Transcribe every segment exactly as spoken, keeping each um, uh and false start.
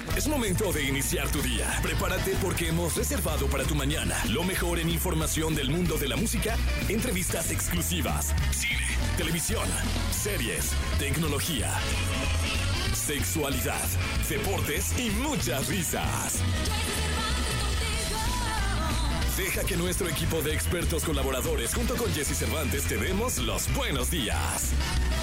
Es momento de iniciar tu día. Prepárate porque hemos reservado para tu mañana lo mejor en información del mundo de la música, entrevistas exclusivas, cine, televisión, series, tecnología, sexualidad, deportes y muchas risas. Deja que nuestro equipo de expertos colaboradores junto con Jesse Cervantes te demos los buenos días.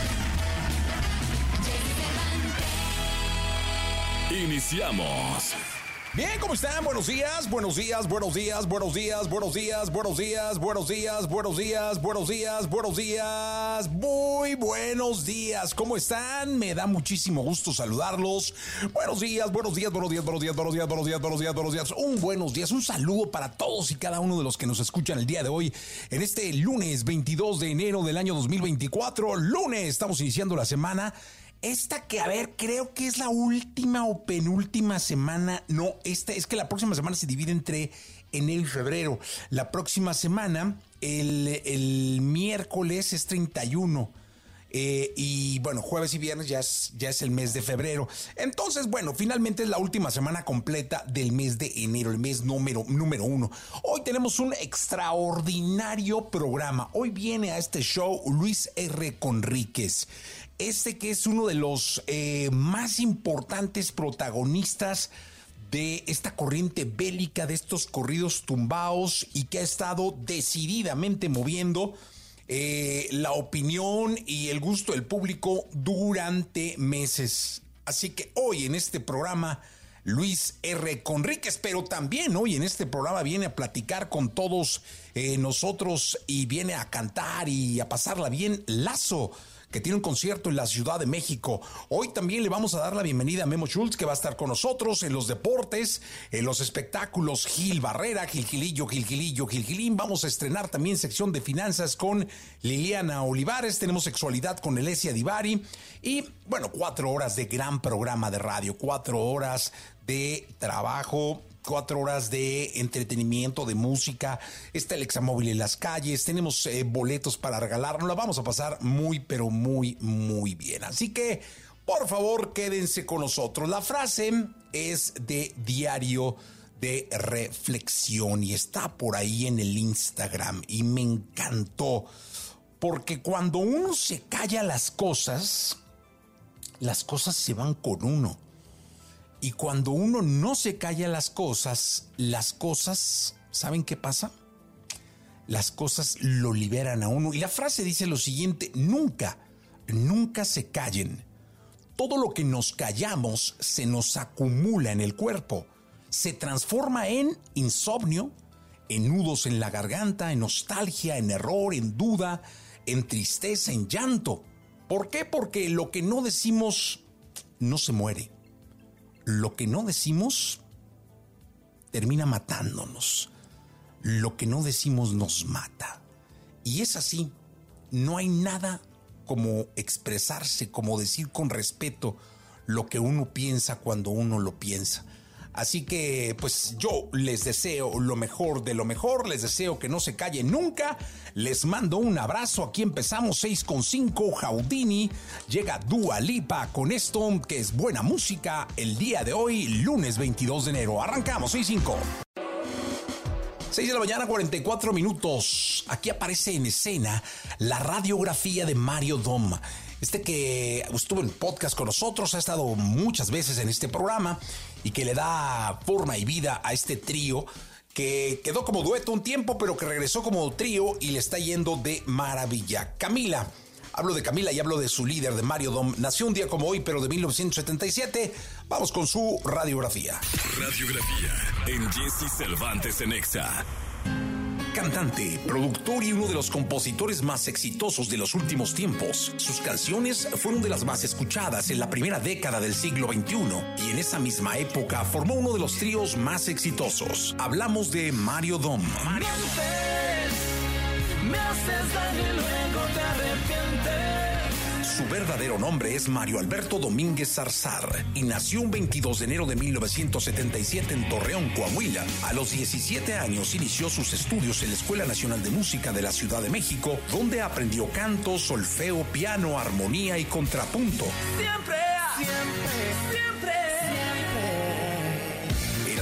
Iniciamos. Bien, ¿cómo están? Buenos días, buenos días, buenos días, buenos días, buenos días, buenos días, buenos días, buenos días, buenos días, buenos días, muy buenos días. ¿Cómo están? Me da muchísimo gusto saludarlos. Buenos días, buenos días, buenos días, buenos días, buenos días, buenos días, buenos días, buenos días. Un buenos días, un saludo para todos y cada uno de los que nos escuchan el día de hoy, en este lunes veintidós de enero del año dos mil veinticuatro. Lunes, estamos iniciando la semana. Esta que, a ver, creo que es la última o penúltima semana. No, esta es que la próxima semana se divide entre enero y febrero. La próxima semana, el, el miércoles es treinta y uno. Eh, y bueno, jueves y viernes ya es, ya es el mes de febrero. Entonces, bueno, finalmente es la última semana completa del mes de enero, el mes número, número uno. Hoy tenemos un extraordinario programa. Hoy viene a este show Luis R. Conríquez. Este que es uno de los eh, más importantes protagonistas de esta corriente bélica, de estos corridos tumbados, y que ha estado decididamente moviendo eh, la opinión y el gusto del público durante meses. Así que hoy en este programa, Luis R. Conríquez, pero también hoy en este programa viene a platicar con todos eh, nosotros y viene a cantar y a pasarla bien Lazo, que tiene un concierto en la Ciudad de México. Hoy también le vamos a dar la bienvenida a Memo Schultz, que va a estar con nosotros en los deportes, en los espectáculos. Gil Barrera, Gil Gilillo, Gil Gilillo, Gil Gilín. Vamos a estrenar también sección de finanzas con Liliana Olivares. Tenemos sexualidad con Elesia Divari. Y bueno, cuatro horas de gran programa de radio, cuatro horas de trabajo, cuatro horas de entretenimiento, de música. Está el Examóvil en las calles. Tenemos eh, boletos para regalarnos. La vamos a pasar muy, pero muy, muy bien. Así que, por favor, quédense con nosotros. La frase es de Diario de Reflexión y está por ahí en el Instagram. Y me encantó. Porque cuando uno se calla las cosas, las cosas se van con uno. Y cuando uno no se calla las cosas, las cosas, ¿saben qué pasa? Las cosas lo liberan a uno. Y la frase dice lo siguiente: nunca, nunca se callen. Todo lo que nos callamos se nos acumula en el cuerpo. Se transforma en insomnio, en nudos en la garganta, en nostalgia, en error, en duda, en tristeza, en llanto. ¿Por qué? Porque lo que no decimos no se muere. Lo que no decimos termina matándonos. Lo que no decimos nos mata. Y es así. No hay nada como expresarse, como decir con respeto lo que uno piensa cuando uno lo piensa. Así que, pues, yo les deseo lo mejor de lo mejor. Les deseo que no se callen nunca. Les mando un abrazo. Aquí empezamos seis con cinco. Houdini. Llega Dua Lipa con esto, que es buena música. El día de hoy, lunes veintidós de enero. Arrancamos, seis cinco. seis de la mañana, cuarenta y cuatro minutos. Aquí aparece en escena la radiografía de Mario Dom. Este que estuvo en podcast con nosotros, ha estado muchas veces en este programa y que le da forma y vida a este trío que quedó como dueto un tiempo, pero que regresó como trío y le está yendo de maravilla. Camila, hablo de Camila y hablo de su líder, de Mario Dom. Nació un día como hoy, pero de mil novecientos setenta y siete. Vamos con su radiografía. Radiografía en Jesse Cervantes en Exa. Cantante, productor y uno de los compositores más exitosos de los últimos tiempos. Sus canciones fueron de las más escuchadas en la primera década del siglo veintiuno y en esa misma época formó uno de los tríos más exitosos. Hablamos de Mario Dom. Mario Dom. Me haces daño y luego te arrepientes. Su verdadero nombre es Mario Alberto Domínguez Zarzar y nació un veintidós de enero de mil novecientos setenta y siete en Torreón, Coahuila. A los diecisiete años inició sus estudios en la Escuela Nacional de Música de la Ciudad de México, donde aprendió canto, solfeo, piano, armonía y contrapunto. Siempre, siempre, siempre, siempre.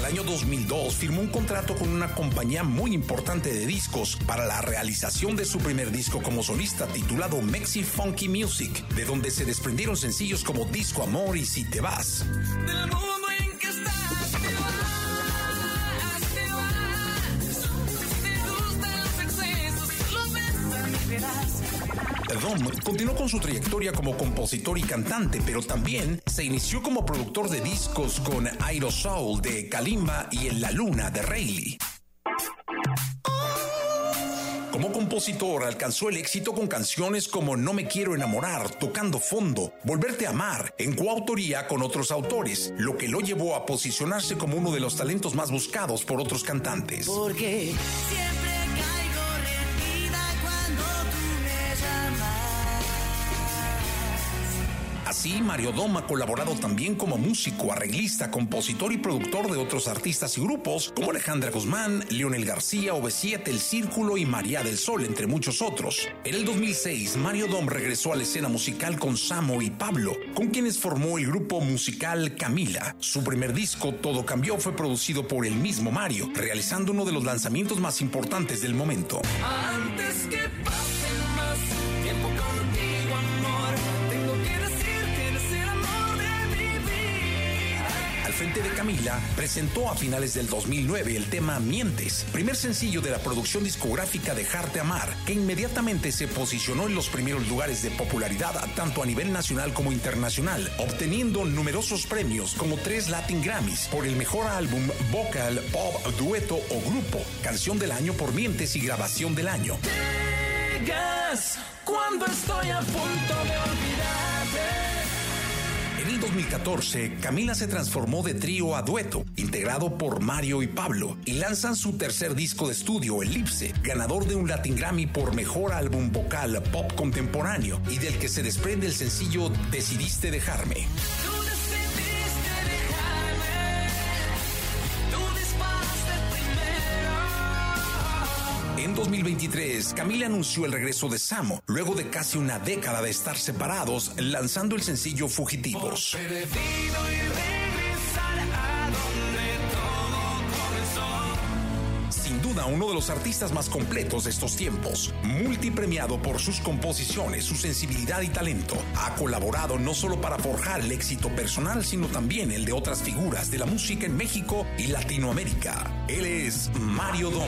el año dos mil dos firmó un contrato con una compañía muy importante de discos para la realización de su primer disco como solista titulado Mexi Funky Music, de donde se desprendieron sencillos como Disco Amor y Si Te Vas. Del mundo en que estás, te vas, te vas. Si te gustan los excesos, los ves y verás. Dom continuó con su trayectoria como compositor y cantante, pero también se inició como productor de discos con Aerosoul de Kalimba y En la Luna de Rayleigh. Como compositor alcanzó el éxito con canciones como No me quiero enamorar, Tocando fondo, Volverte a amar, en coautoría con otros autores, lo que lo llevó a posicionarse como uno de los talentos más buscados por otros cantantes. Porque siempre caigo rendida cuando tú me llamas. Así, Mario Dom ha colaborado también como músico, arreglista, compositor y productor de otros artistas y grupos como Alejandra Guzmán, Leonel García, O V siete, El Círculo y María del Sol, entre muchos otros. En el dos mil seis, Mario Dom regresó a la escena musical con Samo y Pablo, con quienes formó el grupo musical Camila. Su primer disco, Todo Cambió, fue producido por el mismo Mario, realizando uno de los lanzamientos más importantes del momento. Antes que pase más tiempo contigo, amor, tengo que decir que eres el amor de mi vida. Al frente de Camila, presentó a finales del dos mil nueve el tema Mientes, primer sencillo de la producción discográfica Dejarte Amar, que inmediatamente se posicionó en los primeros lugares de popularidad tanto a nivel nacional como internacional, obteniendo numerosos premios como tres Latin Grammys por el mejor álbum, vocal, pop, dueto o grupo, canción del año por Mientes y grabación del año. Llegas cuando estoy a punto de olvidarte. En el dos mil catorce, Camila se transformó de trío a dueto, integrado por Mario y Pablo, y lanzan su tercer disco de estudio, Elipse, ganador de un Latin Grammy por mejor álbum vocal pop contemporáneo, y del que se desprende el sencillo Decidiste Dejarme. Tú decidiste dejarme, tú disparaste primero. En dos mil veintitrés, Camila anunció el regreso de Samo, luego de casi una década de estar separados, lanzando el sencillo Fugitivos. Perdido y regresar a donde todo comenzó. Sin duda, uno de los artistas más completos de estos tiempos, multipremiado por sus composiciones, su sensibilidad y talento, ha colaborado no solo para forjar el éxito personal, sino también el de otras figuras de la música en México y Latinoamérica. Él es Mario Dom.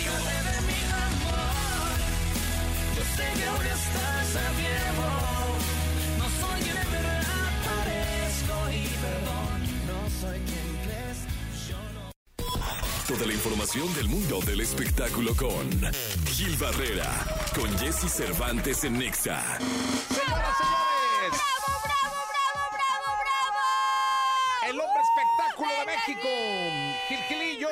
Sé que aún estás a tiempo. No soy quien en verdad parezco y perdón, no soy quien crees, yo no. Toda la información del mundo del espectáculo con Gil Barrera, con Jesse Cervantes en Nexa. ¡Señoras, señores! ¡Bravo, bravo, bravo, bravo, bravo! El hombre espectáculo de México, Gil Gilillo.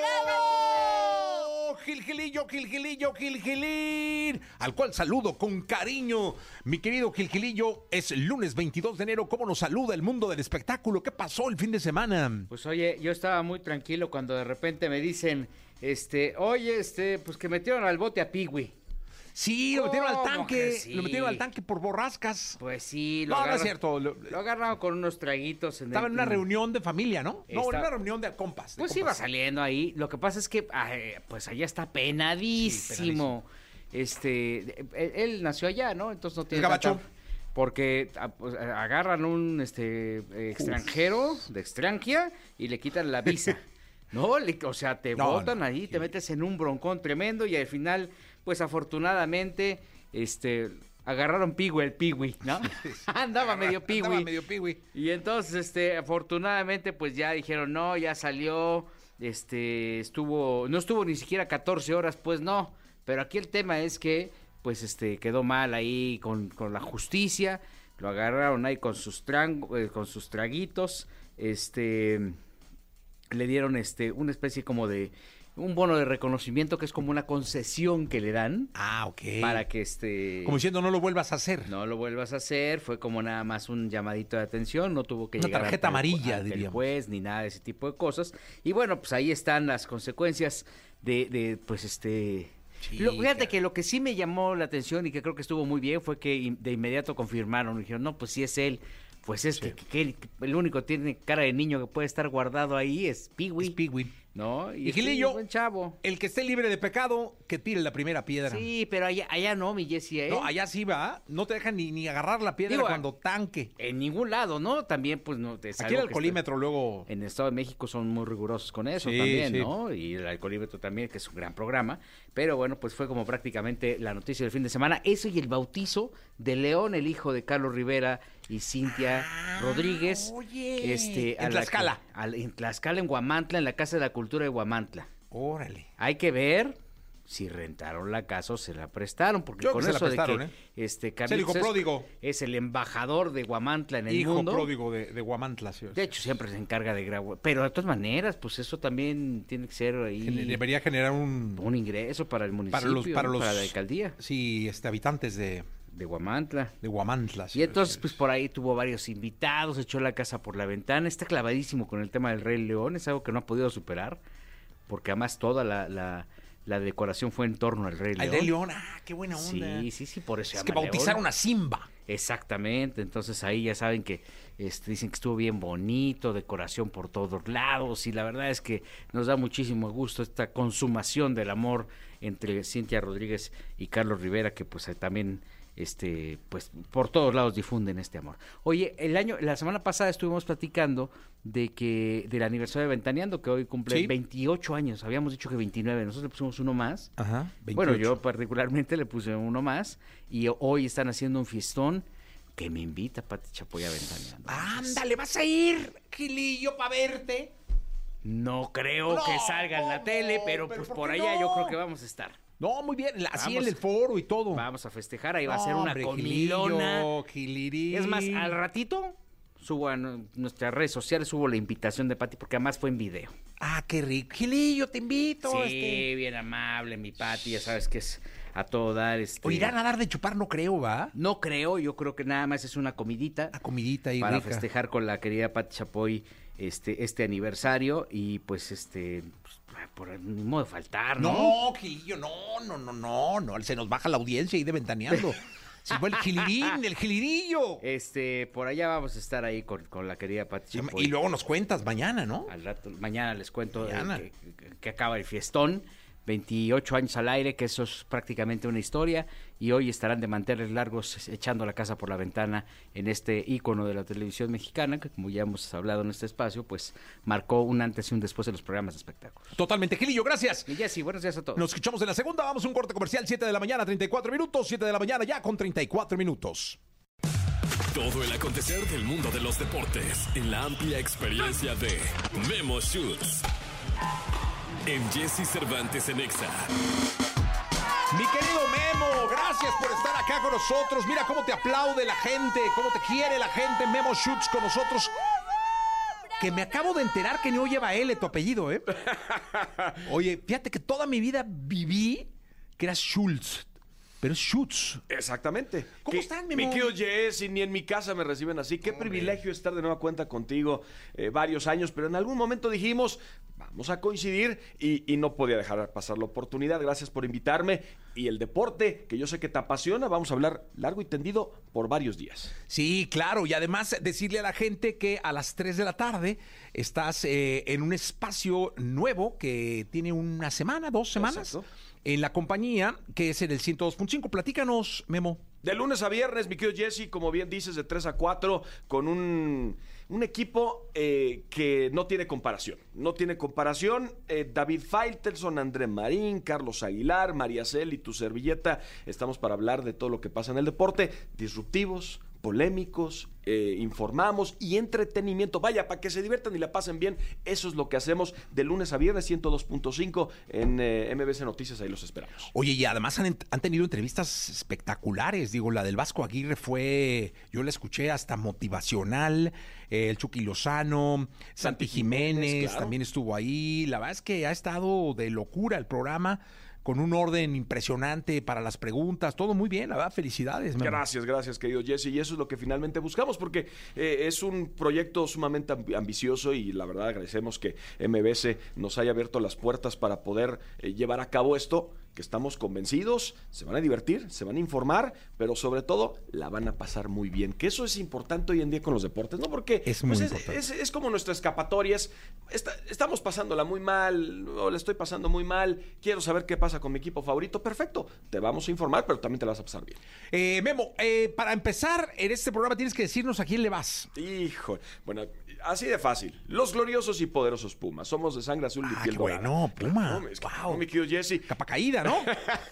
Gil Gilillo, Gil Gilillo, Gil Gilín, al cual saludo con cariño. Mi querido Gil Gilillo, es lunes veintidós de enero. ¿Cómo nos saluda el mundo del espectáculo? ¿Qué pasó el fin de semana? Pues oye, yo estaba muy tranquilo cuando de repente me dicen, este, oye, este, pues que metieron al bote a Pigui. Sí, lo metieron al ¿Cómo tanque, que sí? lo metieron al tanque por borrascas. Pues sí, lo No, no agarraron. es cierto. Lo, Lo agarraron con unos traguitos. En estaba el- en una reunión de familia, ¿no? No, Está- en una reunión de compas. de Pues compas. iba saliendo ahí. Lo que pasa es que, ay, pues allá está penadísimo. Este, él, él nació allá, ¿no? Entonces no tiene gabacho. tanta- porque ah, pues, agarran un este eh, extranjero de extranjia y le quitan la visa. No, le- o sea, te No, botan no, ahí, sí. te metes en un broncón tremendo y al final, pues afortunadamente, este, agarraron Pigui, el Pigui, ¿no? Andaba medio Pigui. Andaba medio pigui. Y entonces, este, afortunadamente, pues ya dijeron, no, ya salió, este, estuvo, no estuvo ni siquiera catorce horas, pues no. Pero aquí el tema es que, pues, este, quedó mal ahí con, con la justicia, lo agarraron ahí con sus tran- eh, con sus traguitos, este, le dieron, este, una especie como de, un bono de reconocimiento que es como una concesión que le dan Ah, ok. para que, este... Como diciendo, no lo vuelvas a hacer. No lo vuelvas a hacer, fue como nada más un llamadito de atención, no tuvo que Una llegar tarjeta ante el ju- amarilla, ante el diríamos. juez ni nada de ese tipo de cosas. Y bueno, pues ahí están las consecuencias de, de pues este... Lo, fíjate Chica. que lo que sí me llamó la atención y que creo que estuvo muy bien fue que in- de inmediato confirmaron, dijeron, no, pues sí es él, Pues es Sí. que, que- que el único que tiene cara de niño que puede estar guardado ahí es Pee-wee, Es Pee-wee. ¿no? Y es un Gilillo, buen chavo. el que esté libre de pecado, que tire la primera piedra. Sí, pero allá, allá no, mi Jessy, ¿eh? No, allá sí va, no te dejan ni, ni agarrar la piedra Digo, cuando tanque. En ningún lado, ¿no? También, pues, no... Es Aquí el algo que alcoholímetro luego... está- En el Estado de México son muy rigurosos con eso Sí, también, sí. ¿no? Y el alcoholímetro también, que es un gran programa. Pero bueno, pues fue como prácticamente la noticia del fin de semana. Eso y el bautizo de León, el hijo de Carlos Rivera y Cintia Rodríguez. oye. Este, En a la que- Tlaxcala. al- en Tlaxcala, en Guamantla, en la Casa de la Cultura de Guamantla. Órale. Hay que ver si rentaron la casa o se la prestaron, porque Yo creo con que se la eso prestaron, de ¿eh? que este Es el Carlitos hijo pródigo. es el embajador de Guamantla en el Hijo mundo. pródigo de, de Guamantla. Sí. De hecho, siempre se encarga de grabar. Pero de todas maneras, pues eso también tiene que ser ahí Gen- Debería generar un... un ingreso para el municipio, para los, para ¿no? los para la alcaldía Sí, este, habitantes de, de Guamantla. de Guamantla. sí, Y entonces, sí. pues por ahí tuvo varios invitados, echó la casa por la ventana. Está clavadísimo con el tema del Rey León, es algo que no ha podido superar, porque además toda la, la, la decoración fue en torno al Rey Al León. Rey León, ah, qué buena onda. Sí, sí, sí, por eso se Es que llama bautizaron León. a Simba. Exactamente, entonces ahí ya saben que este, dicen que estuvo bien bonito, decoración por todos lados, y la verdad es que nos da muchísimo gusto esta consumación del amor entre Cintia Rodríguez y Carlos Rivera, que pues eh, también este pues por todos lados difunden este amor. Oye, el año la semana pasada estuvimos platicando de que del aniversario de Ventaneando, que hoy cumple Sí. veintiocho años, habíamos dicho que veintinueve, nosotros le pusimos uno más. Ajá, Bueno, yo particularmente le puse uno más y hoy están haciendo un fiestón que me invita Pati Chapoy a Ventaneando. Ándale, vas a ir, Gilillo, para verte. No creo No, que salga en la ¿cómo? tele, pero, ¿Pero pues por por qué allá no? yo creo que vamos a estar. No, muy bien, la- así Vamos. en el foro y todo. Vamos a festejar, ahí va a No, ser una hombre, comilona. Gilillo, Gilirín. Es más, al ratito subo a nu- nuestras redes sociales, subo la invitación de Pati, porque además fue en video. Ah, qué rico. Gilillo, te invito. Sí, este. bien amable, mi Pati, ya sabes que es a todo dar. Este... O irán a dar de chupar, no creo, ¿va? No creo, yo creo que nada más es una comidita. A comidita y para rica. festejar con la querida Pati Chapoy este este aniversario y pues este pues, por ni modo de faltar, ¿no? No, Gilillo, no, no, no, no, no. Se nos baja la audiencia ahí de Ventaneando. Si fue el Gilirín, el Gilirillo. Este, por allá vamos a estar ahí con, con la querida Pati Chapoy. Y luego nos cuentas mañana, ¿no? Al rato, mañana les cuento eh, Mañana. que, que- que acaba el fiestón. veintiocho años al aire, que eso es prácticamente una historia, y hoy estarán de manteles largos echando la casa por la ventana en este ícono de la televisión mexicana, que como ya hemos hablado en este espacio, pues marcó un antes y un después de los programas de espectáculos. Totalmente, Gilillo, gracias. Y Jessy, buenos días a todos. Nos escuchamos en la segunda. Vamos a un corte comercial, siete de la mañana, treinta y cuatro minutos. siete de la mañana ya con treinta y cuatro minutos. Todo el acontecer del mundo de los deportes en la amplia experiencia de Memo Shoots. En Jesse Cervantes en Exa. Mi querido Memo, gracias por estar acá con nosotros. Mira cómo te aplaude la gente, cómo te quiere la gente. Memo Schutz con nosotros. Que me acabo de enterar que no lleva L tu apellido, ¿eh? Oye, fíjate que toda mi vida viví que era Schultz, pero es Schutz. Exactamente. ¿Cómo Que- están, mi Mi amor? querido Jesse, ni en mi casa me reciben así. Qué privilegio estar de nueva cuenta contigo eh, varios años, pero en algún momento dijimos, vamos a coincidir y, y no podía dejar pasar la oportunidad. Gracias por invitarme. Y el deporte, que yo sé que te apasiona, vamos a hablar largo y tendido por varios días. Sí, claro, y además decirle a la gente que a las tres de la tarde estás eh, en un espacio nuevo que tiene una semana, dos semanas, Exacto. en la compañía, que es en el ciento dos punto cinco. Platícanos, Memo. De lunes a viernes, mi querido Jesse, como bien dices, de tres a cuatro, con un, un equipo eh, que no tiene comparación. No tiene comparación. Eh, David Faitelson, André Marín, Carlos Aguilar, María Cel y tu servilleta. Estamos para hablar de todo lo que pasa en el deporte. Disruptivos, polémicos, eh, informamos y entretenimiento. Vaya, para que se diviertan y la pasen bien. Eso es lo que hacemos de lunes a viernes, ciento dos punto cinco en eh, M B C Noticias. Ahí los esperamos. Oye, y además han, han tenido entrevistas espectaculares. Digo, la del Vasco Aguirre fue, yo la escuché hasta motivacional. eh, el Chucky Lozano, Santi Santi Jiménez, Jiménez, claro. también estuvo ahí. La verdad es que ha estado de locura el programa, con un orden impresionante para las preguntas. Todo muy bien, la verdad, felicidades. Memo. Gracias, gracias, querido Jesse. Y eso es lo que finalmente buscamos, porque eh, es un proyecto sumamente amb- ambicioso y la verdad agradecemos que M B C nos haya abierto las puertas para poder eh, llevar a cabo esto. que estamos convencidos, se van a divertir, se van a informar, pero sobre todo la van a pasar muy bien, que eso es importante hoy en día con los deportes, ¿no? Porque Es muy pues, es, importante. es, es como nuestra escapatoria, es, está- estamos pasándola muy mal, o la estoy pasando muy mal, quiero saber qué pasa con mi equipo favorito, perfecto, te vamos a informar, pero también te la vas a pasar bien. Eh, Memo, eh, para empezar, en este programa tienes que decirnos a quién le vas. Hijo, bueno, así de fácil. Los gloriosos y poderosos Pumas. Somos de sangre azul y Ah, piel qué dorada. bueno, Puma. Claro, es que, Wow. no, mi querido Jesse. Capa caída, ¿no?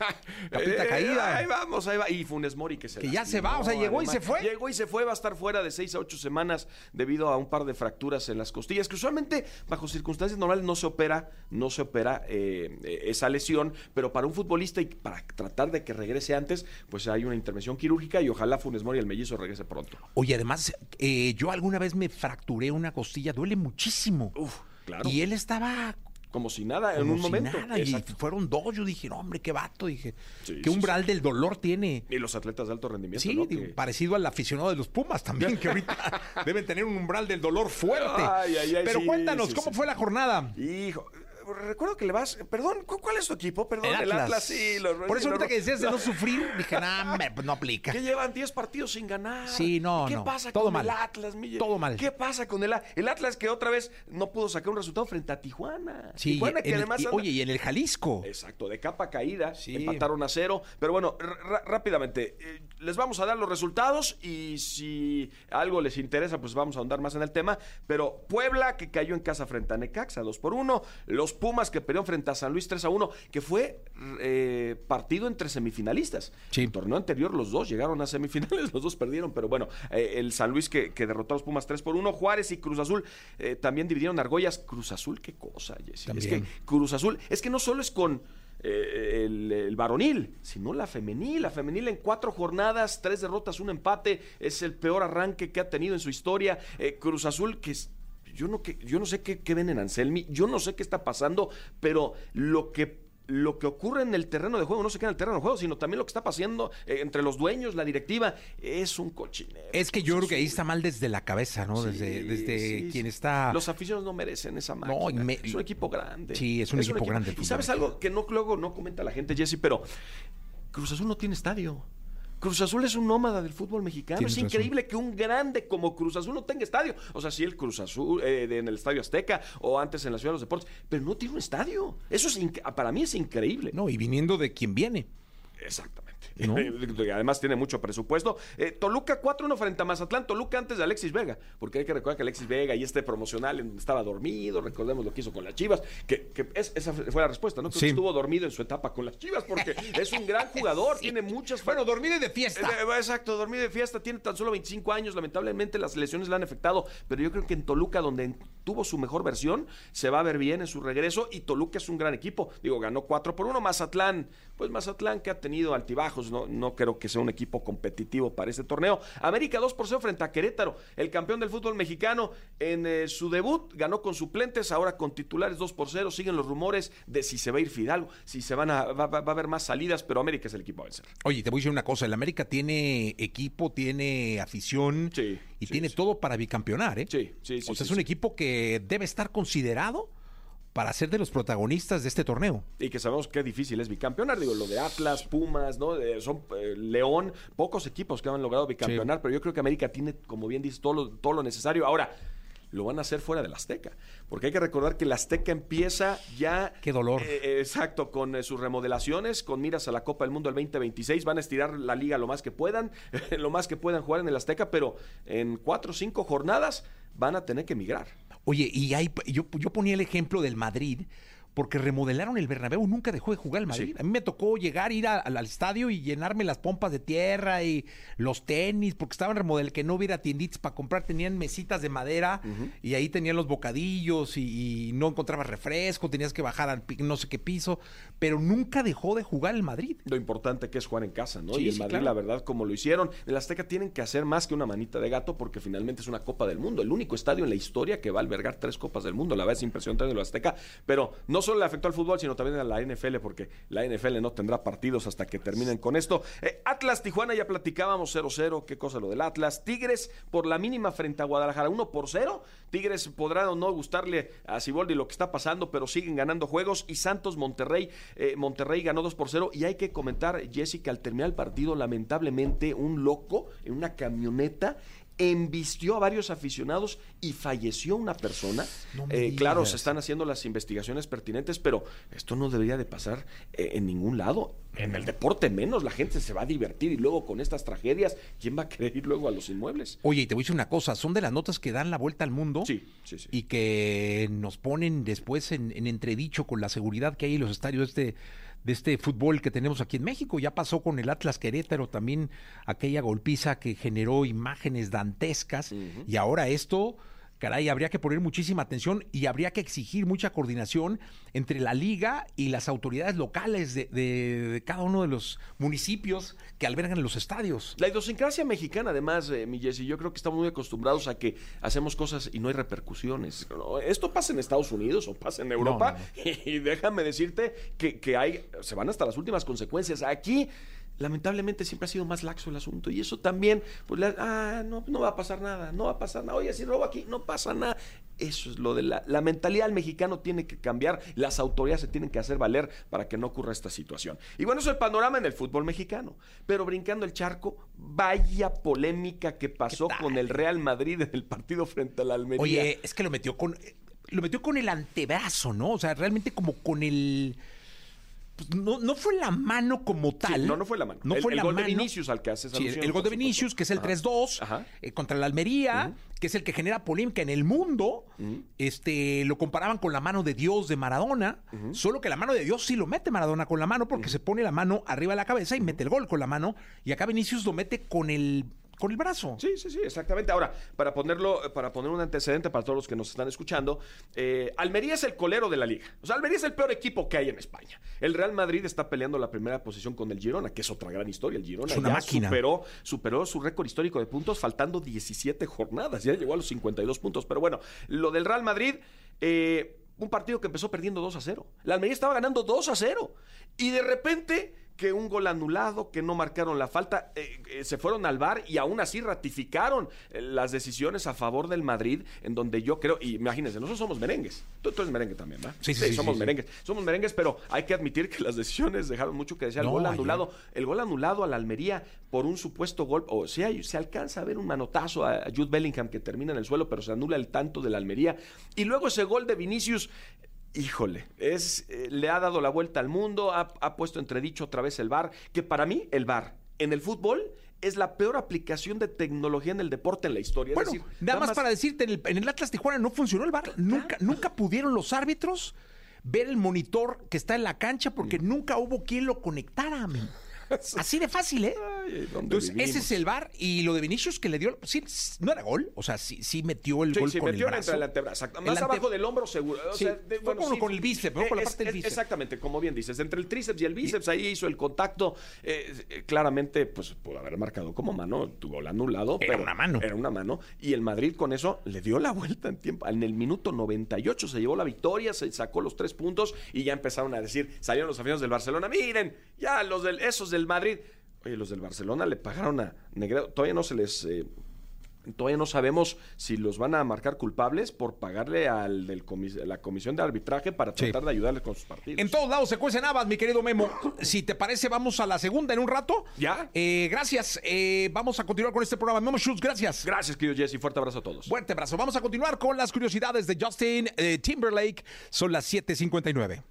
Capita Eh, caída. Ahí vamos, ahí va. Y Funes Mori que se Que ya lastimó, se va, o sea, llegó y se fue. Llegó y se fue, va a estar fuera de seis a ocho semanas debido a un par de fracturas en las costillas, que usualmente bajo circunstancias normales no se opera, no se opera eh, eh, esa lesión, pero para un futbolista y para tratar de que regrese antes, pues hay una intervención quirúrgica y ojalá Funes Mori, el mellizo, regrese pronto. Oye, además, eh, yo alguna vez me fracturé una costilla, duele muchísimo. Uf, claro. Y él estaba Como si nada, en como un si momento. nada, y Exacto. fueron dos. Yo dije, no, hombre, qué vato. Dije, Sí, qué sí, umbral del dolor tiene. Y los atletas de alto rendimiento, Sí, ¿no? digo, Que- parecido al aficionado de los Pumas también, que ahorita deben tener un umbral del dolor fuerte. Ay, ay, ay, Pero sí, cuéntanos, sí, ¿cómo sí. fue la jornada? Hijo, recuerdo que le vas. Perdón, ¿cu- ¿cuál es tu equipo? Perdón, El el Atlas. Atlas, sí. Los, Por eso sí, ahorita los- que decías de no sufrir, dije, nah, me- pues no aplica. Que llevan diez partidos sin ganar. Sí, no, ¿Qué no. pasa Todo con mal. el Atlas, Mille? Todo mal. ¿Qué pasa con el Atlas? El Atlas que otra vez no pudo sacar un resultado frente a Tijuana. Sí, Tijuana que en el- además y- anda- oye, y en el Jalisco. Exacto, de capa caída, Sí. empataron a cero. Pero bueno, r- rápidamente, eh, les vamos a dar los resultados y si algo les interesa, pues vamos a ahondar más en el tema. Pero Puebla, que cayó en casa frente a Necaxa, dos por uno. Los Pumas, que perdieron frente a San Luis, tres a uno, que fue eh, partido entre semifinalistas. Sí. El torneo anterior, los dos llegaron a semifinales, los dos perdieron, pero bueno, eh, el San Luis que, que derrotó a los Pumas tres por uno. Juárez y Cruz Azul eh, también dividieron argollas. Cruz Azul, qué cosa, Jessy. Es También. que Cruz Azul, es que no solo es con eh, el, el varonil, sino la femenil. La femenil en cuatro jornadas, tres derrotas, un empate, es el peor arranque que ha tenido en su historia. Eh, Cruz Azul, que es, yo no, que, yo no sé qué, qué ven en Anselmi, yo no sé qué está pasando, pero lo que lo que ocurre en el terreno de juego no se queda en el terreno de juego, sino también lo que está pasando eh, entre los dueños, la directiva, es un cochinero. Es que yo creo que ahí está mal desde la cabeza, ¿no? Sí, desde desde sí, quien sí. está... Los aficionados no merecen esa máquina. No, y me- Es un equipo grande. Sí, es un equipo grande el Y fútbol sabes mexicano. algo que no, luego no comenta la gente, Jesse, pero Cruz Azul no tiene estadio. Cruz Azul es un nómada del fútbol mexicano. Tienes Es razón. increíble que un grande como Cruz Azul no tenga estadio. O sea, sí el Cruz Azul eh, de- en el Estadio Azteca o antes en la Ciudad de los Deportes, pero no tiene un estadio. Eso es inc- para mí es increíble. No, y viniendo de quien viene. Exactamente. ¿No? Además tiene mucho presupuesto. Eh, Toluca cuatro uno frente a Mazatlán. Toluca antes de Alexis Vega. Porque hay que recordar que Alexis Vega y este promocional en donde estaba dormido. Recordemos lo que hizo con las Chivas. Que, que es- esa fue la respuesta, ¿no? Creo Sí. que estuvo dormido en su etapa con las Chivas porque es un gran jugador. Sí. Tiene muchas... Bueno, dormir de fiesta. Eh, eh, Exacto, dormido de fiesta, tiene tan solo veinticinco años, lamentablemente las lesiones le han afectado, pero yo creo que en Toluca, donde tuvo su mejor versión, se va a ver bien en su regreso y Toluca es un gran equipo, digo, ganó cuatro por uno. Mazatlán, pues Mazatlán que ha tenido altibajos, no, no creo que sea un equipo competitivo para este torneo. América dos por cero frente a Querétaro, el campeón del fútbol mexicano en eh, su debut, ganó con suplentes, ahora con titulares dos por cero, siguen los rumores de si se va a ir Fidalgo, si se van a, va, va- va a haber más salidas, pero América es el equipo a vencer. Oye, te voy a decir una cosa, el América tiene equipo, tiene afición Sí, y sí, tiene sí. todo para bicampeonar, ¿eh? Sí, sí, sí. O sea, sí, es un sí. equipo que debe estar considerado para ser de los protagonistas de este torneo. Y que sabemos qué difícil es bicampeonar. Digo, lo de Atlas, Pumas, ¿no? Eh, son eh, León, pocos equipos que han logrado bicampeonar, pero yo creo que América tiene, como bien dices, todo lo, todo lo necesario. Ahora, lo van a hacer fuera del Azteca, porque hay que recordar que el Azteca empieza ya... Qué dolor. eh, eh, exacto, con eh, sus remodelaciones, con miras a la Copa del Mundo del veinte veintiséis, van a estirar la liga lo más que puedan, lo más que puedan jugar en el Azteca, pero en cuatro o cinco jornadas van a tener que emigrar. Oye, y hay, yo, yo ponía el ejemplo del Madrid, porque remodelaron el Bernabéu, nunca dejó de jugar el Madrid. Sí. A mí me tocó llegar, ir a- al, al estadio y llenarme las pompas de tierra y los tenis, porque estaban remodelados, que no hubiera tienditas para comprar, tenían mesitas de madera y ahí tenían los bocadillos y, y no encontrabas refresco, tenías que bajar al pi- no sé qué piso, pero nunca dejó de jugar el Madrid. Lo importante que es jugar en casa, ¿no? Sí, y el sí, Madrid, claro. la verdad, como lo hicieron, el Azteca tienen que hacer más que una manita de gato porque finalmente es una Copa del Mundo, el único estadio en la historia que va a albergar tres Copas del Mundo. La verdad es impresionante de lo Azteca, pero no no solo le afectó al fútbol, sino también a la N F L, porque la N F L no tendrá partidos hasta que terminen con esto. Eh, Atlas Tijuana, ya platicábamos, cero cero, qué cosa lo del Atlas. Tigres por la mínima frente a Guadalajara, uno por cero. Tigres podrá o no gustarle a Siboldi lo que está pasando, pero siguen ganando juegos. Y Santos Monterrey, eh, Monterrey ganó dos por cero. Y hay que comentar, Jessica, al terminar el partido, lamentablemente, un loco en una camioneta embistió a varios aficionados y falleció una persona. No eh, claro, se están haciendo las investigaciones pertinentes, pero esto no debería de pasar eh, en ningún lado. En el deporte menos, la gente se va a divertir y luego con estas tragedias, ¿quién va a querer ir luego a los inmuebles? Oye, y te voy a decir una cosa, son de las notas que dan la vuelta al mundo. Sí, sí, sí. Y que nos ponen después en, en entredicho con la seguridad que hay en los estadios de este... de este fútbol que tenemos aquí en México. Ya pasó con el Atlas Querétaro también aquella golpiza que generó imágenes dantescas, uh-huh. Y ahora esto, caray, habría que poner muchísima atención y habría que exigir mucha coordinación entre la liga y las autoridades locales de, de, de cada uno de los municipios que albergan los estadios. La idiosincrasia mexicana, además, eh, mi Jessy, yo creo que estamos muy acostumbrados a que hacemos cosas y no hay repercusiones. ¿No? Esto pasa en Estados Unidos o pasa en Europa, no, no, no. Y, y déjame decirte que, que hay, se van hasta las últimas consecuencias. Aquí lamentablemente siempre ha sido más laxo el asunto y eso también, pues, la, ah, no, no va a pasar nada, no va a pasar nada, oye, si robo aquí, no pasa nada. Eso es lo de la, la mentalidad del mexicano tiene que cambiar, las autoridades se tienen que hacer valer para que no ocurra esta situación. Y bueno, eso es el panorama en el fútbol mexicano, pero brincando el charco, vaya polémica que pasó con el Real Madrid en el partido frente a la Almería. Oye, es que lo metió con, lo metió con el antebrazo, ¿no? O sea, realmente como con el... No, no fue la mano como tal. Sí, no, no fue la mano. No el, fue el la gol mano. de Vinicius al que haces alusión. Sí, el gol de Vinicius, que es el Ajá. tres dos eh, contra la Almería, uh-huh. que es el que genera polémica en el mundo. Uh-huh. Este, lo comparaban con la mano de Dios de Maradona, uh-huh. solo que la mano de Dios sí lo mete Maradona con la mano porque uh-huh. se pone la mano arriba de la cabeza y uh-huh. mete el gol con la mano. Y acá Vinicius lo mete con el... con el brazo. Sí, sí, sí, exactamente. Ahora, para ponerlo, para poner un antecedente para todos los que nos están escuchando, eh, Almería es el colero de la liga. O sea, Almería es el peor equipo que hay en España. El Real Madrid está peleando la primera posición con el Girona, que es otra gran historia. El Girona es una ya máquina. Superó, superó su récord histórico de puntos faltando diecisiete jornadas. Ya llegó a los cincuenta y dos puntos. Pero bueno, lo del Real Madrid... Eh, un partido que empezó perdiendo dos a cero. La Almería estaba ganando dos a cero. Y de repente... que un gol anulado, que no marcaron la falta, eh, eh, se fueron al V A R y aún así ratificaron eh, las decisiones a favor del Madrid, en donde yo creo, y imagínense, nosotros somos merengues, tú, tú eres merengue también, ¿verdad? Sí, sí, sí, sí somos sí, merengues, sí. somos merengues, pero hay que admitir que las decisiones dejaron mucho que decir. El no, gol anulado, ya. el gol anulado a la Almería por un supuesto gol, o sea, se alcanza a ver un manotazo a Jude Bellingham que termina en el suelo, pero se anula el tanto de la Almería, y luego ese gol de Vinicius. Híjole, es, eh, le ha dado la vuelta al mundo, ha, ha puesto entredicho otra vez el V A R, que para mí el V A R en el fútbol es la peor aplicación de tecnología en el deporte en la historia. Bueno, es decir, nada, nada más, más para decirte, en el, en el Atlas Tijuana no funcionó el V A R, nunca, nunca pudieron los árbitros ver el monitor que está en la cancha porque mm. nunca hubo quien lo conectara, man. Así de fácil, ¿eh? Ay, Entonces, vivimos? ese es el V A R. Y lo de Vinicius que le dio... Sí, no era gol. O sea, sí, sí metió el sí, gol sí, con metió el brazo. el antebrazo. Más el ante... abajo del hombro, seguro. O sí, sea, de, fue bueno, como sí, con el bíceps, ¿no? Con la es, parte del bíceps. Exactamente, como bien dices. Entre el tríceps y el bíceps, y... ahí hizo el contacto. Eh, eh, claramente, pues, pudo haber marcado como mano. Tuvo el anulado. Era pero una mano. Era una mano. Y el Madrid con eso le dio la vuelta en tiempo. En el minuto noventa y ocho se llevó la victoria, se sacó los tres puntos y ya empezaron a decir, salieron los aficionados del Barcelona, miren, ya los del, esos del Madrid... Oye, los del Barcelona le pagaron a Negredo. Todavía no se les... Eh, todavía no sabemos si los van a marcar culpables por pagarle al del comis la comisión de arbitraje para tratar sí. de ayudarles con sus partidos. En todos lados se cuecen habas, mi querido Memo. Si te parece, vamos a la segunda en un rato. ¿Ya? Eh, gracias. Eh, vamos a continuar con este programa. Memo Schultz, gracias. Gracias, querido Jesse. Fuerte abrazo a todos. Fuerte abrazo. Vamos a continuar con las curiosidades de Justin eh, Timberlake. Son las siete cincuenta y nueve.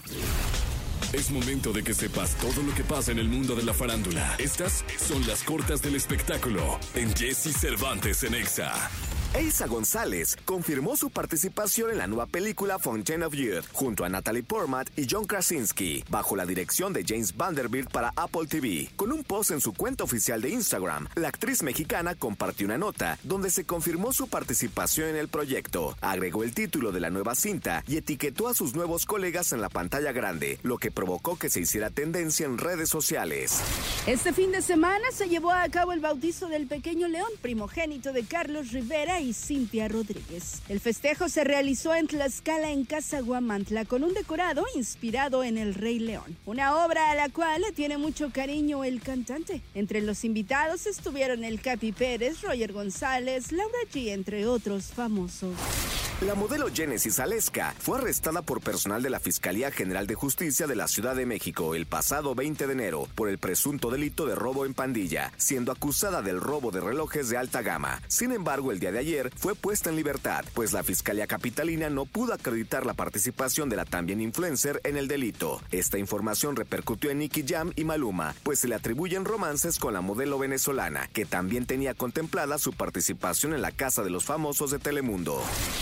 Es momento de que sepas todo lo que pasa en el mundo de la farándula. Estas son las cortas del espectáculo en Jesse Cervantes en Exa. Eiza González confirmó su participación en la nueva película Fountain of Youth junto a Natalie Portman y John Krasinski, bajo la dirección de James Vanderbilt para Apple T V. Con un post en su cuenta oficial de Instagram, la actriz mexicana compartió una nota donde se confirmó su participación en el proyecto, agregó el título de la nueva cinta y etiquetó a sus nuevos colegas en la pantalla grande, lo que provocó que se hiciera tendencia en redes sociales. Este fin de semana se llevó a cabo el bautizo del pequeño León, primogénito de Carlos Rivera y y Cintia Rodríguez. El festejo se realizó en Tlaxcala, en Cazaguamantla, con un decorado inspirado en El Rey León, una obra a la cual le tiene mucho cariño el cantante. Entre los invitados estuvieron el Capi Pérez, Roger González, Laura G, entre otros famosos. La modelo Genesis Aleska fue arrestada por personal de la Fiscalía General de Justicia de la Ciudad de México el pasado veinte de enero por el presunto delito de robo en pandilla, siendo acusada del robo de relojes de alta gama. Sin embargo, el día de ayer fue puesta en libertad, pues la Fiscalía Capitalina no pudo acreditar la participación de la también influencer en el delito. Esta información repercutió en Nicky Jam y Maluma, pues se le atribuyen romances con la modelo venezolana, que también tenía contemplada su participación en la Casa de los Famosos de Telemundo.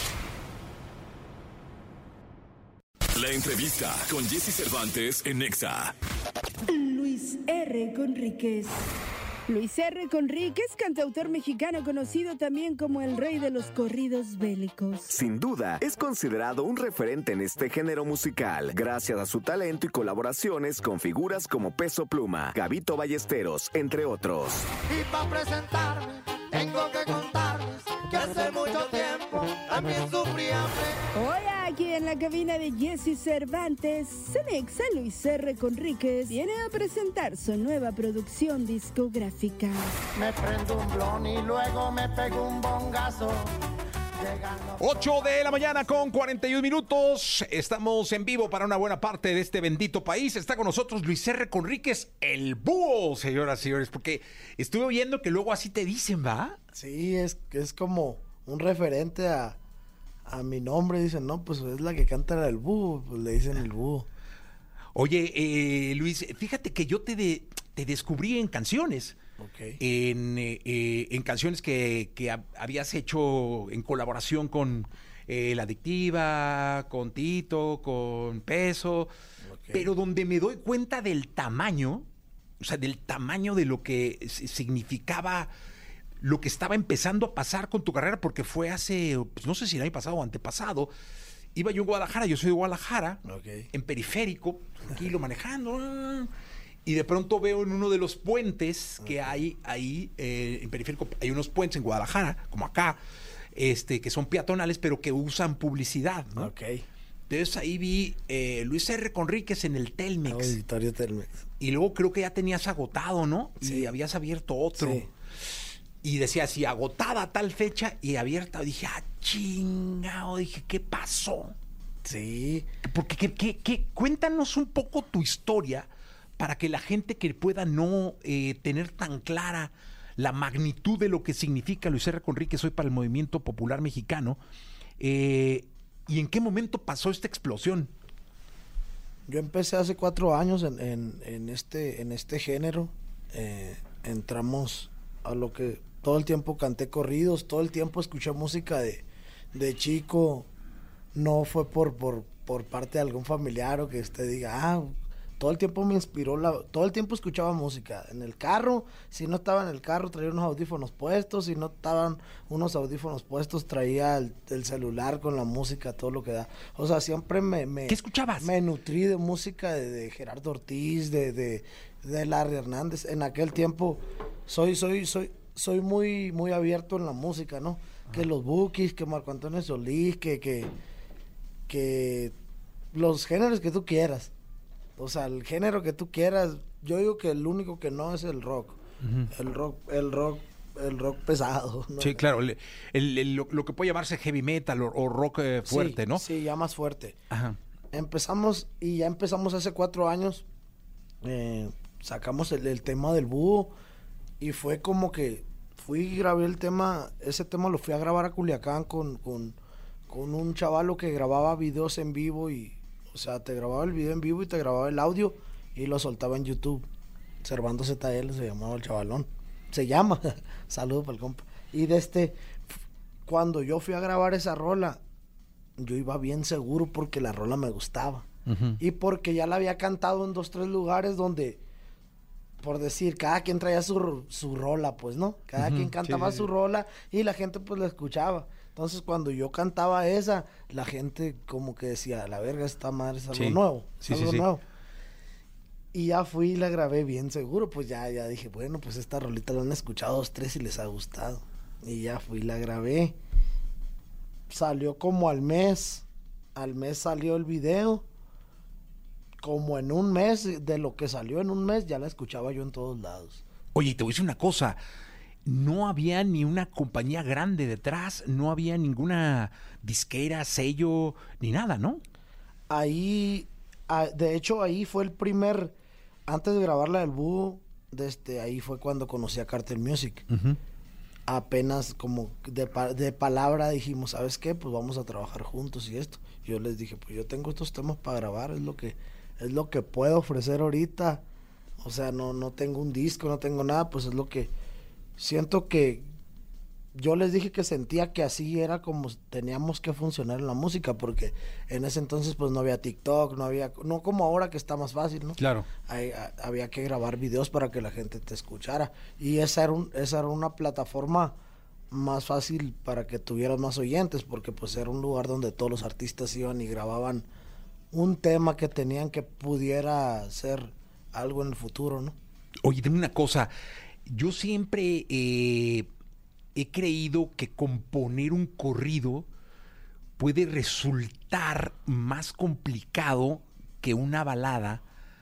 La entrevista con Jesse Cervantes en Nexa. Luis R. Conríquez. Luis R. Conríquez, cantautor mexicano conocido también como el rey de los corridos bélicos. Sin duda, es considerado un referente en este género musical, gracias a su talento y colaboraciones con figuras como Peso Pluma, Gabito Ballesteros, entre otros. Y para presentarme, tengo que contarles que hace mucho tiempo también sufrí hambre. Hoy aquí en la cabina de Jesse Cervantes, Cenexa, Luis R. Conríquez viene a presentar su nueva producción discográfica. Me prendo un blon y luego me pego un bongazo. Llegando... ocho de la mañana con cuarenta y uno minutos. Estamos en vivo para una buena parte de este bendito país. Está con nosotros Luis R. Conríquez, el búho, señoras y señores, porque estuve oyendo que luego así te dicen, ¿va? Sí, es, es como un referente a, a mi nombre. Dicen, no, pues es la que canta el búho, pues le dicen el búho. Oye, eh, Luis, fíjate que yo te, de, te descubrí en canciones. Okay. En, eh, en canciones que, que habías hecho en colaboración con eh, La Adictiva, con Tito, con Peso, okay. Pero donde me doy cuenta del tamaño, o sea, del tamaño de lo que significaba lo que estaba empezando a pasar con tu carrera, porque fue hace, pues no sé si el año pasado o antepasado. Iba yo en Guadalajara, yo soy de Guadalajara, okay. En periférico, tranquilo, manejando. Y de pronto veo en uno de los puentes que hay ahí, eh, en periférico, hay unos puentes en Guadalajara, como acá, este, que son peatonales, pero que usan publicidad, ¿no? Ok. Entonces ahí vi eh, Luis R. Conríquez en el Telmex. Auditorio Telmex. Y luego creo que ya tenías agotado, ¿no? Sí. Y habías abierto otro. Sí. Y decía así, agotada tal fecha y abierta. Dije, ah, chingado. Dije, ¿qué pasó? Sí. Porque, ¿qué, qué, qué? Cuéntanos un poco tu historia para que la gente que pueda no eh, tener tan clara la magnitud de lo que significa Luis R. Conríquez hoy para el movimiento popular mexicano, eh, ¿y en qué momento pasó esta explosión? Yo empecé hace cuatro años en, en, en, este, en este género. Eh, entramos a lo que todo el tiempo canté corridos, todo el tiempo escuché música de, de chico. No fue por, por, por parte de algún familiar o que usted diga, ah, todo el tiempo me inspiró, la, todo el tiempo escuchaba música. En el carro, si no estaba en el carro, traía unos audífonos puestos. Si no estaban unos audífonos puestos, traía el, el celular con la música, todo lo que da. O sea, siempre me... me ¿Qué escuchabas? Me nutrí de música de, de Gerardo Ortiz, de, de, de Larry Hernández. En aquel tiempo, soy, soy, soy, soy muy, muy abierto en la música, ¿no? Ah. Que los Bukis, que Marco Antonio Solís, que, que, que los géneros que tú quieras. O sea, el género que tú quieras. Yo digo que el único que no es el rock. Uh-huh. El rock, el rock, el rock pesado, ¿no? Sí, claro. El, el, el, lo, lo que puede llamarse heavy metal o, o rock eh, fuerte, sí, ¿no? Sí, ya más fuerte. Ajá. Empezamos, y ya empezamos hace cuatro años. Eh, sacamos el, el tema del búho. Y fue como que fui y grabé el tema. Ese tema lo fui a grabar a Culiacán con, con, con un chavalo que grababa videos en vivo y... O sea, te grababa el video en vivo y te grababa el audio y lo soltaba en YouTube. Servando Z L se llamaba el chavalón. Se llama. Saludos para el compa. Y de este, cuando yo fui a grabar esa rola, yo iba bien seguro porque la rola me gustaba. Uh-huh. Y porque ya la había cantado en dos, tres lugares donde, por decir, cada quien traía su, su rola, pues, ¿no? Cada uh-huh. quien cantaba sí, sí, su sí. rola y la gente pues la escuchaba. Entonces, cuando yo cantaba esa, la gente como que decía, la verga, esta madre es algo sí. nuevo, es sí, algo sí, nuevo. Sí. Y ya fui y la grabé bien seguro, pues ya, ya dije, bueno, pues esta rolita la han escuchado dos, tres y les ha gustado. Y ya fui y la grabé. salió como al mes, al mes salió el video, como en un mes, de lo que salió en un mes, ya la escuchaba yo en todos lados. Oye, te voy a decir una cosa, no había ni una compañía grande detrás, no había ninguna disquera, sello, ni nada, ¿no? Ahí, ah, de hecho, ahí fue el primer, antes de grabar la del Búho, desde ahí fue cuando conocí a Cartel Music. Uh-huh. Apenas como de, pa- de palabra dijimos, ¿sabes qué? Pues vamos a trabajar juntos y esto. Yo les dije, pues yo tengo estos temas para grabar, es lo que, es lo que puedo ofrecer ahorita. O sea, no, no tengo un disco, no tengo nada, pues es lo que siento que yo les dije que sentía que así era como teníamos que funcionar en la música, porque en ese entonces pues no había TikTok, no había, no como ahora que está más fácil, ¿no? Claro. Hay- a- había que grabar videos para que la gente te escuchara, y esa era, un, esa era una plataforma más fácil para que tuvieras más oyentes, porque pues era un lugar donde todos los artistas iban y grababan un tema que tenían que pudiera ser algo en el futuro, ¿no? Oye, dime una cosa, yo siempre eh, he creído que componer un corrido puede resultar más complicado que una balada,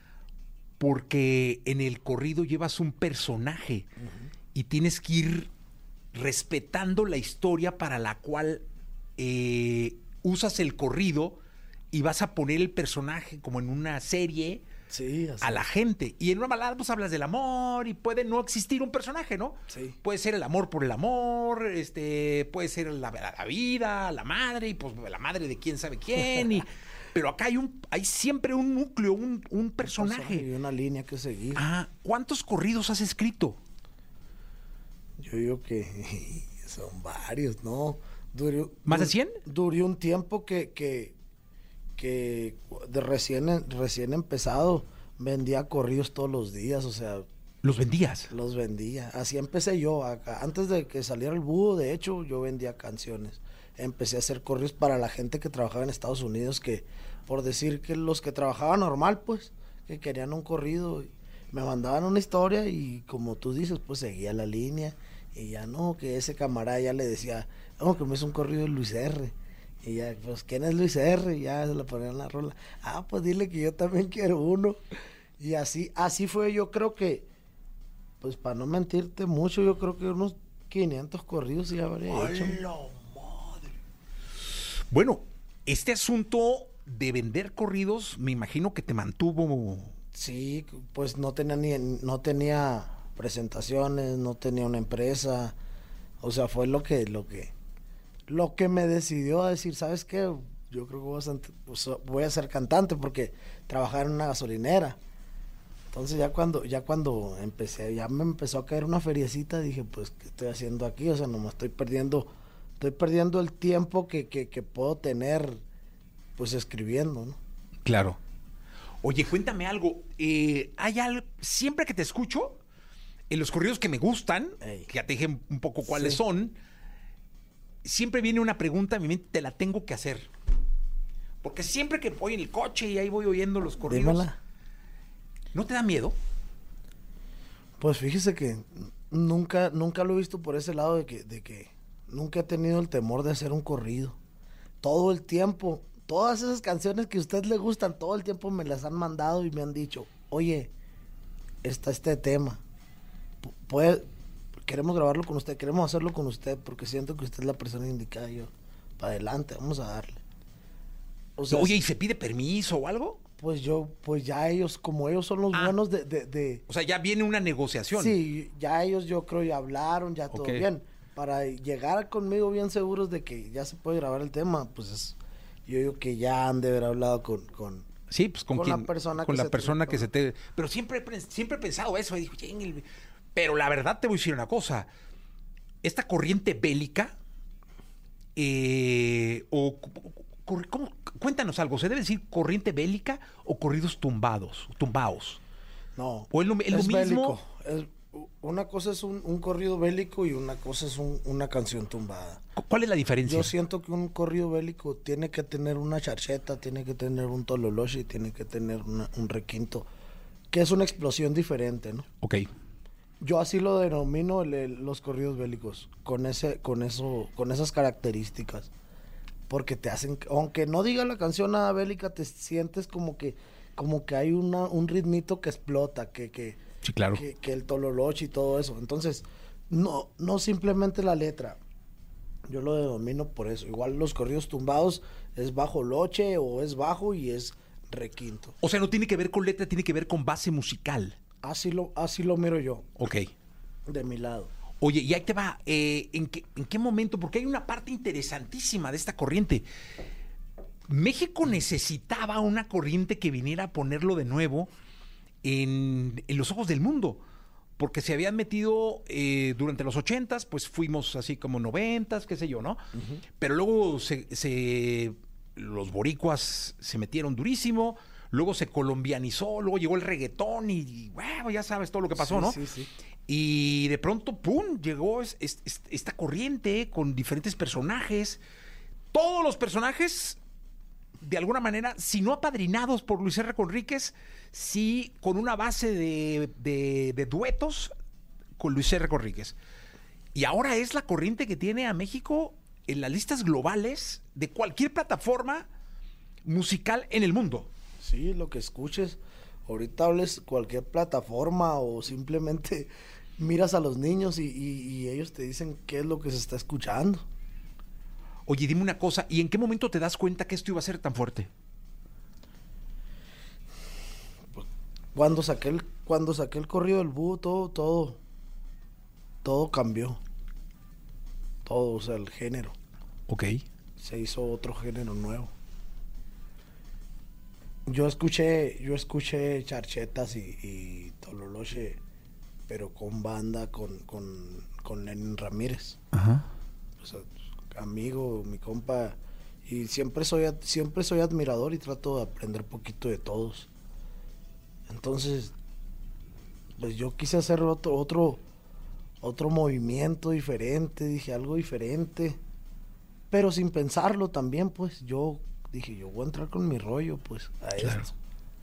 porque en el corrido llevas un personaje y tienes que ir respetando la historia para la cual eh, usas el corrido y vas a poner el personaje como en una serie Sí, así a la gente. Y en una balada pues hablas del amor y puede no existir un personaje, ¿no? Sí. Puede ser el amor por el amor, este, puede ser la, la- la vida, la madre, y pues la madre de quién sabe quién. Y, pero acá hay un, hay siempre un núcleo, un, un personaje. Y una línea que seguir. Ah, ¿cuántos corridos has escrito? Yo digo que son varios, ¿no? Duró, ¿Más de dur- cien? Duró un tiempo que, que, que de recién, recién empezado vendía corridos todos los días, o sea, ¿Los vendías? los vendía. Así empecé yo. Acá. Antes de que saliera el Búho, de hecho, yo vendía canciones. Empecé a hacer corridos para la gente que trabajaba en Estados Unidos, que por decir que los que trabajaban normal, pues, que querían un corrido, me mandaban una historia y como tú dices, pues seguía la línea. Y ya no, que ese camarada ya le decía, no, que me hizo un corrido de Luis R. Y ya, pues, ¿quién es Luis R? Y ya se le ponían la rola. Ah, pues dile que yo también quiero uno. Y así, así fue, yo creo que, pues para no mentirte mucho, yo creo que unos quinientos corridos ya habría hecho. Bueno, este asunto de vender corridos, me imagino que te mantuvo. Sí, pues no tenía ni, no tenía presentaciones, no tenía una empresa. O sea, fue lo que, lo que, lo que me decidió a decir, ¿sabes qué? Yo creo que voy a, ser- pues, voy a ser cantante porque trabajaba en una gasolinera. Entonces ya cuando, ya cuando empecé, ya me empezó a caer una feriecita, dije, pues, ¿qué estoy haciendo aquí? O sea, no me estoy perdiendo, estoy perdiendo el tiempo que, que, que puedo tener, pues, escribiendo, ¿no? Claro. Oye, cuéntame algo. eh, hay algo, siempre que te escucho, en los corridos que me gustan, Ey. que ya te dije un poco cuáles Sí. son, siempre viene una pregunta a mi mente, te la tengo que hacer. Porque siempre que voy en el coche y ahí voy oyendo los corridos, Dímela. ¿no te da miedo? Pues fíjese que nunca, nunca lo he visto por ese lado de que, de que nunca he tenido el temor de hacer un corrido. Todo el tiempo, todas esas canciones que a usted le gustan, todo el tiempo me las han mandado y me han dicho, oye, está este tema. Pu- Puede, queremos grabarlo con usted, queremos hacerlo con usted, porque siento que usted es la persona indicada. Y yo, para adelante, vamos a darle. O sea, Oye, ¿y se pide permiso o algo? pues yo, pues ya ellos, como ellos son los Ah. buenos de, de, de O sea, ya viene una negociación. Sí, ya ellos yo creo ya hablaron, ya todo Ok. bien. Para llegar conmigo bien seguros de que ya se puede grabar el tema, pues es- yo digo que ya han de haber hablado con... con Sí, pues con, Con la quien- persona con que la se te- persona que se te... Pero siempre, he pens- siempre he pensado eso. Y digo, "Chen, el-". Pero la verdad te voy a decir una cosa. Esta corriente bélica, eh, o... cor- ¿cómo? Cuéntanos algo. ¿Se debe decir corriente bélica o corridos tumbados, tumbaos? no, ¿O es lo, es lo es mismo? bélico. Es- una cosa es un, un corrido bélico y una cosa es un- una canción tumbada. Cu- ¿Cuál es la diferencia? Yo siento que un corrido bélico tiene que tener una charcheta, tiene que tener un tololoche, tiene que tener una- un requinto, que es una explosión diferente, ¿no? Ok. Yo así lo denomino el- el- los corridos bélicos, con ese, con eso, con esas características. porque te hacen, aunque no diga la canción nada bélica, te sientes como que, como que hay una, un ritmito que explota, que, que, Sí, claro. que, que el tololoche y todo eso. Entonces, no, no simplemente la letra. Yo lo denomino por eso. Igual los corridos tumbados es bajo loche o es bajo y es requinto. O sea, no tiene que ver con letra, tiene que ver con base musical. Así lo, así lo miro yo, Ok. de mi lado. Oye, y ahí te va, eh, ¿en qué, ¿en qué momento? Porque hay una parte interesantísima de esta corriente. México necesitaba una corriente que viniera a ponerlo de nuevo en, en los ojos del mundo, porque se habían metido eh, durante los ochentas, pues fuimos así como noventas, qué sé yo, ¿no? Uh-huh. Pero luego se, se, los boricuas se metieron durísimo, luego se colombianizó, luego llegó el reggaetón y, bueno, ya sabes todo lo que pasó, Sí, ¿no? sí, sí. Y de pronto, ¡pum!, llegó es, es, es, esta corriente con diferentes personajes. Todos los personajes, de alguna manera, si no apadrinados por Luis R. Conríquez, sí con una base de, de, de duetos con Luis R. Conríquez. Y ahora es la corriente que tiene a México en las listas globales de cualquier plataforma musical en el mundo. Sí, lo que escuches. Ahorita hables cualquier plataforma o simplemente miras a los niños y, y, y ellos te dicen qué es lo que se está escuchando. Oye, dime una cosa, ¿y en qué momento te das cuenta que esto iba a ser tan fuerte? Cuando saqué el, cuando saqué el corrido del búho, todo, todo, todo cambió. Todo, o sea, el género. Ok. Se hizo otro género nuevo. Yo escuché, yo escuché charchetas y, y tololoche, pero con banda, con, con, con Lenin Ramírez. Ajá. O sea, amigo, mi compa, y siempre soy, siempre soy admirador y trato de aprender poquito de todos. Entonces, pues yo quise hacer otro, otro, otro movimiento diferente, dije algo diferente, pero sin pensarlo también, pues yo dije, yo voy a entrar con mi rollo, pues, a Claro. esto.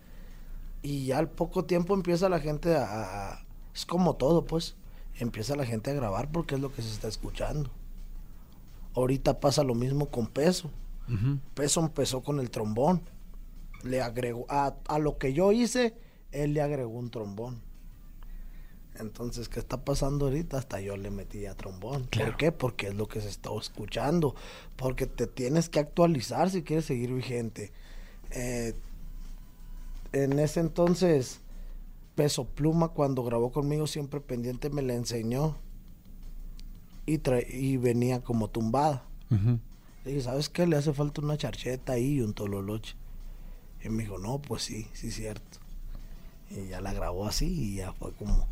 Y ya al poco tiempo empieza la gente a, a, es como todo, pues, empieza la gente a grabar porque es lo que se está escuchando. Ahorita pasa lo mismo con Peso. Uh-huh. Peso empezó con el trombón. Le agregó, a, a lo que yo hice, él le agregó un trombón. Entonces, ¿qué está pasando ahorita? Hasta yo le metí a trombón. Claro. ¿Por qué? Porque es lo que se está escuchando. Porque te tienes que actualizar si quieres seguir vigente. Eh, en ese entonces, Peso Pluma, cuando grabó conmigo Siempre Pendiente, me la enseñó. Y, tra- y venía como tumbada. Uh-huh. Le dije, ¿sabes qué? Le hace falta una charcheta ahí y un tololoche. Y me dijo, no, pues sí, sí, cierto. Y ya la grabó así y ya fue como...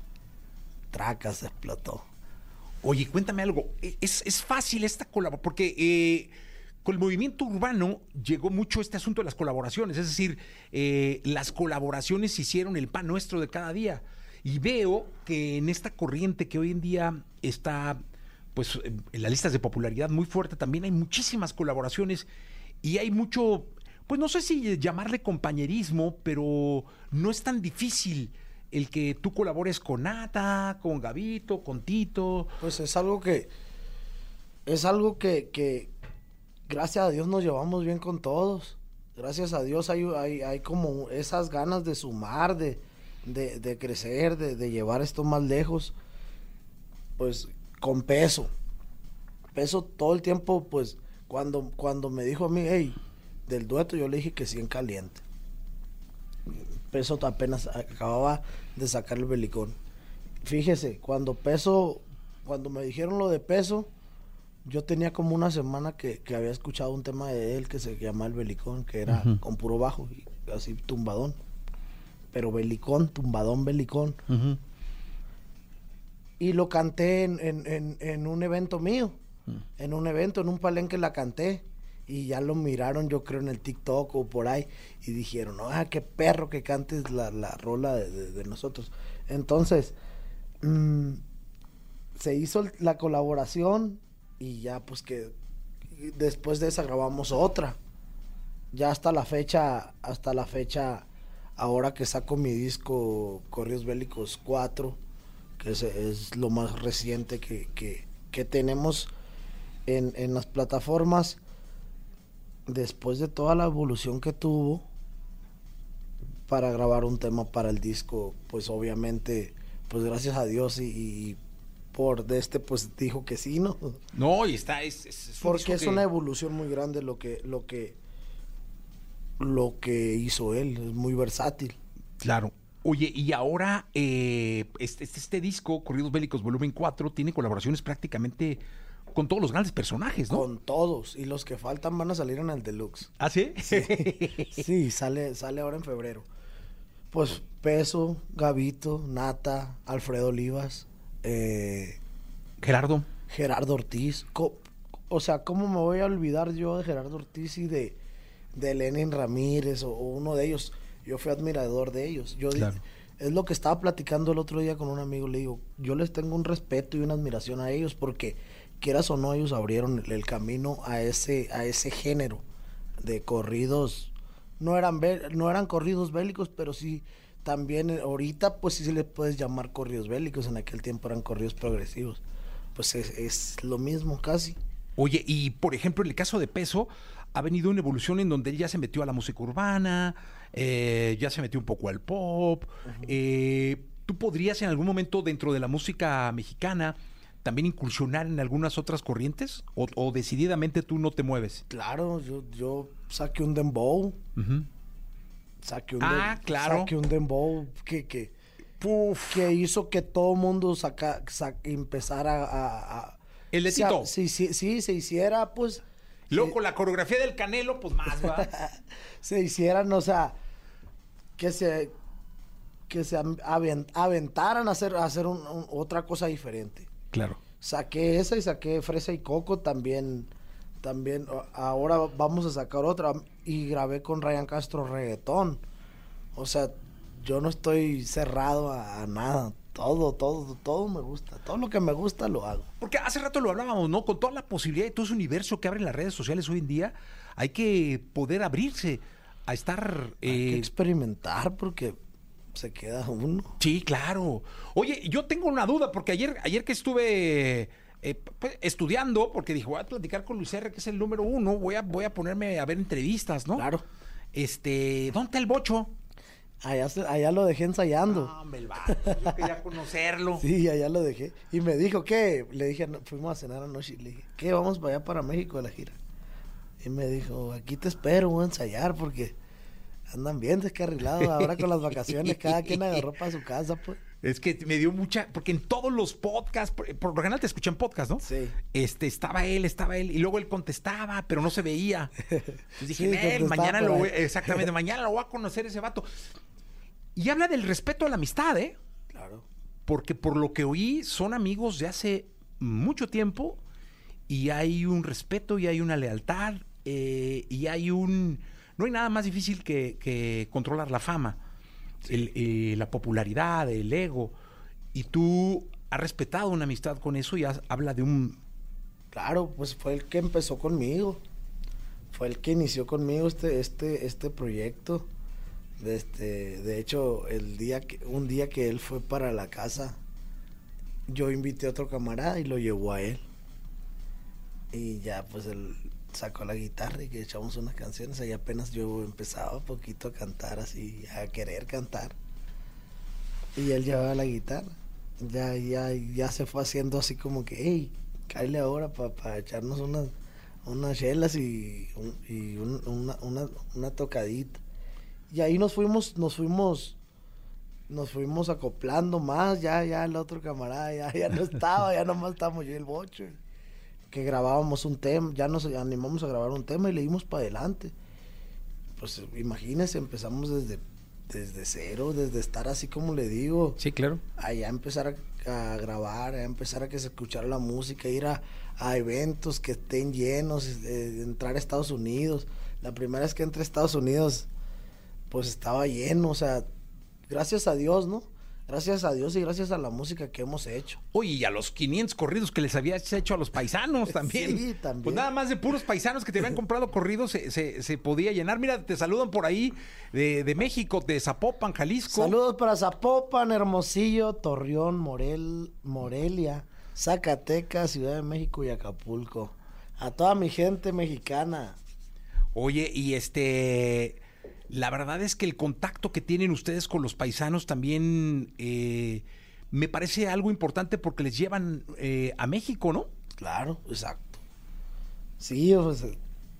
Traca, se explotó. Oye, cuéntame algo. Es, es fácil esta colaboración, porque eh, con el movimiento urbano llegó mucho este asunto de las colaboraciones. Es decir, eh, las colaboraciones hicieron el pan nuestro de cada día. Y veo que en esta corriente que hoy en día está, pues, en las listas de popularidad muy fuerte, también hay muchísimas colaboraciones y hay mucho, pues no sé si llamarle compañerismo, pero no es tan difícil el que tú colabores con Nata, con Gabito, con Tito. Pues es algo que... Es algo que, que gracias a Dios nos llevamos bien con todos. Gracias a Dios hay, hay, hay como esas ganas de sumar, de, de, de crecer, de, de llevar esto más lejos. Pues con Peso. Peso todo el tiempo, pues, cuando, cuando me dijo a mí, hey, del dueto, yo le dije que sí en caliente. Peso apenas acababa de sacar el Belicón. Fíjese, cuando Peso, cuando me dijeron lo de Peso, yo tenía como una semana que, que había escuchado un tema de él que se llama El Belicón, que era uh-huh. con puro bajo, y así tumbadón. Pero Belicón, tumbadón, Belicón. Uh-huh. Y lo canté en, en, en, en un evento mío, uh-huh. en un evento, en un palenque la canté. Y ya lo miraron, yo creo, en el TikTok o por ahí. Y dijeron, ah, qué perro que cantes la, la rola de, de, de nosotros. Entonces, mmm, se hizo la colaboración y ya pues que después de esa grabamos otra. Ya hasta la fecha, hasta la fecha, ahora que saco mi disco Corridos Bélicos cuatro, que es, es lo más reciente que, que, que tenemos en, en las plataformas. después de toda la evolución que tuvo para grabar un tema para el disco, pues obviamente, pues gracias a Dios y, y por de este, pues dijo que sí, ¿no? No, y está, es, es, es un Porque disco es que- una evolución muy grande lo que, lo que, lo que hizo él, es muy versátil. Claro. Oye, y ahora eh, este, este, este disco, Corridos Bélicos Volumen cuatro, tiene colaboraciones prácticamente con todos los grandes personajes, ¿no? Con todos, y los que faltan van a salir en el deluxe. ¿Ah, sí? Sí, sale, sale ahora en febrero. Pues Peso, Gavito, Nata, Alfredo Olivas, eh, Gerardo. Gerardo Ortiz. Co- o sea, ¿cómo me voy a olvidar yo de Gerardo Ortiz y de, de Lenin Ramírez o, o uno de ellos? Yo fui admirador de ellos. Yo di- Claro. Es lo que estaba platicando el otro día con un amigo. Le digo, yo les tengo un respeto y una admiración a ellos porque, quieras o no, ellos abrieron el, el camino a ese, a ese género de corridos. No eran, bé- no eran corridos bélicos, pero sí también eh, ahorita pues sí se les puedes llamar corridos bélicos. En aquel tiempo eran corridos progresivos. Pues es, es lo mismo casi. Oye, y por ejemplo, en el caso de Peso, ha venido una evolución en donde él ya se metió a la música urbana, eh, ya se metió un poco al pop. eh, ¿Tú podrías en algún momento dentro de la música mexicana también incursionar en algunas otras corrientes? ¿O, o decididamente tú no te mueves? Claro, yo, yo saqué un dembow. Ujú. Saqué un Ah, dem- claro. Saqué un dembow que, que, que hizo que todo mundo saca, sa- empezara a... a- El de se ha- Tito. Sí, sí, sí, se hiciera, pues... Luego con la coreografía del Canelo, pues más, va. se hicieran, o sea, que se que se aven- aventaran a hacer, a hacer un- un- otra cosa diferente. Claro. Saqué esa y saqué Fresa y Coco también. También a- ahora vamos a sacar otra y grabé con Ryan Castro reggaetón. O sea, yo no estoy cerrado a, a nada. Todo, todo, todo me gusta. Todo lo que me gusta lo hago. Porque hace rato lo hablábamos, ¿no? Con toda la posibilidad de todo ese universo que abren las redes sociales hoy en día, hay que poder abrirse a estar... Hay que eh, experimentar porque se queda uno. Sí, claro. Oye, yo tengo una duda, porque ayer, ayer que estuve eh, pues, estudiando, porque dije, voy a platicar con Luis R., que es el número uno, voy a, voy a ponerme a ver entrevistas, ¿no? Claro. Este, ¿dónde está el bocho? Allá, se- allá lo dejé ensayando. No, hombre, el vato, yo quería conocerlo. Sí, allá lo dejé. Y me dijo, ¿qué? Le dije, no, fuimos a cenar anoche y le dije, ¿qué? Vamos para allá, para México, de la gira. Y me dijo, aquí te espero, voy a ensayar porque andan bien descarrilados ahora con las vacaciones. Cada quien agarró para su casa, pues. Es que me dio mucha, porque en todos los podcasts, por, por lo general te escuchan podcast, ¿no? Sí. Este, estaba él, estaba él, y luego él contestaba, pero no se veía. Entonces dije, Sí, "Nel, contestaba mañana por lo ahí". voy, exactamente, mañana lo voy a conocer ese vato. Y habla del respeto a la amistad, ¿eh? Claro. Porque por lo que oí, son amigos de hace mucho tiempo y hay un respeto y hay una lealtad eh, y hay un... No hay nada más difícil que, que controlar la fama, el- eh, la popularidad, el ego. Y tú has respetado una amistad con eso y has- habla de un... Claro, pues fue el que empezó conmigo. Fue el que inició conmigo este, este, este proyecto. De, este, de hecho, el día que, un día que él fue para la casa, yo invité a otro camarada y lo llevó a él. Y ya, pues él sacó la guitarra y que echamos unas canciones. Ahí apenas yo empezaba poquito a cantar así, a querer cantar. Y él llevaba la guitarra. Ya, ya, ya se fue haciendo así como que, hey, cáele ahora para echarnos unas, unas chelas y, un- y un- una, una, una tocadita. Y ahí nos fuimos, nos fuimos, nos fuimos acoplando más, ya, ya el otro camarada ya, ya no estaba, ya nomás estábamos yo y el bocho. Que grabábamos un tema, ya nos animamos a grabar un tema y le dimos para adelante. Pues imagínense, empezamos desde, desde cero, desde estar así como le digo. Sí, claro. Allá empezar a, a grabar, a empezar a que se escuchara la música, ir a, a eventos que estén llenos, eh, entrar a Estados Unidos. La primera vez que entré a Estados Unidos, pues estaba lleno, o sea, gracias a Dios, ¿no? Gracias a Dios y gracias a la música que hemos hecho. Oye, y a los quinientos corridos que les habías hecho a los paisanos también. Sí, también. Pues nada más de puros paisanos que te habían comprado corridos se, se, se podía llenar. Mira, te saludan por ahí de, de México, de Zapopan, Jalisco. Saludos para Zapopan, Hermosillo, Torreón, Morel, Morelia, Zacatecas, Ciudad de México y Acapulco. A toda mi gente mexicana. Oye, y este, la verdad es que el contacto que tienen ustedes con los paisanos también eh, me parece algo importante porque les llevan eh, a México, ¿no? Claro, exacto. Sí, o sea,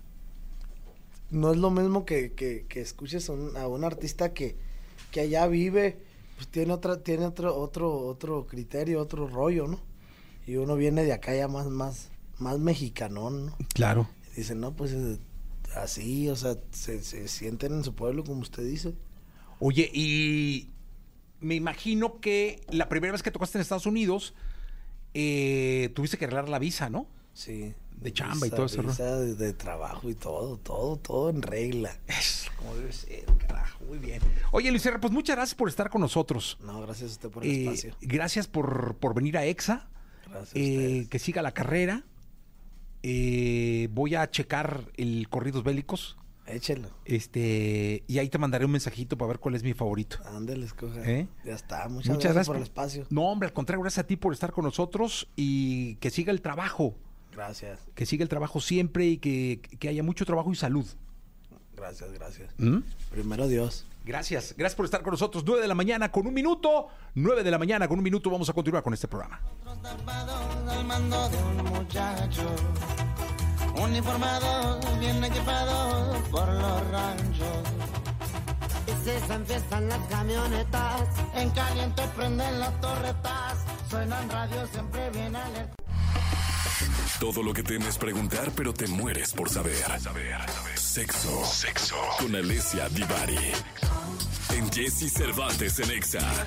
no es lo mismo que, que, que escuches a un, a un artista que, que allá vive, pues tiene otra, tiene otro, otro, otro criterio, otro rollo, ¿no? Y uno viene de acá ya más, más, más mexicanón, ¿no? Claro. Y dicen, no, pues eh, así, o sea, se, se sienten en su pueblo, como usted dice. Oye, y me imagino que la primera vez que tocaste en Estados Unidos, eh, tuviste que arreglar la visa, ¿no? Sí. De chamba y Visa- todo eso, ¿no? visa de, de trabajo y todo, todo, todo en regla. Es como debe ser, carajo, muy bien. Oye, Luis Herrera, pues muchas gracias por estar con nosotros. No, gracias a usted por el Eh, espacio. gracias por, por venir a EXA. Gracias a Eh, ustedes. que siga la carrera. Eh, voy a checar el Corridos Bélicos. Échelo. Este, y ahí te mandaré un mensajito para ver cuál es mi favorito. Ándale, escoja. ¿Eh? Ya está. Muchas, gracias, por el espacio. No, hombre, al contrario, gracias a ti por estar con nosotros y que siga el trabajo. Gracias, Que siga el trabajo siempre y que, que haya mucho trabajo y salud. gracias, gracias. ¿Mm? Primero Dios. Gracias, gracias por estar con nosotros. nueve de la mañana con un minuto. nueve de la mañana con un minuto. Vamos a continuar con este programa. Al mando de un muchacho, uniformado, bien equipado por los ranchos. Y si se enfiestan las camionetas, en caliente prenden las torretas, suenan radio siempre bien alerta. Todo lo que temes preguntar, pero te mueres por saber. Sexo. Sexo. Con Alessia Divari. En Jesse Cervantes en Exa.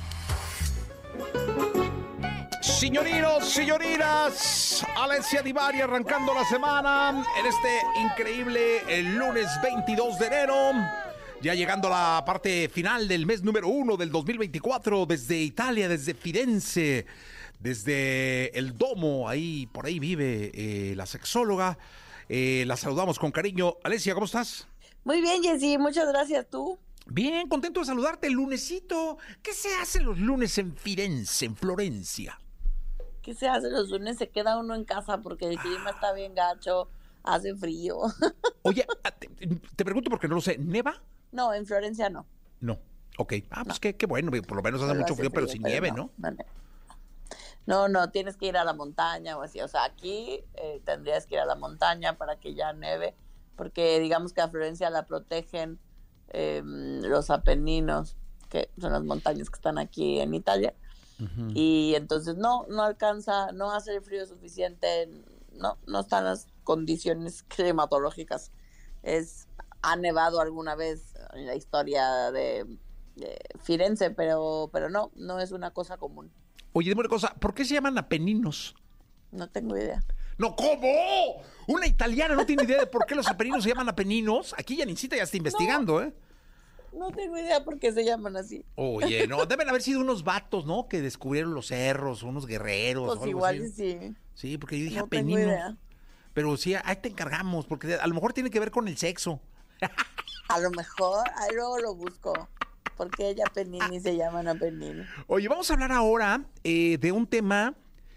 Señorinos, señoritas, Alessia Divari arrancando la semana en este increíble el lunes veintidós de enero. Ya llegando a la parte final del mes número uno del dos mil veinticuatro, desde Italia, desde Firenze, desde el Domo, ahí por ahí vive eh, la sexóloga. Eh, la saludamos con cariño. Alessia, ¿cómo estás? Muy bien, Jessy, muchas gracias. ¿Tú? Bien, contento de saludarte el lunesito. ¿Qué se hace los lunes en Firenze, en Florencia? ¿Qué se hace los lunes? Se queda uno en casa porque el clima está bien gacho, hace frío. Oye, te, te pregunto porque no lo sé, ¿neva? No, en Florencia no. No, ok. Ah, pues qué, qué bueno, por lo menos hace Solo mucho frío, pero sin nieve, ¿no? No, no, no, no, tienes que ir a la montaña o así. O sea, aquí eh, tendrías que ir a la montaña para que ya nieve, porque digamos que a Florencia la protegen eh, los Apeninos, que son las montañas que están aquí en Italia. Ujú. Y entonces no, no alcanza, no hace el frío suficiente, no, no están las condiciones climatológicas. Es, ha nevado alguna vez en la historia de, de Firenze, pero, pero no, no es una cosa común. Oye, dime una cosa, ¿por qué se llaman Apeninos? No tengo idea. No, ¿cómo? Una italiana no tiene idea de por qué los Apeninos se llaman Apeninos. Aquí Yanisita ya está investigando, ¿eh? No tengo idea por qué se llaman así. Oye, no, deben haber sido unos vatos, ¿no? Que descubrieron los cerros, unos guerreros. Pues o algo igual así. sí. Sí, porque yo dije No tengo Apeninos. idea. Pero sí, ahí te encargamos, porque a lo mejor tiene que ver con el sexo. A lo mejor, ahí luego lo busco. Porque ella Penini se llaman Apeninos. Oye, vamos a hablar ahora eh, de un tema.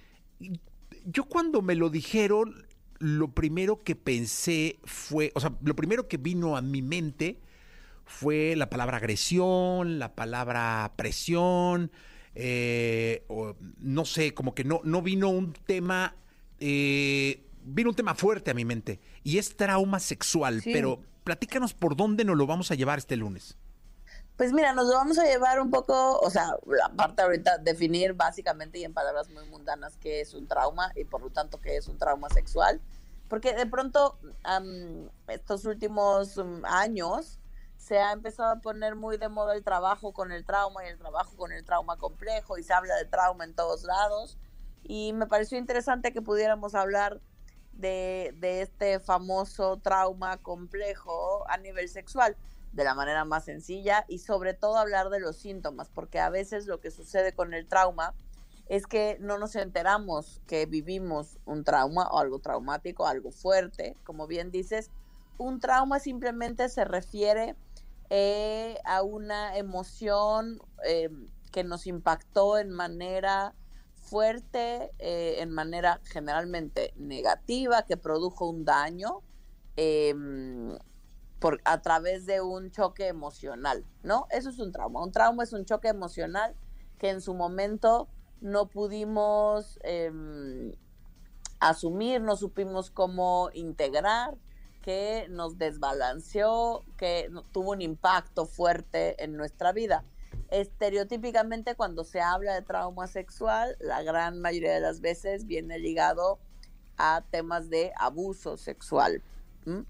Yo cuando me lo dijeron, lo primero que pensé fue, o sea, lo primero que vino a mi mente fue la palabra agresión, la palabra presión, eh, o, no sé, como que no, no vino un tema, eh, vino un tema fuerte a mi mente, y es trauma sexual, Sí. pero platícanos por dónde nos lo vamos a llevar este lunes. Pues mira, nos lo vamos a llevar un poco, o sea, la parte ahorita, definir básicamente y en palabras muy mundanas qué es un trauma y por lo tanto qué es un trauma sexual. Porque de pronto, um, estos últimos um, años, se ha empezado a poner muy de moda el trabajo con el trauma y el trabajo con el trauma complejo y se habla de trauma en todos lados. Y me pareció interesante que pudiéramos hablar de, de este famoso trauma complejo a nivel sexual de la manera más sencilla y sobre todo hablar de los síntomas, porque a veces lo que sucede con el trauma es que no nos enteramos que vivimos un trauma o algo traumático, algo fuerte. Como bien dices, un trauma simplemente se refiere eh, a una emoción eh, que nos impactó en manera fuerte, eh, en manera generalmente negativa, que produjo un daño eh, por, a través de un choque emocional, ¿no? Eso es un trauma. Un trauma es un choque emocional que en su momento no pudimos eh, asumir, no supimos cómo integrar, que nos desbalanceó, que tuvo un impacto fuerte en nuestra vida. Estereotípicamente, cuando se habla de trauma sexual, la gran mayoría de las veces viene ligado a temas de abuso sexual. ¿Mm?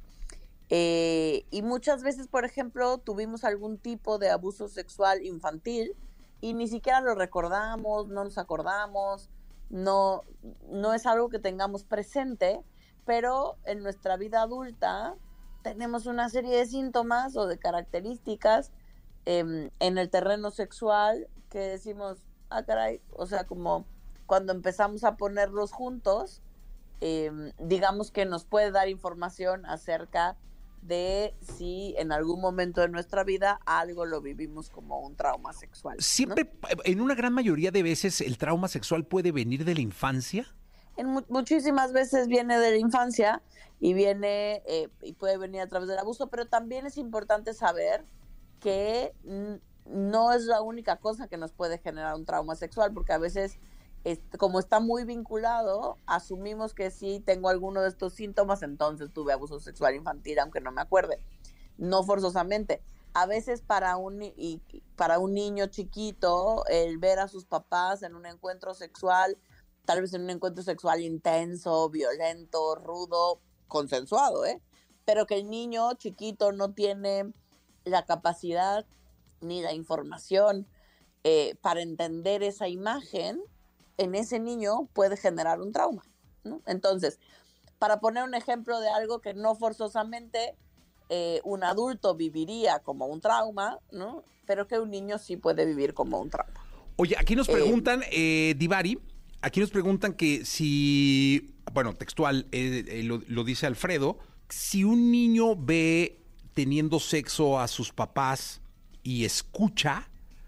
Eh, y muchas veces, por ejemplo, tuvimos algún tipo de abuso sexual infantil y ni siquiera lo recordamos, no nos acordamos, no, no es algo que tengamos presente, pero en nuestra vida adulta tenemos una serie de síntomas o de características eh, en el terreno sexual que decimos, ah, caray, o sea, como cuando empezamos a ponerlos juntos, eh, digamos que nos puede dar información acerca de si en algún momento de nuestra vida algo lo vivimos como un trauma sexual, ¿no? Siempre, en una gran mayoría de veces, el trauma sexual puede venir de la infancia. En mu- muchísimas veces viene de la infancia y viene eh, y puede venir a través del abuso, pero también es importante saber que n- no es la única cosa que nos puede generar un trauma sexual, porque a veces, este, como está muy vinculado, asumimos que si tengo alguno de estos síntomas, entonces tuve abuso sexual infantil, aunque no me acuerde. No forzosamente. A veces para un, ni- y, para un niño chiquito, el ver a sus papás en un encuentro sexual, tal vez en un encuentro sexual intenso, violento, rudo, consensuado, ¿eh? Pero que el niño chiquito no tiene la capacidad ni la información eh, para entender esa imagen, en ese niño puede generar un trauma, ¿no? Entonces, para poner un ejemplo de algo que no forzosamente eh, un adulto viviría como un trauma, ¿no? Pero que un niño sí puede vivir como un trauma. Oye, aquí nos Eh, preguntan, eh, Divari, aquí nos preguntan que si, bueno, textual, eh, eh, lo, lo dice Alfredo, si un niño ve teniendo sexo a sus papás y escucha,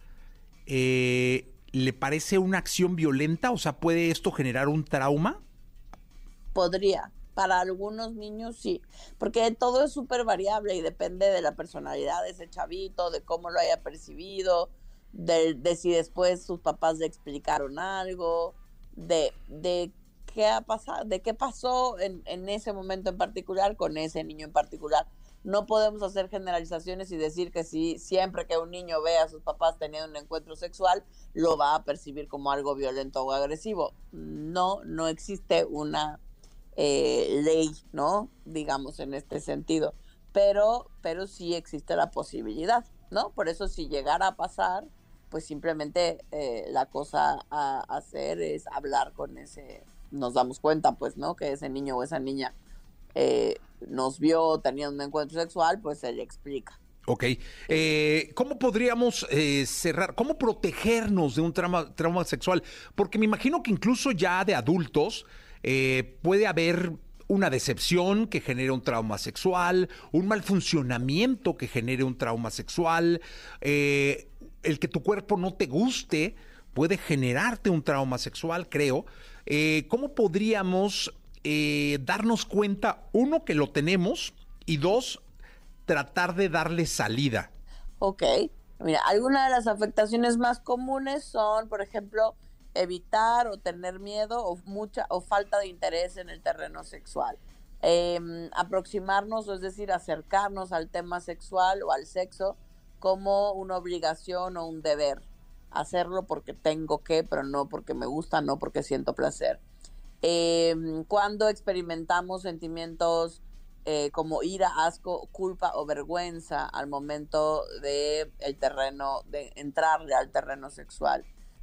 eh, ¿le parece una acción violenta? O sea, ¿puede esto generar un trauma? Podría. Para algunos niños sí, porque todo es súper variable y depende de la personalidad de ese chavito, de cómo lo haya percibido, de, de si después sus papás le explicaron algo, de, de qué ha pasado, de qué pasó en, en ese momento en particular con ese niño en particular. No podemos hacer generalizaciones y decir que si siempre que un niño ve a sus papás teniendo un encuentro sexual, lo va a percibir como algo violento o agresivo. No, no existe una eh, ley, ¿no? Digamos, en este sentido. Pero, pero sí existe la posibilidad, ¿no? Por eso si llegara a pasar, pues simplemente eh, la cosa a hacer es hablar con ese, nos damos cuenta, pues, ¿no? Que ese niño o esa niña eh, nos vio teniendo un encuentro sexual, pues se le explica. Ok. Eh, ¿Cómo podríamos eh, cerrar, cómo protegernos de un trauma, trauma sexual? Porque me imagino que incluso ya de adultos eh, puede haber una decepción que genere un trauma sexual, un mal funcionamiento que genere un trauma sexual, eh, el que tu cuerpo no te guste puede generarte un trauma sexual, creo. Eh, ¿Cómo podríamos eh, darnos cuenta, uno, que lo tenemos y dos, tratar de darle salida? Ok, mira, algunas de las afectaciones más comunes son, por ejemplo, evitar o tener miedo o mucha o falta de interés en el terreno sexual. Eh, aproximarnos, o es decir, acercarnos al tema sexual o al sexo como una obligación o un deber. Hacerlo porque tengo que, pero no porque me gusta, no porque siento placer. Eh, cuando experimentamos sentimientos Eh, como ira, asco, culpa o vergüenza al momento de el terreno, de entrarle al terreno sexual.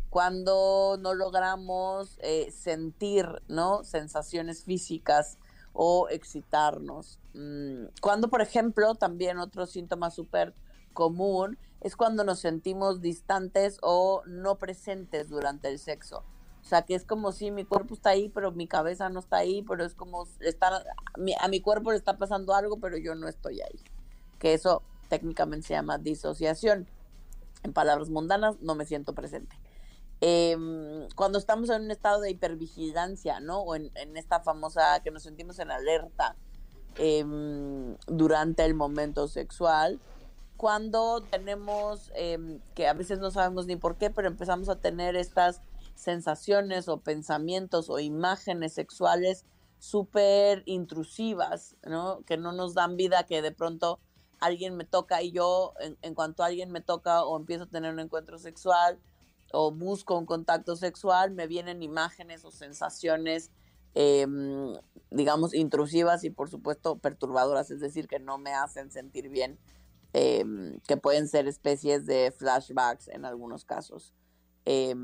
Cuando no logramos eh, sentir, ¿no? sensaciones físicas o excitarnos. Mm, cuando, por ejemplo, también otro síntoma súper común es cuando nos sentimos distantes o no presentes durante el sexo. O sea, que es como si mi cuerpo está ahí, pero mi cabeza no está ahí, pero es como está, a, mi, a mi cuerpo le está pasando algo, pero yo no estoy ahí. Que eso técnicamente se llama disociación. En palabras mundanas, no me siento presente. Eh, cuando estamos en un estado de hipervigilancia, ¿no? O en, en esta famosa que nos sentimos en alerta, eh, durante el momento sexual, cuando tenemos, eh, que a veces no sabemos ni por qué, pero empezamos a tener estas sensaciones o pensamientos o imágenes sexuales súper intrusivas, ¿no? Que no nos dan vida, que de pronto alguien me toca y yo, en, en cuanto alguien me toca o empiezo a tener un encuentro sexual o busco un contacto sexual, me vienen imágenes o sensaciones, eh, digamos, intrusivas y por supuesto perturbadoras, es decir, que no me hacen sentir bien. Eh, que pueden ser especies de flashbacks en algunos casos. Eh,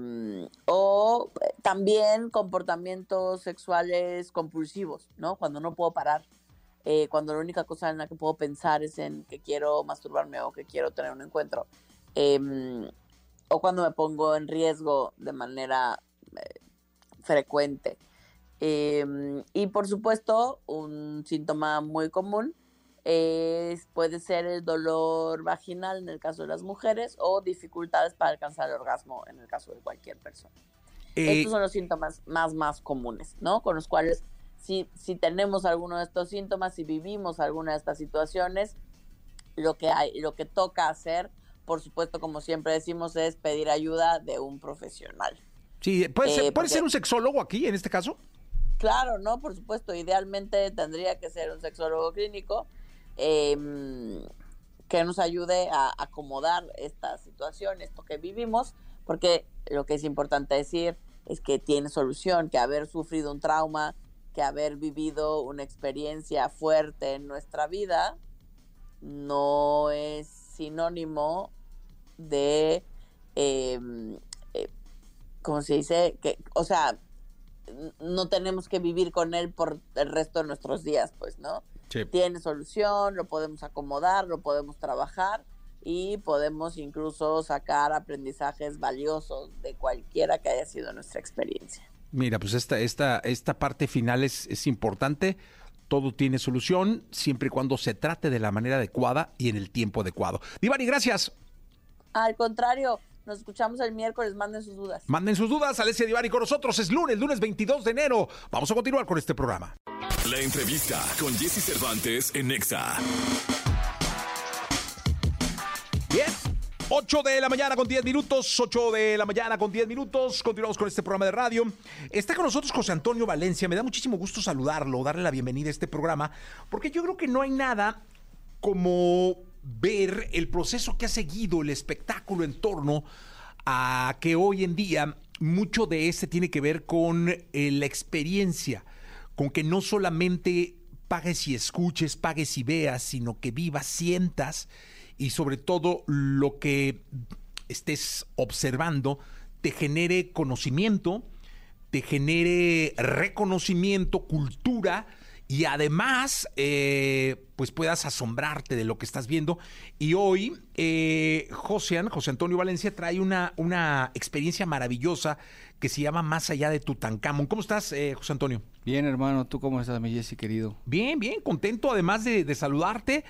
o también comportamientos sexuales compulsivos, ¿no? Cuando no puedo parar, eh, cuando la única cosa en la que puedo pensar es en que quiero masturbarme o que quiero tener un encuentro. Eh, o cuando me pongo en riesgo de manera eh, frecuente. Eh, y por supuesto, un síntoma muy común Es, puede ser el dolor vaginal en el caso de las mujeres o dificultades para alcanzar el orgasmo en el caso de cualquier persona. Eh, Estos son los síntomas más, más comunes, ¿no? Con los cuales, si, si tenemos alguno de estos síntomas, si vivimos alguna de estas situaciones, lo que hay, lo que toca hacer, por supuesto, como siempre decimos, es pedir ayuda de un profesional. Sí, ¿puede, eh, ser, ¿puede porque, ser un sexólogo aquí, en este caso? Claro, ¿no? Por supuesto, idealmente tendría que ser un sexólogo clínico, Eh, que nos ayude a acomodar esta situación, esto que vivimos, porque lo que es importante decir es que tiene solución, que haber sufrido un trauma, que haber vivido una experiencia fuerte en nuestra vida no es sinónimo de, eh, eh, ¿cómo se dice? Que, o sea, no tenemos que vivir con él por el resto de nuestros días, pues, ¿no? Sí. Tiene solución, lo podemos acomodar, lo podemos trabajar y podemos incluso sacar aprendizajes valiosos de cualquiera que haya sido nuestra experiencia. Mira, pues esta, esta, esta parte final es, es importante. Todo tiene solución siempre y cuando se trate de la manera adecuada y en el tiempo adecuado. Divari, gracias. Al contrario, nos escuchamos el miércoles. Manden sus dudas. Manden sus dudas. Alessia Divari con nosotros. Es lunes, lunes veintidós de enero. Vamos a continuar con este programa. La entrevista con Jesse Cervantes en Nexa. Bien, ocho de la mañana con diez minutos, ocho de la mañana con diez minutos, continuamos con este programa de radio. Está con nosotros José Antonio Valencia, me da muchísimo gusto saludarlo, darle la bienvenida a este programa, porque yo creo que no hay nada como ver el proceso que ha seguido el espectáculo en torno a que hoy en día mucho de este tiene que ver con eh, la experiencia, con que no solamente pagues y escuches, pagues y veas, sino que vivas, sientas y sobre todo lo que estés observando te genere conocimiento, te genere reconocimiento, cultura y además eh, pues puedas asombrarte de lo que estás viendo. Y hoy eh, José, José Antonio Valencia trae una, una experiencia maravillosa que se llama Más allá de Tutankamón. ¿Cómo estás, eh, José Antonio? Bien, hermano. ¿Tú cómo estás, mi Jesse, querido? Bien, bien. Contento además de, de saludarte.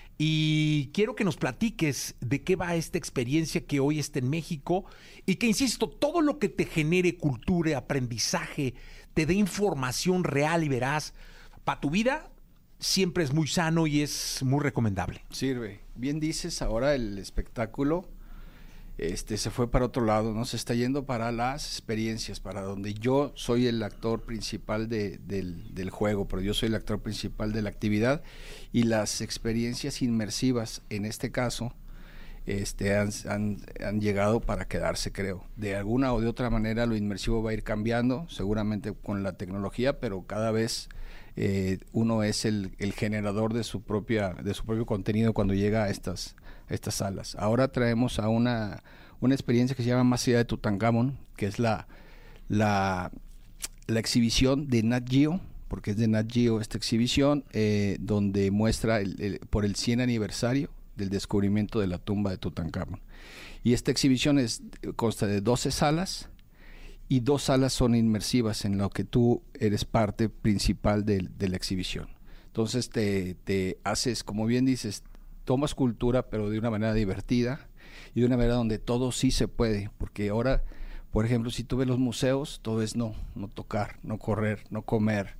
Y quiero que nos platiques de qué va esta experiencia que hoy está en México y que, insisto, todo lo que te genere cultura, aprendizaje, te dé información real y veraz para tu vida, siempre es muy sano y es muy recomendable. Sirve. Bien dices, ahora el espectáculo este, se fue para otro lado, ¿no? Se está yendo para las experiencias, para donde yo soy el actor principal de, del, del juego, pero yo soy el actor principal de la actividad y las experiencias inmersivas, en este caso, este, han, han, han llegado para quedarse, creo. De alguna o de otra manera lo inmersivo va a ir cambiando, seguramente con la tecnología, pero cada vez eh, uno es el, el generador de su propia, de su propio contenido cuando llega a estas estas salas. Ahora traemos a una, una experiencia que se llama Más allá de Tutankamón, que es la, la, la exhibición de Nat Geo, porque es de Nat Geo esta exhibición, eh, donde muestra el, el, por el cien aniversario del descubrimiento de la tumba de Tutankamón. Y esta exhibición es, consta de doce salas, y dos salas son inmersivas en lo que tú eres parte principal de, de la exhibición. Entonces te, te haces, como bien dices, tomas cultura, pero de una manera divertida y de una manera donde todo sí se puede, porque ahora, por ejemplo, si tú ves los museos, todo es no, no tocar, no correr, no comer,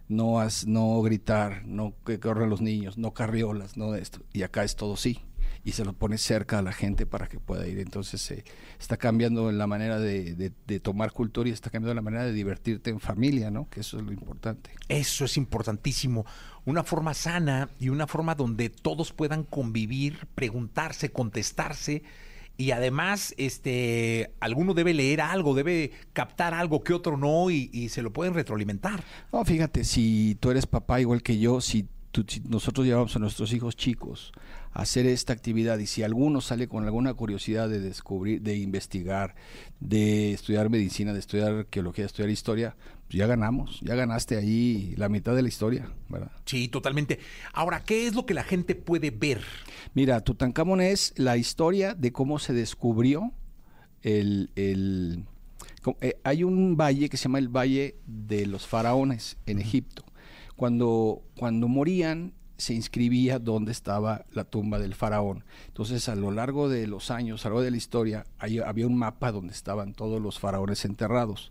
no, has, no gritar, no que corran los niños, no carriolas, no esto. Y acá es todo sí. Y se lo pone cerca a la gente para que pueda ir. Entonces se eh, está cambiando la manera de, de, de tomar cultura y está cambiando la manera de divertirte en familia, ¿no? Que eso es lo importante. Eso es importantísimo. Una forma sana y una forma donde todos puedan convivir, preguntarse, contestarse. Y además, este, alguno debe leer algo, debe captar algo que otro no y, y se lo pueden retroalimentar. No, fíjate, si tú eres papá igual que yo, si, tú, si nosotros llevamos a nuestros hijos chicos a hacer esta actividad y si alguno sale con alguna curiosidad de descubrir, de investigar, de estudiar medicina, de estudiar arqueología, de estudiar historia, pues ya ganamos, ya ganaste ahí la mitad de la historia, ¿verdad? Sí, totalmente. Ahora, ¿qué es lo que la gente puede ver? Mira, Tutankamón es la historia de cómo se descubrió el... el eh, hay un valle que se llama el Valle de los Faraones en uh-huh. Egipto. Cuando, cuando morían, se inscribía dónde estaba la tumba del faraón. Entonces, a lo largo de los años, a lo largo de la historia, ahí había un mapa donde estaban todos los faraones enterrados.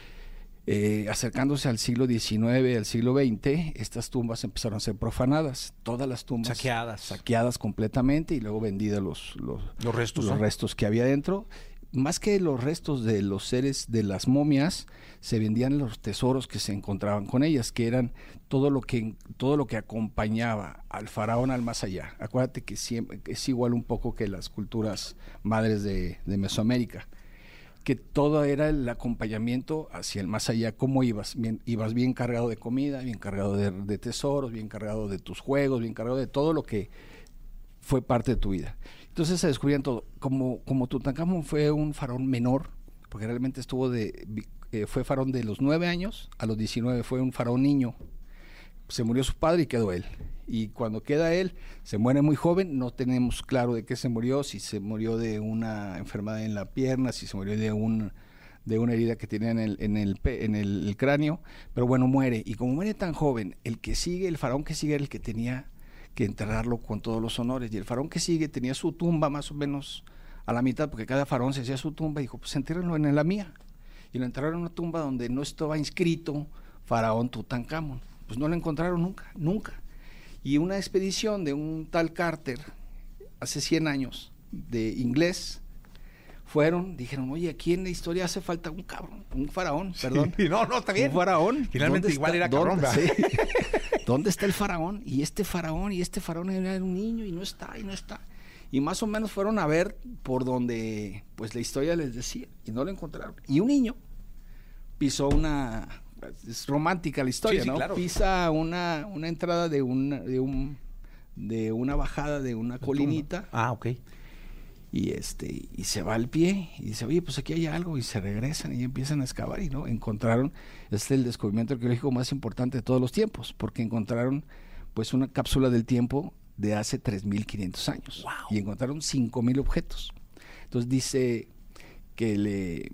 Eh, acercándose al siglo diecinueve, al siglo veinte, estas tumbas empezaron a ser profanadas. Todas las tumbas saqueadas, saqueadas completamente y luego vendidas los, los, los, restos, los ¿no? restos que había dentro. Más que los restos de los seres de las momias, se vendían los tesoros que se encontraban con ellas, que eran todo lo que todo lo que acompañaba al faraón al más allá. Acuérdate que siempre es igual un poco que las culturas madres de, de Mesoamérica, que todo era el acompañamiento hacia el más allá. ¿Cómo ibas? Bien, ibas bien cargado de comida, bien cargado de, de tesoros, bien cargado de tus juegos, bien cargado de todo lo que fue parte de tu vida. Entonces se descubrían todo. Como, como Tutankamón fue un faraón menor, porque realmente estuvo de, eh, fue faraón de los nueve años a los diecinueve, fue un faraón niño. Se murió su padre y quedó él. Y cuando queda él, se muere muy joven, no tenemos claro de qué se murió, si se murió de una enfermedad en la pierna, si se murió de un de una herida que tenía en el, en el, en el, el cráneo, pero bueno, muere. Y como muere tan joven, el que sigue, el faraón que sigue era el que tenía que enterrarlo con todos los honores, y el faraón que sigue tenía su tumba más o menos a la mitad, porque cada faraón se hacía su tumba, y dijo, pues entiérrenlo en la mía, y lo enterraron en una tumba donde no estaba inscrito faraón Tutankamón. Pues no lo encontraron nunca, nunca, y una expedición de un tal Carter, hace cien años, de inglés, fueron, dijeron, oye, aquí en la historia hace falta un cabrón, un faraón, perdón. Sí, no, no, está bien. Un faraón. Finalmente igual era cabrón. ¿Dónde, sí. ¿Dónde está el faraón? Y este faraón, y este faraón era un niño, y no está, y no está. Y más o menos fueron a ver por donde, pues la historia les decía, y no lo encontraron. Y un niño pisó una, es romántica la historia, sí, sí, ¿no? Claro. Pisa una, una entrada de una, de un, de una bajada de una colinita. Ah, ok. Y este y se va al pie y dice, oye, pues aquí hay algo, y se regresan y empiezan a excavar y no encontraron. Este es el descubrimiento arqueológico más importante de todos los tiempos, porque encontraron pues una cápsula del tiempo de hace tres mil quinientos años. Wow. Y encontraron cinco mil objetos. Entonces dice que le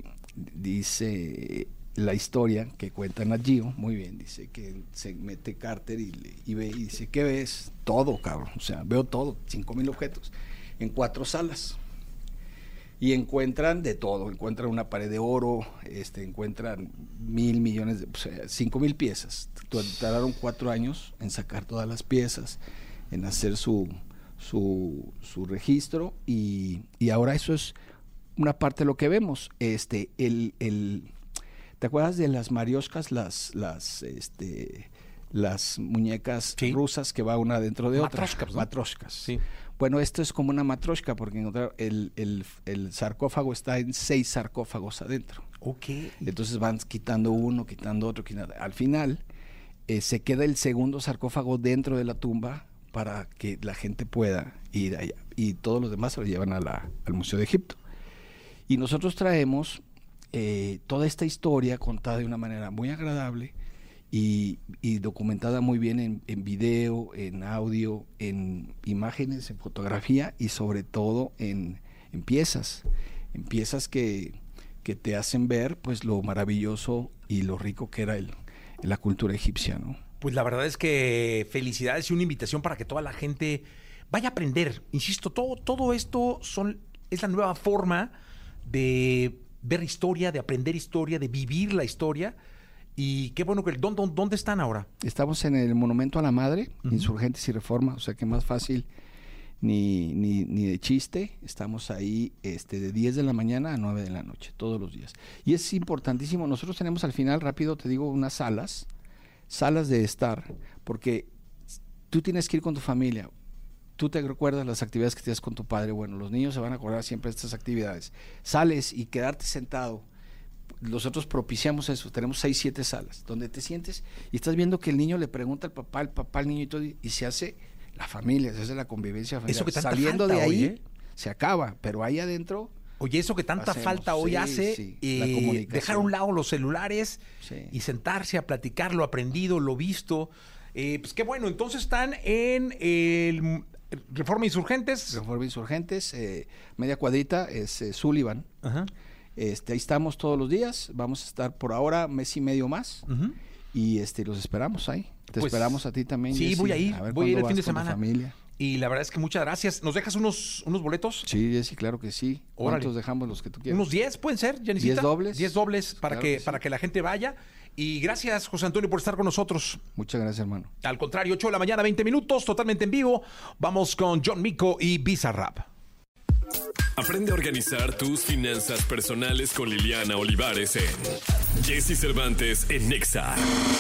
dice la historia que cuenta Nat Geo, muy bien, dice que se mete Carter y, le, y ve y dice, ¿qué ves? Todo, cabrón, o sea, veo todo, cinco mil objetos en cuatro salas. Y encuentran de todo, encuentran una pared de oro, este, encuentran mil millones, de, o sea, cinco mil piezas. Tardaron cuatro años en sacar todas las piezas, en hacer su, su, su registro, y, y ahora eso es una parte de lo que vemos. Este, el, el, ¿te acuerdas de las marioscas, las, las, este, las muñecas sí. rusas que va una dentro de otra? Matroshkas, ¿no? Matroshkas. Sí. Bueno, esto es como una matroshka, porque el, el, el sarcófago está en seis sarcófagos adentro. Ok. Entonces van quitando uno, quitando otro, quitando. Al final eh, se queda el segundo sarcófago dentro de la tumba para que la gente pueda ir allá. Y todos los demás se lo llevan a la, al Museo de Egipto. Y nosotros traemos eh, toda esta historia contada de una manera muy agradable y, y documentada muy bien en, en video, en audio, en imágenes, en fotografía y sobre todo en, en piezas, en piezas que, que te hacen ver pues lo maravilloso y lo rico que era el, la cultura egipcia, ¿no? Pues la verdad es que felicidades y una invitación para que toda la gente vaya a aprender. Insisto, todo, todo esto son, es la nueva forma de ver historia, de aprender historia, de vivir la historia. Y qué bueno que... ¿Dónde, dónde están ahora? Estamos en el Monumento a la Madre, Ujú. Insurgentes y Reforma, o sea que más fácil ni, ni, ni de chiste. Estamos ahí este, de diez de la mañana a nueve de la noche, todos los días. Y es importantísimo, nosotros tenemos al final, rápido te digo, unas salas, salas de estar, porque tú tienes que ir con tu familia. Tú te recuerdas las actividades que tienes con tu padre. Bueno, los niños se van a acordar siempre de estas actividades. Sales y quedarte sentado. Nosotros propiciamos eso. Tenemos seis, siete salas donde te sientes y estás viendo que el niño le pregunta al papá, el papá al niño y todo, y se hace la familia, se hace la convivencia familiar. Eso que tanta Saliendo falta de ahí, hoy, ¿eh? se acaba, pero ahí adentro... Oye, eso que tanta hacemos. falta hoy Sí, hace, sí, eh, la comunicación. dejar a un lado los celulares Sí. y sentarse a platicar lo aprendido, lo visto. Eh, pues qué bueno, entonces están en el Reforma Insurgentes. Reforma Insurgentes, eh, media cuadrita, es eh, Sullivan. Ajá. Este, ahí estamos todos los días, vamos a estar por ahora mes y medio más. Ujú. Y este los esperamos ahí. Te Pues, esperamos a ti también. sí, Jessy, voy a ir, ver voy a ir el cuándo fin de vas con tu semana. familia. Y la verdad es que muchas gracias. ¿Nos dejas unos, unos boletos? Sí, Jessy, claro que sí. Órale. ¿Cuántos dejamos los que tú quieras? Unos diez pueden ser, Janisita. ¿diez dobles? diez dobles para, Claro que, que sí. para que la gente vaya. Y gracias, José Antonio, por estar con nosotros. Muchas gracias, hermano. Al contrario, ocho de la mañana, veinte minutos, totalmente en vivo. Vamos con John Mico y Bizarrap. Aprende a organizar tus finanzas personales con Liliana Olivares en Jessy Cervantes en Nexa.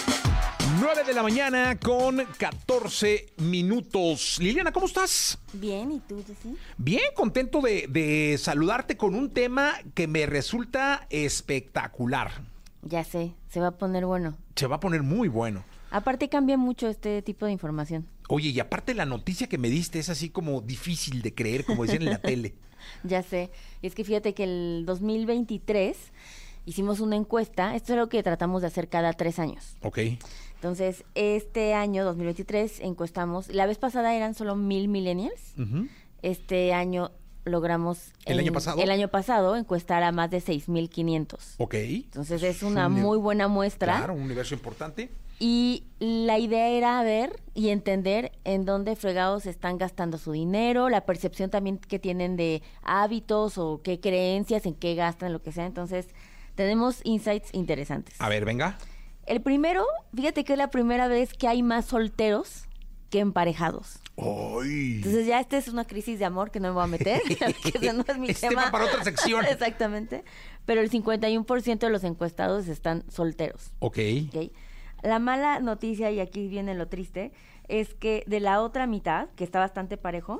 nueve de la mañana con catorce minutos. Liliana, ¿cómo estás? Bien, ¿y tú, Jessy? Bien, contento de, de saludarte con un tema que me resulta espectacular. Ya sé, se va a poner bueno. Se va a poner muy bueno. Aparte cambia mucho este tipo de información. Oye, y aparte la noticia que me diste es así como difícil de creer, como decían en la tele. Ya sé. Y es que fíjate que el dos mil veintitrés hicimos una encuesta. Esto es lo que tratamos de hacer cada tres años. Ok. Entonces, este año, dos mil veintitrés, encuestamos. La vez pasada eran solo mil millennials. Ujú. Este año logramos... ¿El en- año pasado? El año pasado encuestar a más de seis mil quinientos. Ok. Entonces, es una un- muy buena muestra. Claro, un universo importante. Y la idea era ver y entender en dónde fregados están gastando su dinero, la percepción también que tienen de hábitos o qué creencias, en qué gastan, lo que sea. Entonces, tenemos insights interesantes. A ver, venga. El primero, fíjate que es la primera vez que hay más solteros que emparejados. ¡Ay! Entonces ya esta es una crisis de amor que no me voy a meter, que ese no es mi Es tema. tema para otra sección. Exactamente. Pero el cincuenta y uno por ciento de los encuestados están solteros. Ok. ¿Ok? La mala noticia, y aquí viene lo triste, es que de la otra mitad, que está bastante parejo,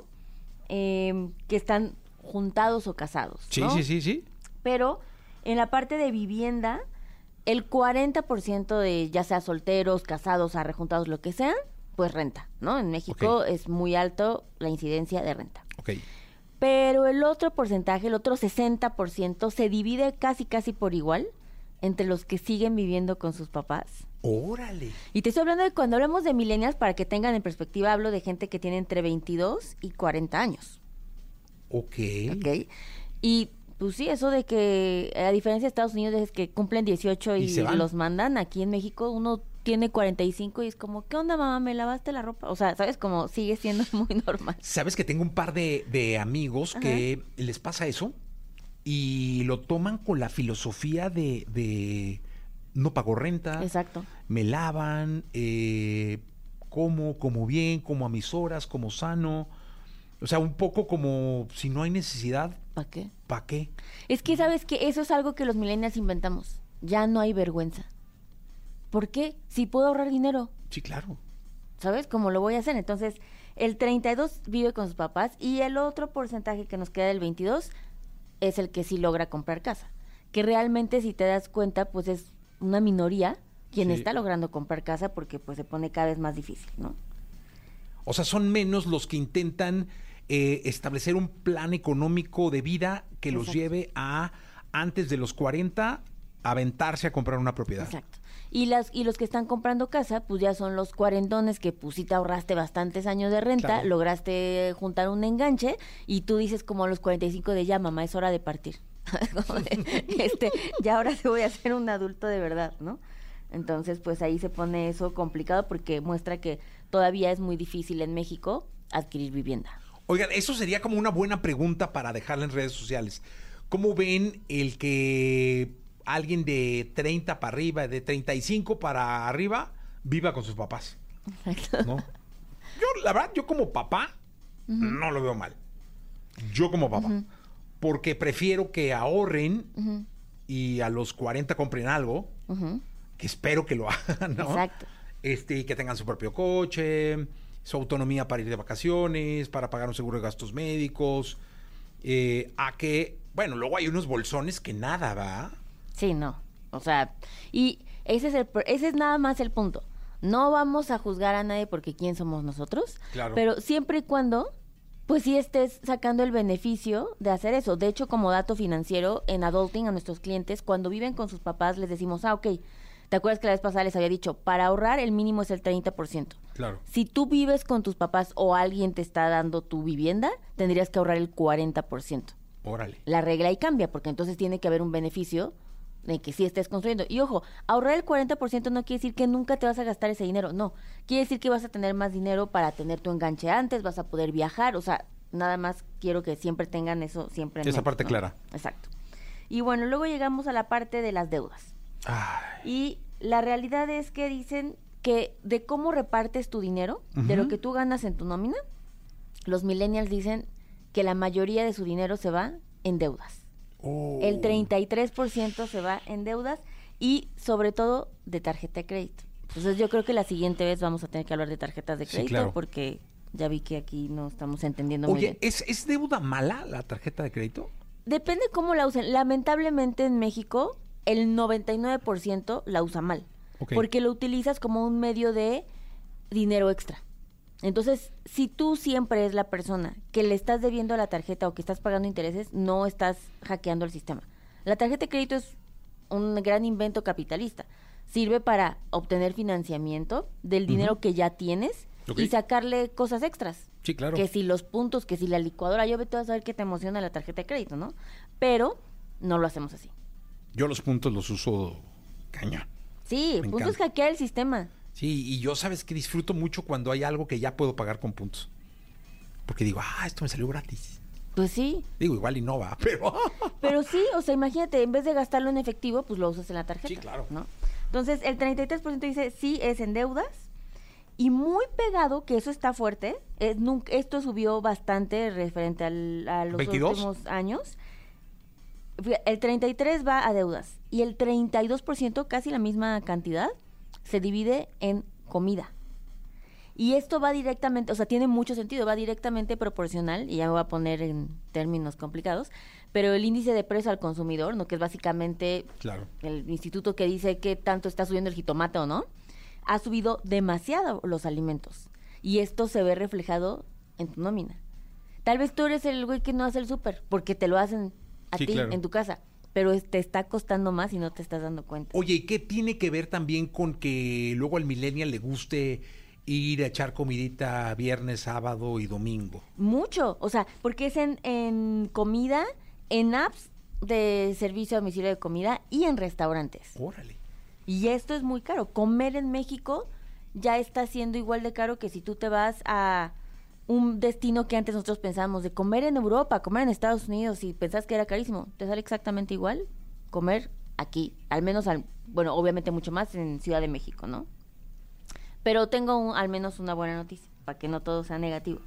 eh, que están juntados o casados. Sí, ¿no? sí, sí, sí. Pero en la parte de vivienda, el cuarenta por ciento de ya sea solteros, casados, arrejuntados, lo que sean, pues renta, ¿no? En México Ok. es muy alto la incidencia de renta. Ok. Pero el otro porcentaje, el otro sesenta por ciento, se divide casi, casi por igual entre los que siguen viviendo con sus papás. Órale. Y te estoy hablando de cuando hablamos de millennials, para que tengan en perspectiva, hablo de gente que tiene entre veintidós y cuarenta años. Ok. ¿Ok? Y pues sí, eso de que a diferencia de Estados Unidos es que cumplen dieciocho y, Y se van. los mandan, aquí en México uno tiene cuarenta y cinco y es como, ¿qué onda, mamá? ¿Me lavaste la ropa? O sea, ¿sabes? Como sigue siendo muy normal. ¿Sabes que tengo un par de, de amigos que les pasa eso y lo toman con la filosofía de, de no pago renta, Exacto. me lavan, eh, como, como bien, como a mis horas, como sano? O sea, un poco como si no hay necesidad, ¿Para qué? ¿para qué? Es que, ¿sabes que eso es algo que los millennials inventamos? Ya no hay vergüenza. ¿Por qué? Si puedo ahorrar dinero, Sí, claro. ¿sabes? ¿Cómo lo voy a hacer? Entonces, el treinta y dos vive con sus papás y el otro porcentaje que nos queda del veintidós es el que sí logra comprar casa. Que realmente, si te das cuenta, pues es una minoría quien Sí. está logrando comprar casa porque pues se pone cada vez más difícil, ¿no? O sea, son menos los que intentan eh, establecer un plan económico de vida que los Exacto. lleve a, antes de los cuarenta, aventarse a comprar una propiedad. Exacto. Y las y los que están comprando casa, pues ya son los cuarentones que pues sí te ahorraste bastantes años de renta, Claro. lograste juntar un enganche y tú dices como a los cuarenta y cinco de ya, mamá, es hora de partir. Como de, este, ya ahora sí voy a ser un adulto de verdad, ¿no? Entonces, pues ahí se pone eso complicado porque muestra que todavía es muy difícil en México adquirir vivienda. Oigan, eso sería como una buena pregunta para dejarla en redes sociales. ¿Cómo ven el que alguien de treinta para arriba, de treinta y cinco para arriba, viva con sus papás. Exacto. ¿No? Yo, la verdad, yo como papá, uh-huh. no lo veo mal. Yo como papá. Uh-huh. Porque prefiero que ahorren uh-huh. y a los cuarenta compren algo, uh-huh. que espero que lo hagan, ¿no? Exacto. Este, que tengan su propio coche, su autonomía para ir de vacaciones, para pagar un seguro de gastos médicos, eh, a que, bueno, luego hay unos bolsones que nada, ¿va? Sí, no. O sea, y ese es, el, ese es nada más el punto. No vamos a juzgar a nadie porque quién somos nosotros, claro. pero siempre y cuando, pues sí estés sacando el beneficio de hacer eso. De hecho, como dato financiero, en Adulting a nuestros clientes, cuando viven con sus papás, les decimos, ah, ok, ¿te acuerdas que la vez pasada les había dicho, para ahorrar el mínimo es el treinta por ciento? Claro. Si tú vives con tus papás o alguien te está dando tu vivienda, tendrías que ahorrar el cuarenta por ciento. Órale. La regla ahí cambia, porque entonces tiene que haber un beneficio de que sí estés construyendo. Y ojo, ahorrar el cuarenta por ciento no quiere decir que nunca te vas a gastar ese dinero, no. Quiere decir que vas a tener más dinero para tener tu enganche antes, vas a poder viajar, o sea, nada más quiero que siempre tengan eso siempre en esa mente, parte ¿no? clara. Exacto. Y bueno, luego llegamos a la parte de las deudas. Ay. Y la realidad es que dicen que de cómo repartes tu dinero, uh-huh. de lo que tú ganas en tu nómina, los millennials dicen que la mayoría de su dinero se va en deudas. Oh. El treinta y tres por ciento se va en deudas y sobre todo de tarjeta de crédito. Entonces yo creo que la siguiente vez vamos a tener que hablar de tarjetas de crédito, sí, claro. porque ya vi que aquí no estamos entendiendo Oye, muy bien. ¿es, ¿es deuda mala la tarjeta de crédito? Depende cómo la usen. Lamentablemente en México el noventa y nueve por ciento la usa mal, okay. porque lo utilizas como un medio de dinero extra. Entonces, si tú siempre eres la persona que le estás debiendo a la tarjeta o que estás pagando intereses, no estás hackeando el sistema. La tarjeta de crédito es un gran invento capitalista. Sirve para obtener financiamiento del dinero uh-huh. que ya tienes okay. y sacarle cosas extras. Sí, claro. Que si los puntos, que si la licuadora, yo vete a saber que te emociona la tarjeta de crédito, ¿no? Pero no lo hacemos así. Yo los puntos los uso cañón. Sí, Me puntos es hackear el sistema. Sí, y yo sabes que disfruto mucho cuando hay algo que ya puedo pagar con puntos. Porque digo, ah, esto me salió gratis. Pues sí. Digo, igual y no va, pero... Pero sí, o sea, imagínate, en vez de gastarlo en efectivo, pues lo usas en la tarjeta. Sí, claro. ¿No? Entonces, el treinta y tres por ciento dice sí es en deudas. Y muy pegado, que eso está fuerte, es, nunca, esto subió bastante referente al, a los ¿veintidós? Últimos años. El treinta y tres por ciento va a deudas y el treinta y dos por ciento, casi la misma cantidad, se divide en comida. Y esto va directamente, o sea, tiene mucho sentido, va directamente proporcional, y ya me voy a poner en términos complicados, pero el índice de precio al consumidor, ¿no? Que es básicamente claro. el instituto que dice qué tanto está subiendo el jitomate o no, ha subido demasiado los alimentos. Y esto se ve reflejado en tu nómina. Tal vez tú eres el güey que no hace el súper, porque te lo hacen a sí, ti, claro. en tu casa, pero te está costando más y no te estás dando cuenta. Oye, ¿y qué tiene que ver también con que luego al millennial le guste ir a echar comidita viernes, sábado y domingo? Mucho, o sea, porque es en, en comida, en apps de servicio a domicilio de comida y en restaurantes. Órale. Y esto es muy caro. Comer en México ya está siendo igual de caro que si tú te vas a un destino que antes nosotros pensábamos de comer en Europa, comer en Estados Unidos y pensás que era carísimo. Te sale exactamente igual comer aquí, al menos, al, bueno, obviamente mucho más en Ciudad de México, ¿no? Pero tengo un, al menos una buena noticia, para que no todo sea negativo.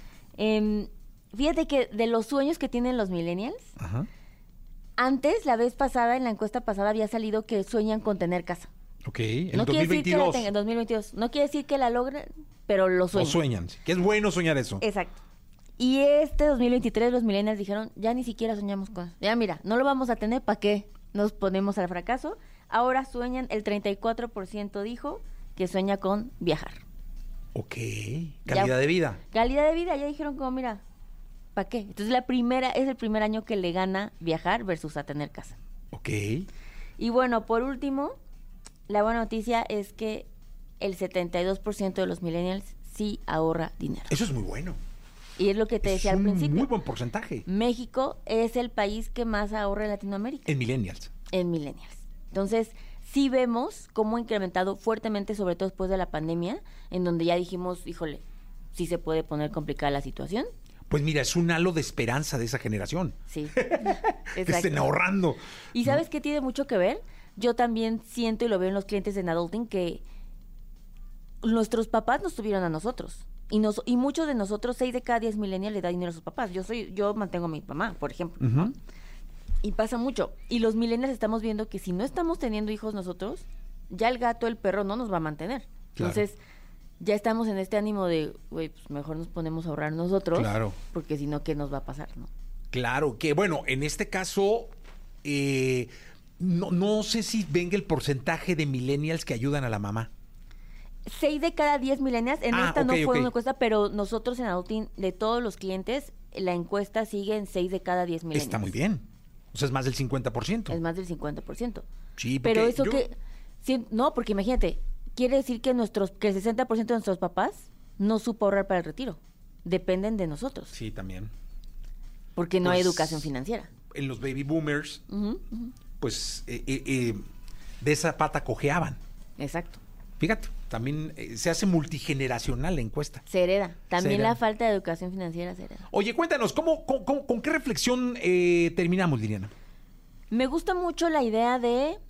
Eh, fíjate que de los sueños que tienen los millennials, ajá. Antes, la vez pasada, en la encuesta pasada había salido que sueñan con tener casa. Ok, en no dos mil veintidós. Quiere decir que la tengan, en dos mil veintidós. No quiere decir que la logren, pero lo sueñan. Lo sueñan, que es bueno soñar eso. Exacto. Y este dos mil veintitrés los millennials dijeron, ya ni siquiera soñamos con eso. Ya mira, no lo vamos a tener, ¿para qué nos ponemos al fracaso? Ahora sueñan, el treinta y cuatro por ciento dijo que sueña con viajar. Ok, calidad ya, de vida. Calidad de vida, ya dijeron como, mira, ¿para qué? Entonces la primera, es el primer año que le gana viajar versus a tener casa. Ok. Y bueno, por último, la buena noticia es que el setenta y dos por ciento de los millennials sí ahorra dinero. Eso es muy bueno. Y es lo que te decía es al principio. Muy buen porcentaje. México es el país que más ahorra en Latinoamérica. En millennials. En millennials. Entonces, sí vemos cómo ha incrementado fuertemente, sobre todo después de la pandemia, en donde ya dijimos, híjole, sí se puede poner complicada la situación. Pues mira, es un halo de esperanza de esa generación. Sí. Que estén Exacto. ahorrando. ¿Y sabes qué tiene mucho que ver? Yo también siento y lo veo en los clientes en Adulting que nuestros papás nos tuvieron a nosotros. Y nos, y muchos de nosotros, seis de cada diez millennials le da dinero a sus papás. Yo soy, yo mantengo a mi mamá, por ejemplo, ¿no? Ujú. Y pasa mucho. Y los millennials estamos viendo que si no estamos teniendo hijos nosotros, ya el gato, el perro no nos va a mantener. Claro. Entonces, ya estamos en este ánimo de, güey, pues mejor nos ponemos a ahorrar nosotros. Claro. Porque si no, ¿qué nos va a pasar, no? Claro, que bueno, en este caso, eh, no, no sé si venga el porcentaje de millennials que ayudan a la mamá. Seis de cada diez millennials, en Ah, esta ok, no fue ok. una encuesta, pero nosotros en Adulting, de todos los clientes, la encuesta sigue en seis de cada diez millennials. Está muy bien. O sea, es más del cincuenta por ciento. Es más del cincuenta por ciento. Sí, Pero porque eso yo- que... sí, no, porque imagínate, quiere decir que nuestros que el sesenta por ciento de nuestros papás no supo ahorrar para el retiro. Dependen de nosotros, Sí, también. porque no hay Pues, educación financiera. En los baby boomers, Ujú, ujú. pues eh, eh, eh, de esa pata cojeaban. Exacto. Fíjate, también eh, se hace multigeneracional la encuesta. Se hereda. También Se hereda. la falta de educación financiera se hereda. Oye, cuéntanos, ¿cómo, con, con- con qué reflexión eh, terminamos, Liliana? Me gusta mucho la idea de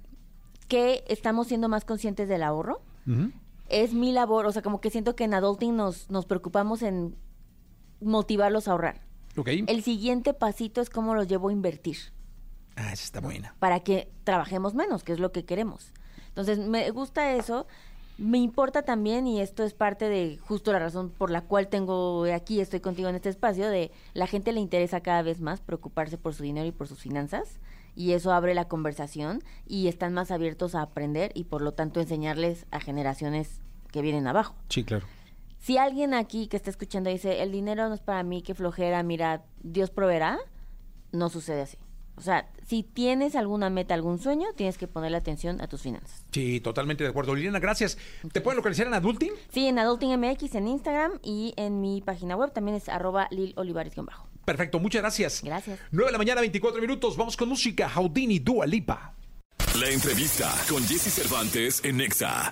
que estamos siendo más conscientes del ahorro. Ujú. Es mi labor, o sea, como que siento que en Adulting nos, nos preocupamos en motivarlos a ahorrar. Ok. El siguiente pasito es cómo los llevo a invertir Ah, esa está buena. para que trabajemos menos, que es lo que queremos. Entonces, me gusta eso. Me importa también, y esto es parte de justo la razón por la cual tengo aquí, estoy contigo en este espacio, de la gente le interesa cada vez más preocuparse por su dinero y por sus finanzas, y eso abre la conversación y están más abiertos a aprender y por lo tanto enseñarles a generaciones que vienen abajo. Sí, claro. Si alguien aquí que está escuchando dice, el dinero no es para mí, qué flojera, mira, Dios proveerá, no sucede así. O sea, si tienes alguna meta, algún sueño, tienes que ponerle atención a tus finanzas. Sí, totalmente de acuerdo. Liliana, gracias. ¿Te pueden localizar en Adulting? Sí, en Adulting M X, en Instagram y en mi página web también es arroba Lil Olivares-bajo. Perfecto, muchas gracias. Gracias. nueve de la mañana, veinticuatro minutos. Vamos con música. Houdini, Dua Lipa. La entrevista con Jesse Cervantes en Nexa.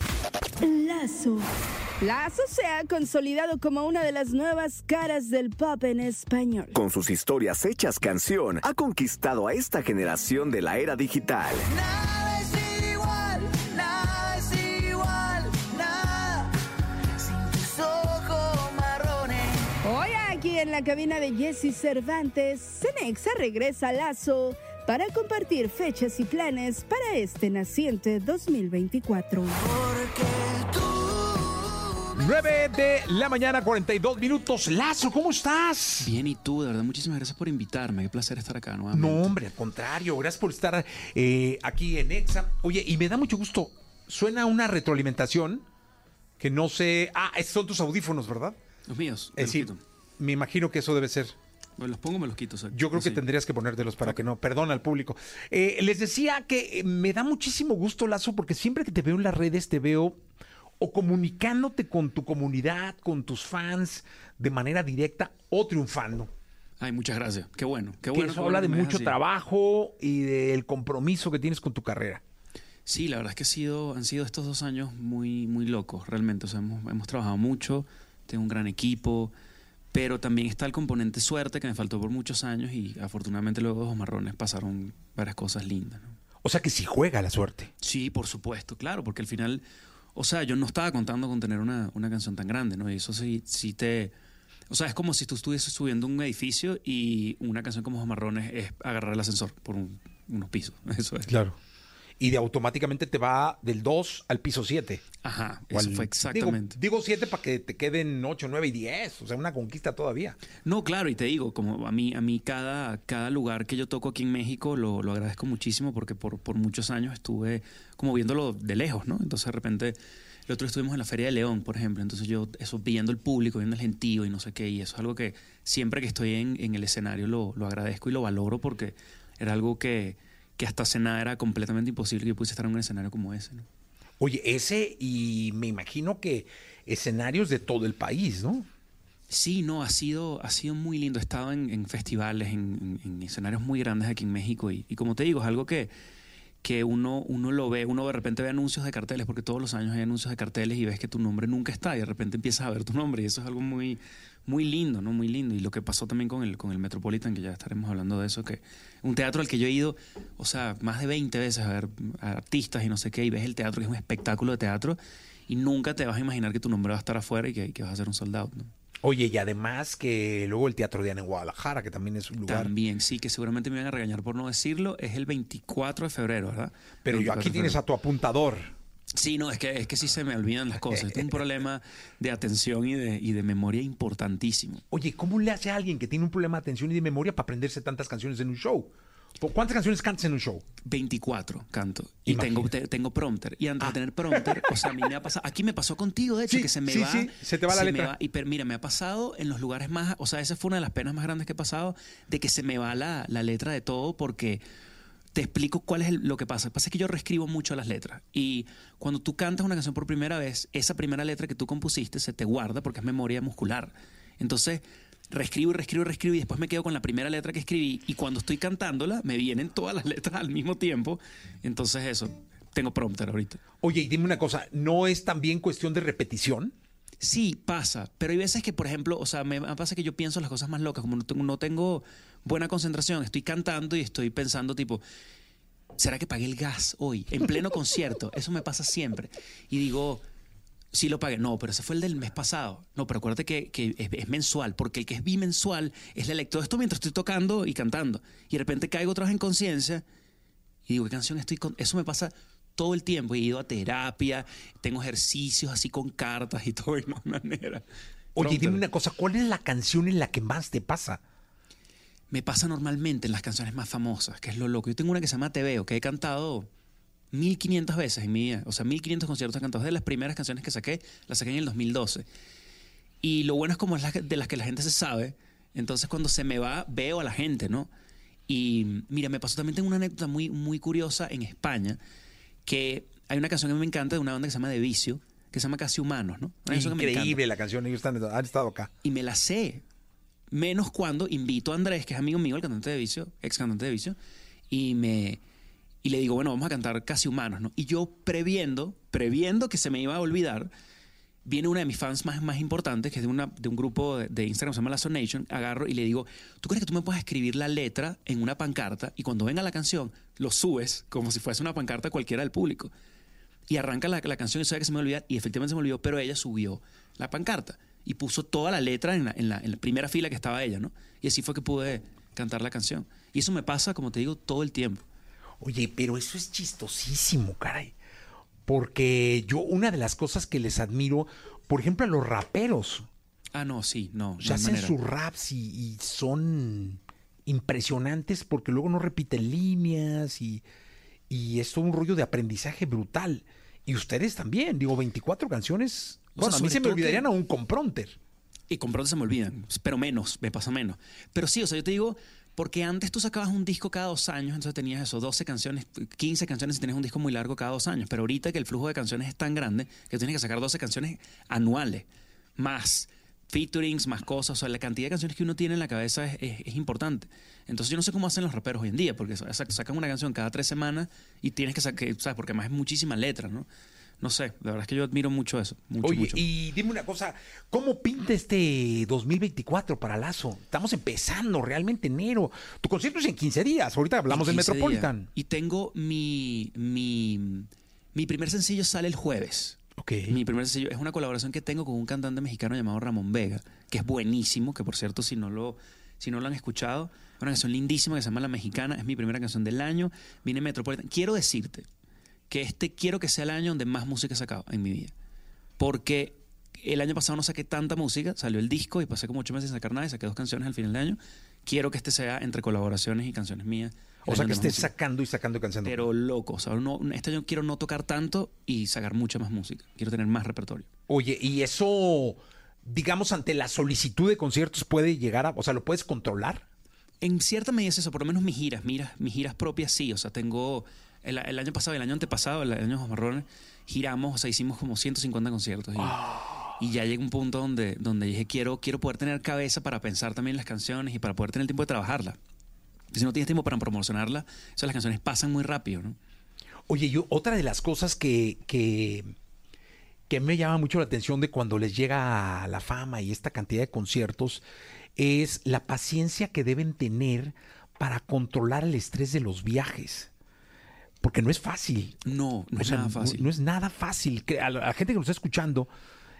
Lazo. Lazo se ha consolidado como una de las nuevas caras del pop en español. Con sus historias hechas canción, ha conquistado a esta generación de la era digital. Nada es igual, nada es igual, nada sin tus ojos marrones. Hoy aquí en la cabina de Jesse Cervantes, Cenexa regresa a Lazo para compartir fechas y planes para este naciente dos mil veinticuatro. nueve de la mañana, cuarenta y dos minutos. Lazo, ¿cómo estás? Bien, y tú, de verdad, muchísimas gracias por invitarme. Qué placer estar acá nuevamente. No, hombre, al contrario. Gracias por estar eh, aquí en Exa. Oye, y me da mucho gusto. Suena una retroalimentación que no sé... Ah, esos son tus audífonos, ¿verdad? Los míos. Es decir, me imagino que eso debe ser... Me los pongo, me los quito. O sea, Yo creo que así. tendrías que ponértelos para que no, perdona al público. Eh, les decía que eh, me da muchísimo gusto, Lazo, porque siempre que te veo en las redes te veo o comunicándote con tu comunidad, con tus fans, de manera directa o triunfando. Ay, muchas gracias. Qué bueno. Qué Que bueno. eso qué habla bueno de que me ves mucho así. trabajo y del compromiso que tienes con tu carrera. Sí, la verdad es que ha sido, han sido estos dos años muy, muy locos, realmente. O sea, hemos, hemos trabajado mucho, tengo un gran equipo, pero también está el componente suerte que me faltó por muchos años y afortunadamente luego de Los Marrones pasaron varias cosas lindas, ¿no? O sea que sí juega la suerte. Sí, por supuesto, claro, porque al final, o sea, yo no estaba contando con tener una, una canción tan grande, ¿no? Y eso sí, sí te... O sea, es como si tú estuvieses subiendo un edificio y una canción como Los Marrones es agarrar el ascensor por un- unos pisos. Eso es. Claro. Y de automáticamente te va del dos al piso siete. Ajá, O eso al- fue exactamente. Digo siete para que te queden ocho, nueve y diez. O sea, una conquista todavía. No, claro, y te digo, como a mí, a mí cada, cada lugar que yo toco aquí en México lo, lo agradezco muchísimo porque por, por muchos años estuve como viéndolo de lejos, ¿no? Entonces de repente, el otro día estuvimos en la Feria de León, por ejemplo, entonces yo, eso, viendo el público, viendo el gentío y no sé qué, y eso es algo que siempre que estoy en, en el escenario lo, lo agradezco y lo valoro porque era algo que, que hasta hace nada era completamente imposible que yo pudiese estar en un escenario como ese, ¿no? Oye, ese y me imagino que escenarios de todo el país, ¿no? Sí, no, ha sido, ha sido muy lindo. He estado en, en festivales, en, en- en escenarios muy grandes aquí en México y, y como te digo, es algo que, que uno, uno lo ve, uno de repente ve anuncios de carteles, porque todos los años hay anuncios de carteles y ves que tu nombre nunca está y de repente empiezas a ver tu nombre y eso es algo muy, muy lindo, ¿no? Muy lindo. Y lo que pasó también con el, con el Metropolitan, que ya estaremos hablando de eso, que un teatro al que yo he ido, o sea, más de veinte veces a ver a artistas y no sé qué, y ves el teatro, que es un espectáculo de teatro, y nunca te vas a imaginar que tu nombre va a estar afuera y que, que vas a ser un sold out, ¿no? Oye, y además que luego el Teatro Diana en Guadalajara, que también es un lugar... También, sí, que seguramente me van a regañar por no decirlo, es el veinticuatro de febrero, ¿verdad? Pero yo aquí tienes a tu apuntador. Sí, no, es que, es que sí se me olvidan las cosas. Este es un problema de atención y de, y de memoria importantísimo. Oye, ¿cómo le hace a alguien que tiene un problema de atención y de memoria para aprenderse tantas canciones en un show? ¿Cuántas canciones cantas en un show? veinticuatro canto. Y tengo, te, tengo prompter. Y antes ah. de tener prompter, o sea, a mí me ha pasado... Aquí me pasó contigo, de hecho, sí, que se me sí, va... Sí, se te va la letra. Va, y pero mira, me ha pasado en los lugares más... O sea, esa fue una de las penas más grandes que he pasado, de que se me va la, la letra de todo porque... Te explico cuál es el, lo que pasa. Lo que pasa es que yo reescribo mucho las letras. Y cuando tú cantas una canción por primera vez, esa primera letra que tú compusiste se te guarda porque es memoria muscular. Entonces, reescribo y reescribo y reescribo y después me quedo con la primera letra que escribí. Y cuando estoy cantándola, me vienen todas las letras al mismo tiempo. Entonces, eso. Tengo prompter ahorita. Oye, y dime una cosa. ¿No es también cuestión de repetición? Sí, pasa. Pero hay veces que, por ejemplo, o sea, me pasa que yo pienso las cosas más locas. Como no tengo, no tengo buena concentración, estoy cantando y estoy pensando tipo, ¿será que pagué el gas hoy? En pleno concierto. Eso me pasa siempre. Y digo, sí lo pagué. No, pero ese fue el del mes pasado. No, pero acuérdate que, que es, es mensual, porque el que es bimensual es la lectura. Esto mientras estoy tocando y cantando. Y de repente caigo otra vez en conciencia y digo, ¿qué canción estoy con? Eso me pasa todo el tiempo. He ido a terapia, tengo ejercicios así con cartas y todo de una manera. Oye, Pronto. Dime una cosa, ¿cuál es la canción en la que más te pasa? Me pasa normalmente en las canciones más famosas, que es lo loco. Yo tengo una que se llama Te Veo, que he cantado mil quinientas veces en mi vida. O sea, mil quinientos conciertos he cantado. Es de las primeras canciones que saqué, las saqué en el dos mil doce. Y lo bueno es como es la, de las que la gente se sabe. Entonces, cuando se me va, veo a la gente, ¿no? Y mira, me pasó también, tengo una anécdota muy, muy curiosa en España, que hay una canción que me encanta de una banda que se llama De Vicio, que se llama Casi Humanos, ¿no? Una Increíble la canción, ellos están, han estado acá. Y me la sé. Menos cuando invito a Andrés, que es amigo mío, el cantante de Vicio, ex cantante de Vicio, y me y le digo, bueno, vamos a cantar Casi Humanos, ¿no? Y yo previendo, previendo que se me iba a olvidar, viene una de mis fans más, más importantes, que es de, una, de un grupo de, de Instagram, se llama La Sonation, agarro y le digo, ¿tú crees que tú me puedes escribir la letra en una pancarta y cuando venga la canción lo subes como si fuese una pancarta cualquiera del público? Y arranca la, la canción y sabe que se me olvida, y efectivamente se me olvidó, pero ella subió la pancarta y puso toda la letra en la, en, la, en la primera fila que estaba ella, ¿no? Y así fue que pude cantar la canción. Y eso me pasa, como te digo, todo el tiempo. Oye, pero eso es chistosísimo, caray. Porque yo, una de las cosas que les admiro, por ejemplo, a los raperos. Ah, no, sí, no. O sea, no hacen sus raps y, y son impresionantes porque luego no repiten líneas y, y es todo un rollo de aprendizaje brutal. Y ustedes también, digo, veinticuatro canciones... Bueno, o sea, a mí se me olvidarían que... aún con prompter. Y con prompter se me olvidan, pero menos, me pasa menos. Pero sí, o sea, yo te digo, porque antes tú sacabas un disco cada dos años, entonces tenías eso, doce canciones, quince canciones y tenías un disco muy largo cada dos años. Pero ahorita que el flujo de canciones es tan grande que tienes que sacar doce canciones anuales, más featurings, más cosas. O sea, la cantidad de canciones que uno tiene en la cabeza es, es, es importante. Entonces yo no sé cómo hacen los raperos hoy en día, porque sacan una canción cada tres semanas y tienes que sacar, ¿sabes? Porque además es muchísima letra, ¿no? No sé, la verdad es que yo admiro mucho eso. Mucho, Oye, mucho. Y dime una cosa, ¿cómo pinta este dos mil veinticuatro para Lazo? Estamos empezando realmente enero. Tu concierto es en quince días, ahorita hablamos del Metropolitan. Días. Y tengo mi, mi, mi primer sencillo sale el jueves. Okay. Mi primer sencillo es una colaboración que tengo con un cantante mexicano llamado Ramón Vega, que es buenísimo, que por cierto, si no lo, si no lo han escuchado, es una canción lindísima que se llama La Mexicana, es mi primera canción del año, viene Metropolitan. Quiero decirte que este quiero que sea el año donde más música he sacado en mi vida. Porque el año pasado no saqué tanta música, salió el disco y pasé como ocho meses sin sacar nada y saqué dos canciones al final del año. Quiero que este sea entre colaboraciones y canciones mías. O sea, que estés sacando y sacando canciones. Pero loco, o sea, no, este año quiero no tocar tanto y sacar mucha más música. Quiero tener más repertorio. Oye, y eso, digamos, ante la solicitud de conciertos puede llegar a... O sea, ¿lo puedes controlar? En cierta medida es eso, por lo menos mis giras, miras, mis giras propias sí. O sea, tengo... El, el año pasado, el año antepasado, el año de los marrones, giramos, o sea, hicimos como ciento cincuenta conciertos. Y, oh. y ya llega un punto donde, donde dije, quiero, quiero poder tener cabeza para pensar también las canciones y para poder tener el tiempo de trabajarlas. Si no tienes tiempo para promocionarlas, o sea, las canciones pasan muy rápido, ¿no? Oye, yo, otra de las cosas que, que, que me llama mucho la atención de cuando les llega la fama y esta cantidad de conciertos es la paciencia que deben tener para controlar el estrés de los viajes. Porque no es fácil. No, no O es sea, nada fácil. No, no es nada fácil. Que a la, a la gente que nos está escuchando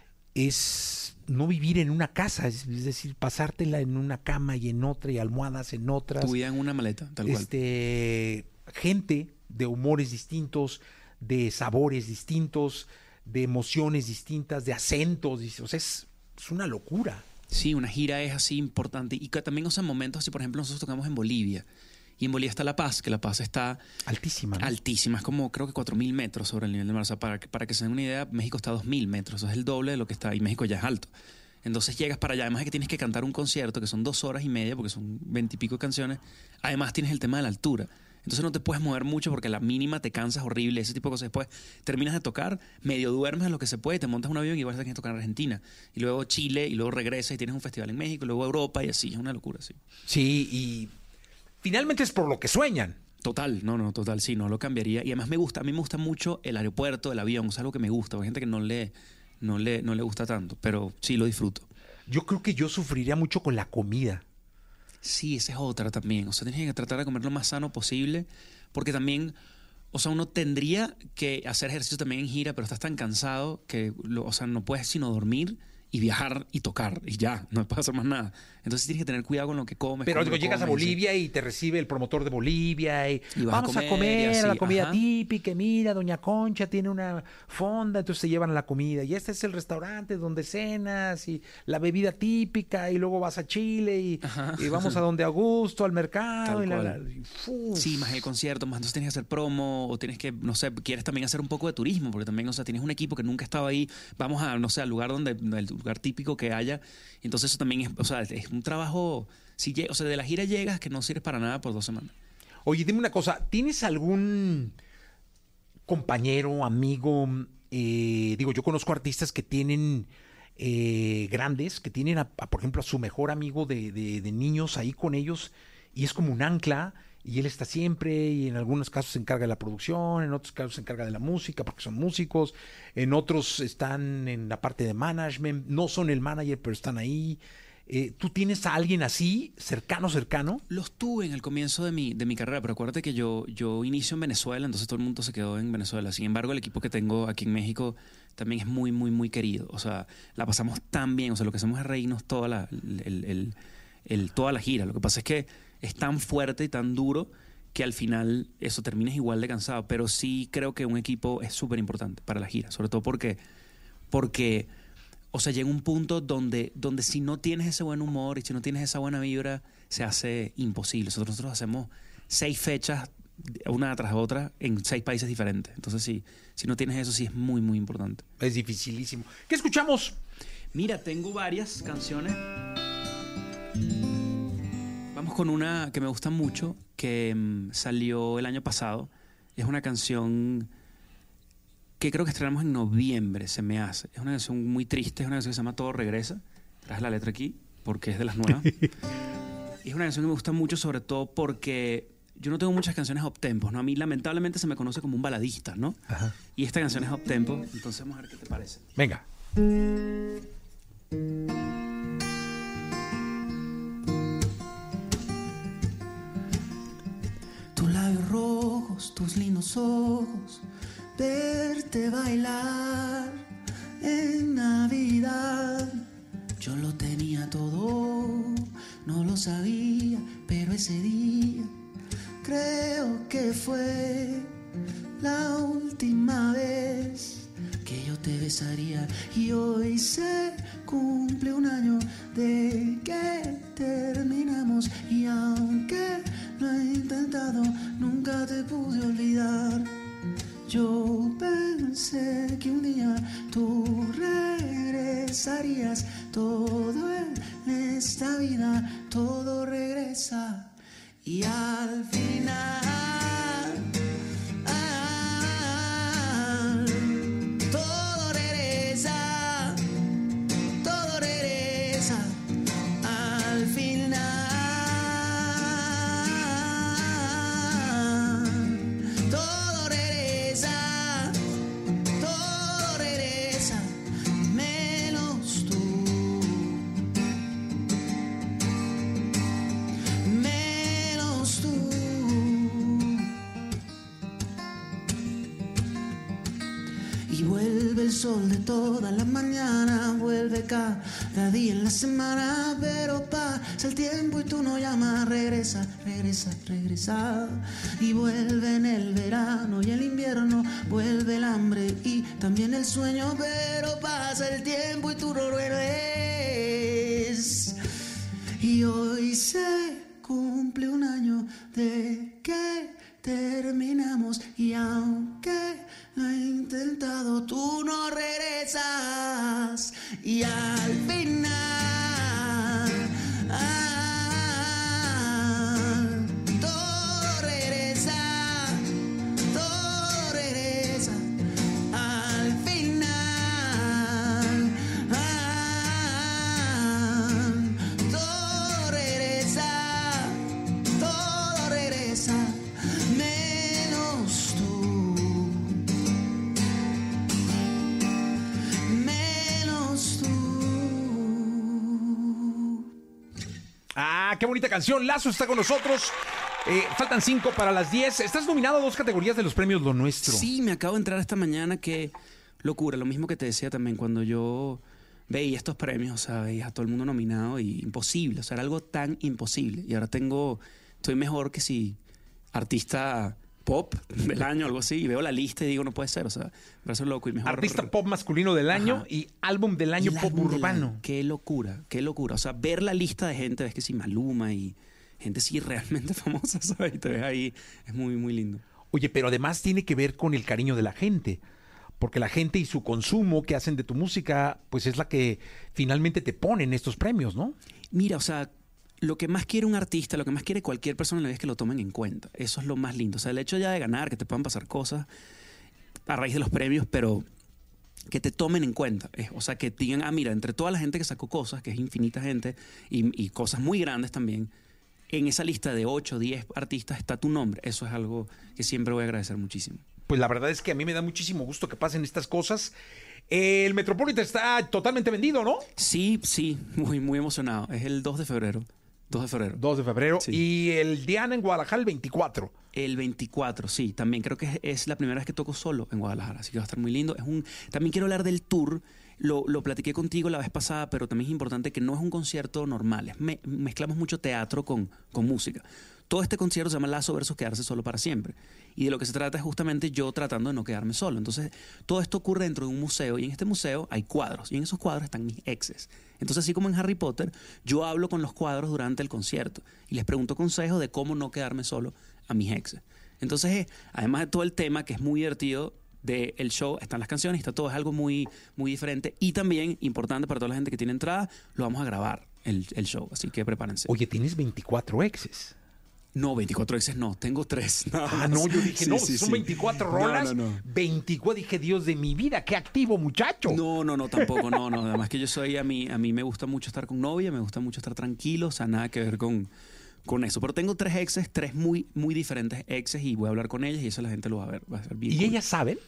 es no vivir en una casa, es, es decir, pasártela en una cama y en otra y almohadas en otras. Tu vida en una maleta, tal cual. Este, gente de humores distintos, de sabores distintos, de emociones distintas, de acentos. O sea, es, es una locura. Sí, una gira es así importante. Y que también, o sea, momentos así, por ejemplo, nosotros tocamos en Bolivia. Y en Bolivia está La Paz, que La Paz está... Altísima, ¿no? Altísima, es como creo que cuatro mil metros sobre el nivel del mar. O sea, para, que- para que se den una idea, México está a dos mil metros. Eso es el doble de lo que está. Y México ya es alto. Entonces llegas para allá. Además de que tienes que cantar un concierto, que son dos horas y media, porque son veintipico de canciones. Además tienes el tema de la altura. Entonces no te puedes mover mucho porque la mínima te cansas horrible, ese tipo de cosas. Después terminas de tocar, medio duermes en lo que se puede, te montas un avión y vas a tener que tocar en Argentina. Y luego Chile, y luego regresas y tienes un festival en México, y luego Europa y así. Es una locura, sí. Sí, y finalmente es por lo que sueñan. Total, no, no, total, sí, no lo cambiaría. Y además me gusta, a mí me gusta mucho el aeropuerto, el avión, es algo que me gusta. Hay gente que no le, no le, no le gusta tanto, pero sí lo disfruto. Yo creo que yo sufriría mucho con la comida. Sí, esa es otra también. O sea, tienes que tratar de comer lo más sano posible, porque también, o sea, uno tendría que hacer ejercicio también en gira, pero estás tan cansado que, lo- o sea, no puedes sino dormir y viajar y tocar y ya, no puedes hacer más nada. Entonces tienes que tener cuidado con lo que comes. Pero cómo digo, lo llegas a comes, Bolivia y te recibe el promotor de Bolivia y, Y vas a vamos a comer comer, y a así, la comida ajá. típica. y Mira, Doña Concha tiene una fonda, entonces te llevan a la comida. Y este es el restaurante donde cenas y la bebida típica. Y luego vas a Chile y, y vamos a donde Augusto, al mercado. Tal y la- cual. la- y fu- Sí, más el concierto, más entonces tienes que hacer promo o tienes que, no sé, quieres también hacer un poco de turismo, porque también, o sea, tienes un equipo que nunca estaba ahí, vamos a, no sé, al lugar donde, el lugar típico que haya. Entonces eso también es, o sea, es un trabajo, si lle- o sea, de la gira llegas que no sirves para nada por dos semanas. Oye, dime una cosa, ¿tienes algún compañero, amigo? eh, digo, yo conozco artistas que tienen eh, grandes, que tienen, a, a, por ejemplo, a su mejor amigo de, de- de niños ahí con ellos y es como un ancla y él está siempre y en algunos casos se encarga de la producción, en otros casos se encarga de la música porque son músicos, en otros están en la parte de management, no son el manager pero están ahí. Eh, ¿Tú tienes a alguien así, cercano, cercano? Los tuve en el comienzo de mi, de mi carrera, pero acuérdate que yo, yo inicio en Venezuela, entonces todo el mundo se quedó en Venezuela. Sin embargo, el equipo que tengo aquí en México también es muy, muy, muy querido. O sea, la pasamos tan bien, o sea, lo que hacemos es reírnos toda la, el, el- el- toda la gira. Lo que pasa es que es tan fuerte y tan duro que al final eso terminas igual de cansado. Pero sí creo que un equipo es súper importante para la gira, sobre todo porque, porque o sea, llega un punto donde, donde si no tienes ese buen humor y si no tienes esa buena vibra, se hace imposible. Nosotros, nosotros hacemos seis fechas, una tras otra, en seis países diferentes. Entonces, sí, si no tienes eso, sí es muy, muy importante. Es dificilísimo. ¿Qué escuchamos? Mira, tengo varias canciones. Vamos con una que me gusta mucho, que mm, salió el año pasado. Es una canción que creo que estrenamos en noviembre, se me hace. Es una canción muy triste, es una canción que se llama Todo Regresa. Traje la letra aquí porque es de las nuevas. Y es una canción que me gusta mucho, sobre todo porque yo no tengo muchas canciones uptempo, ¿no? A mí lamentablemente se me conoce como un baladista, ¿no? Ajá. Y esta canción es uptempo, entonces vamos a ver qué te parece. Venga. Tus labios rojos, tus lindos ojos, verte bailar en Navidad. Yo lo tenía todo, no lo sabía, pero ese día creo que fue la última vez que yo te besaría. Y hoy se cumple un año de que terminamos, y aunque lo he intentado, nunca te pude olvidar. Yo pensé que un día tú regresarías. Todo en esta vida, todo regresa. Y al final, ah, todo regresa, todo regresa. Al final, todo regresa, todo regresa. el sol de toda la mañana, vuelve cada día en la semana, pero pasa el tiempo y tú no llamas. Regresa, regresa, regresa. Y vuelve en el verano y el invierno, vuelve el hambre y también el sueño, pero pasa el tiempo y tú no vuelves. Y hoy se cumple un año de que terminamos, y aunque lo he intentado, tú no regresas. Y al final ah, todo regresa, todo regresa. Al final ah, todo regresa, todo regresa. Menos tú, menos tú. Ah, qué bonita canción. Lazo está con nosotros. Eh, faltan cinco para las diez. Estás nominado a dos categorías de los premios Lo Nuestro. Sí, me acabo de entrar esta mañana. Qué locura. Lo mismo que te decía también cuando yo veía estos premios, o sea, veía a todo el mundo nominado y imposible. O sea, era algo tan imposible. Y ahora tengo, estoy mejor que si artista pop del año, algo así, y veo la lista y digo, no puede ser, o sea, me parece loco. Y mejor Artista pop masculino del año. Ajá. Y álbum del año el pop álbum del urbano. año. Qué locura, qué locura. O sea, ver la lista de gente, ves que sí, Maluma y gente sí realmente famosa, ¿sabes? Y te ves ahí, es muy, muy lindo. Oye, pero además tiene que ver con el cariño de la gente. Porque la gente y su consumo que hacen de tu música, pues es la que finalmente te pone en estos premios, ¿no? Mira, o sea, lo que más quiere un artista, lo que más quiere cualquier persona en la vida es que lo tomen en cuenta. Eso es lo más lindo. O sea, el hecho ya de ganar, que te puedan pasar cosas a raíz de los premios, pero que te tomen en cuenta. Es, o sea, que digan, ah, mira, entre toda la gente que sacó cosas, que es infinita gente, y, y cosas muy grandes también, en esa lista de ocho, diez artistas está tu nombre. Eso es algo que siempre voy a agradecer muchísimo. Pues la verdad es que a mí me da muchísimo gusto que pasen estas cosas. El Metropolitan está totalmente vendido, ¿no? Sí, sí, muy, muy emocionado. Es el dos de febrero. dos de febrero. dos de febrero. Sí. Y el Diana en Guadalajara el veinticuatro. El veinticuatro, sí. También creo que es, es la primera vez que toco solo en Guadalajara, así que va a estar muy lindo. Es un, también quiero hablar del tour. Lo, lo platiqué contigo la vez pasada, pero también es importante que no es un concierto normal. Es me, mezclamos mucho teatro con, con música. Todo este concierto se llama Lazo versus Quedarse Solo para Siempre. Y de lo que se trata es justamente yo tratando de no quedarme solo. Entonces, todo esto ocurre dentro de un museo, y en este museo hay cuadros, y en esos cuadros están mis exes. Entonces, así como en Harry Potter, yo hablo con los cuadros durante el concierto y les pregunto consejos de cómo no quedarme solo a mis exes. Entonces, eh, además de todo el tema, que es muy divertido del show, están las canciones, está todo, es algo muy, muy diferente. Y también, importante para toda la gente que tiene entrada, lo vamos a grabar, el, el show, así que prepárense. Oye, tienes veinticuatro exes. No, veinticuatro exes no, tengo tres. Ah, no, yo dije, Sí, no, sí, son sí. veinticuatro rolas. No, no, no. veinticuatro, dije, Dios de mi vida, qué activo, muchacho. No, no, no, tampoco, no, no. Además que yo soy, a mí, a mí me gusta mucho estar con novia, me gusta mucho estar tranquilo, o sea, nada que ver con, con eso. Pero tengo tres exes, tres muy, muy diferentes exes, y voy a hablar con ellas y eso la gente lo va a ver. Va a ser bien ¿Y cool. ellas saben?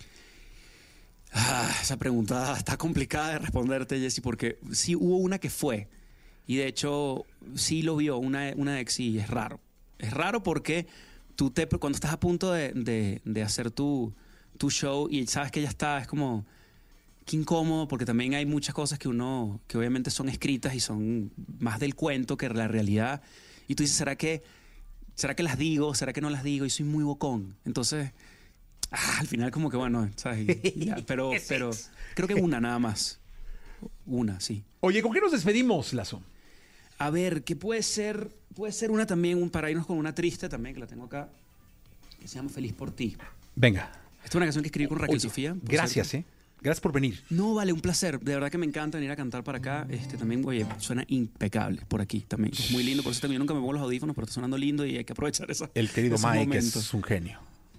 Ah, esa pregunta está complicada de responderte, Jessy, porque sí hubo una que fue, y de hecho sí lo vio una, una ex, y es raro. Es raro porque tú te, cuando estás a punto de, de, de hacer tu, tu show y sabes que ya está, es como qué incómodo, porque también hay muchas cosas que uno, que obviamente son escritas y son más del cuento que la realidad. Y tú dices, ¿será que, ¿será que las digo? ¿Será que no las digo? Y soy muy bocón. Entonces, ah, al final como que bueno, ¿sabes? Y- y ya, pero, pero creo que una nada más. Una, sí. Oye, ¿con qué nos despedimos, Lazo? A ver, ¿qué puede ser? Puede ser una también, un, para irnos con una triste también, que la tengo acá, que se llama Feliz por ti. Venga. Esta es una canción que escribí con Raquel Oye, Sofía. por Gracias, cierto. ¿eh? Gracias por venir. No, vale, un placer. De verdad que me encanta venir a cantar para acá. Este también, oye, suena impecable por aquí también. Es muy lindo, por eso también yo nunca me pongo los audífonos, pero está sonando lindo y hay que aprovechar esa. El querido esos Mike momentos. es un genio.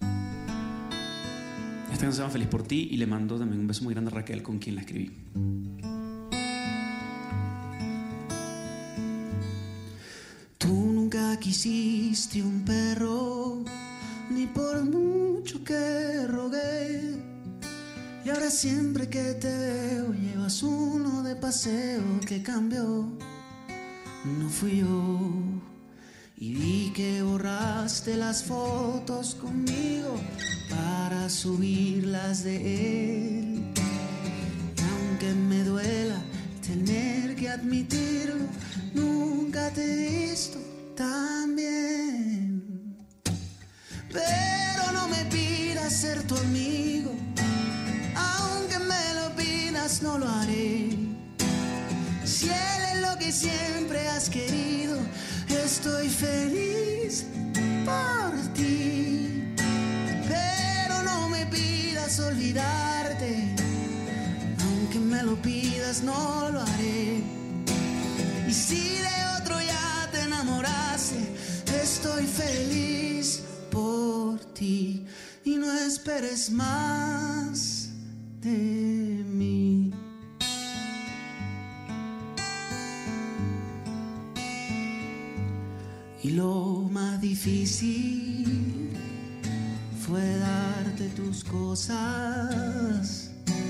Esta canción se llama Feliz por ti y le mando también un beso muy grande a Raquel, con quien la escribí. Tú nunca quisiste un perro, ni por mucho que rogué. Y ahora siempre que te veo, llevas uno de paseo que cambió. No fui yo. Y vi que borraste las fotos conmigo para subirlas de él. admitirlo, nunca te he visto tan bien. Pero no me pidas ser tu amigo, aunque me lo pidas no lo haré. Si él es lo que siempre has querido, estoy feliz por ti. Pero no me pidas olvidarte, aunque me lo pidas no lo haré. Y si de otro ya te enamoraste, estoy feliz por ti. Y no esperes más de mí. Y lo más difícil fue darte tus cosas,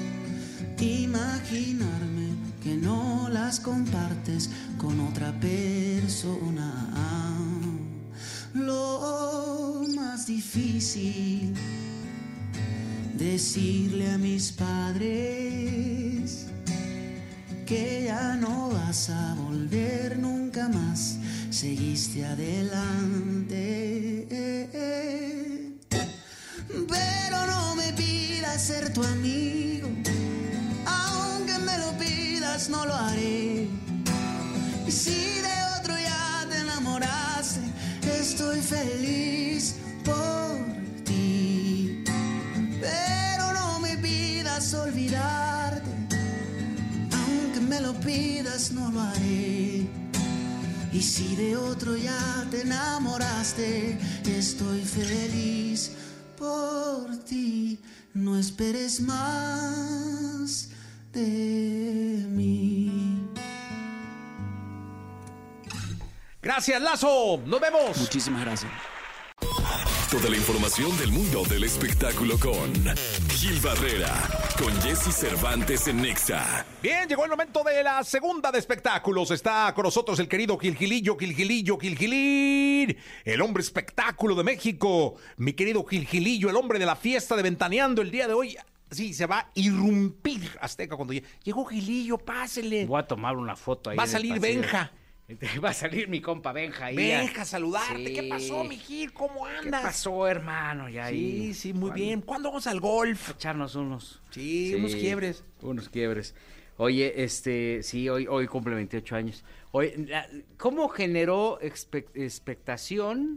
imaginarme que no las compartes con otra persona. Lo más difícil, decirle a mis padres que ya no vas a volver nunca más. Seguiste adelante, pero no me pidas ser tu amigo, aunque me lo pidas no lo haré. Y si de otro ya te enamoraste, estoy feliz por ti. Pero no me pidas olvidarte, aunque me lo pidas no lo haré. Y si de otro ya te enamoraste, estoy feliz por ti. No esperes más de mí. Gracias, Lazo. Nos vemos. Muchísimas gracias. Toda la información del mundo del espectáculo con Gil Barrera, con Jesse Cervantes en Nexa. Bien, llegó el momento de la segunda de espectáculos. Está con nosotros el querido Gil Gilillo, Gil Gilillo, Gil Gilín, el hombre espectáculo de México. Mi querido Gil Gilillo, el hombre de la fiesta de Ventaneando el día de hoy. Sí, se va a irrumpir Azteca cuando llegue. Llegó Gilillo, pásele. Voy a tomar una foto ahí. Va a salir Benja. Va a salir mi compa Benja ahí. Benja, saludarte. Sí. ¿Qué pasó, mi Gil? ¿Cómo andas? ¿Qué pasó, hermano? Ya ahí. Sí, sí, muy ¿Cuándo? bien. ¿Cuándo vamos al golf? Echarnos unos. Sí, sí, unos quiebres. Unos quiebres. Oye, este, sí, hoy, hoy cumple veintiocho años. Oye, la- ¿cómo generó expe- expectación,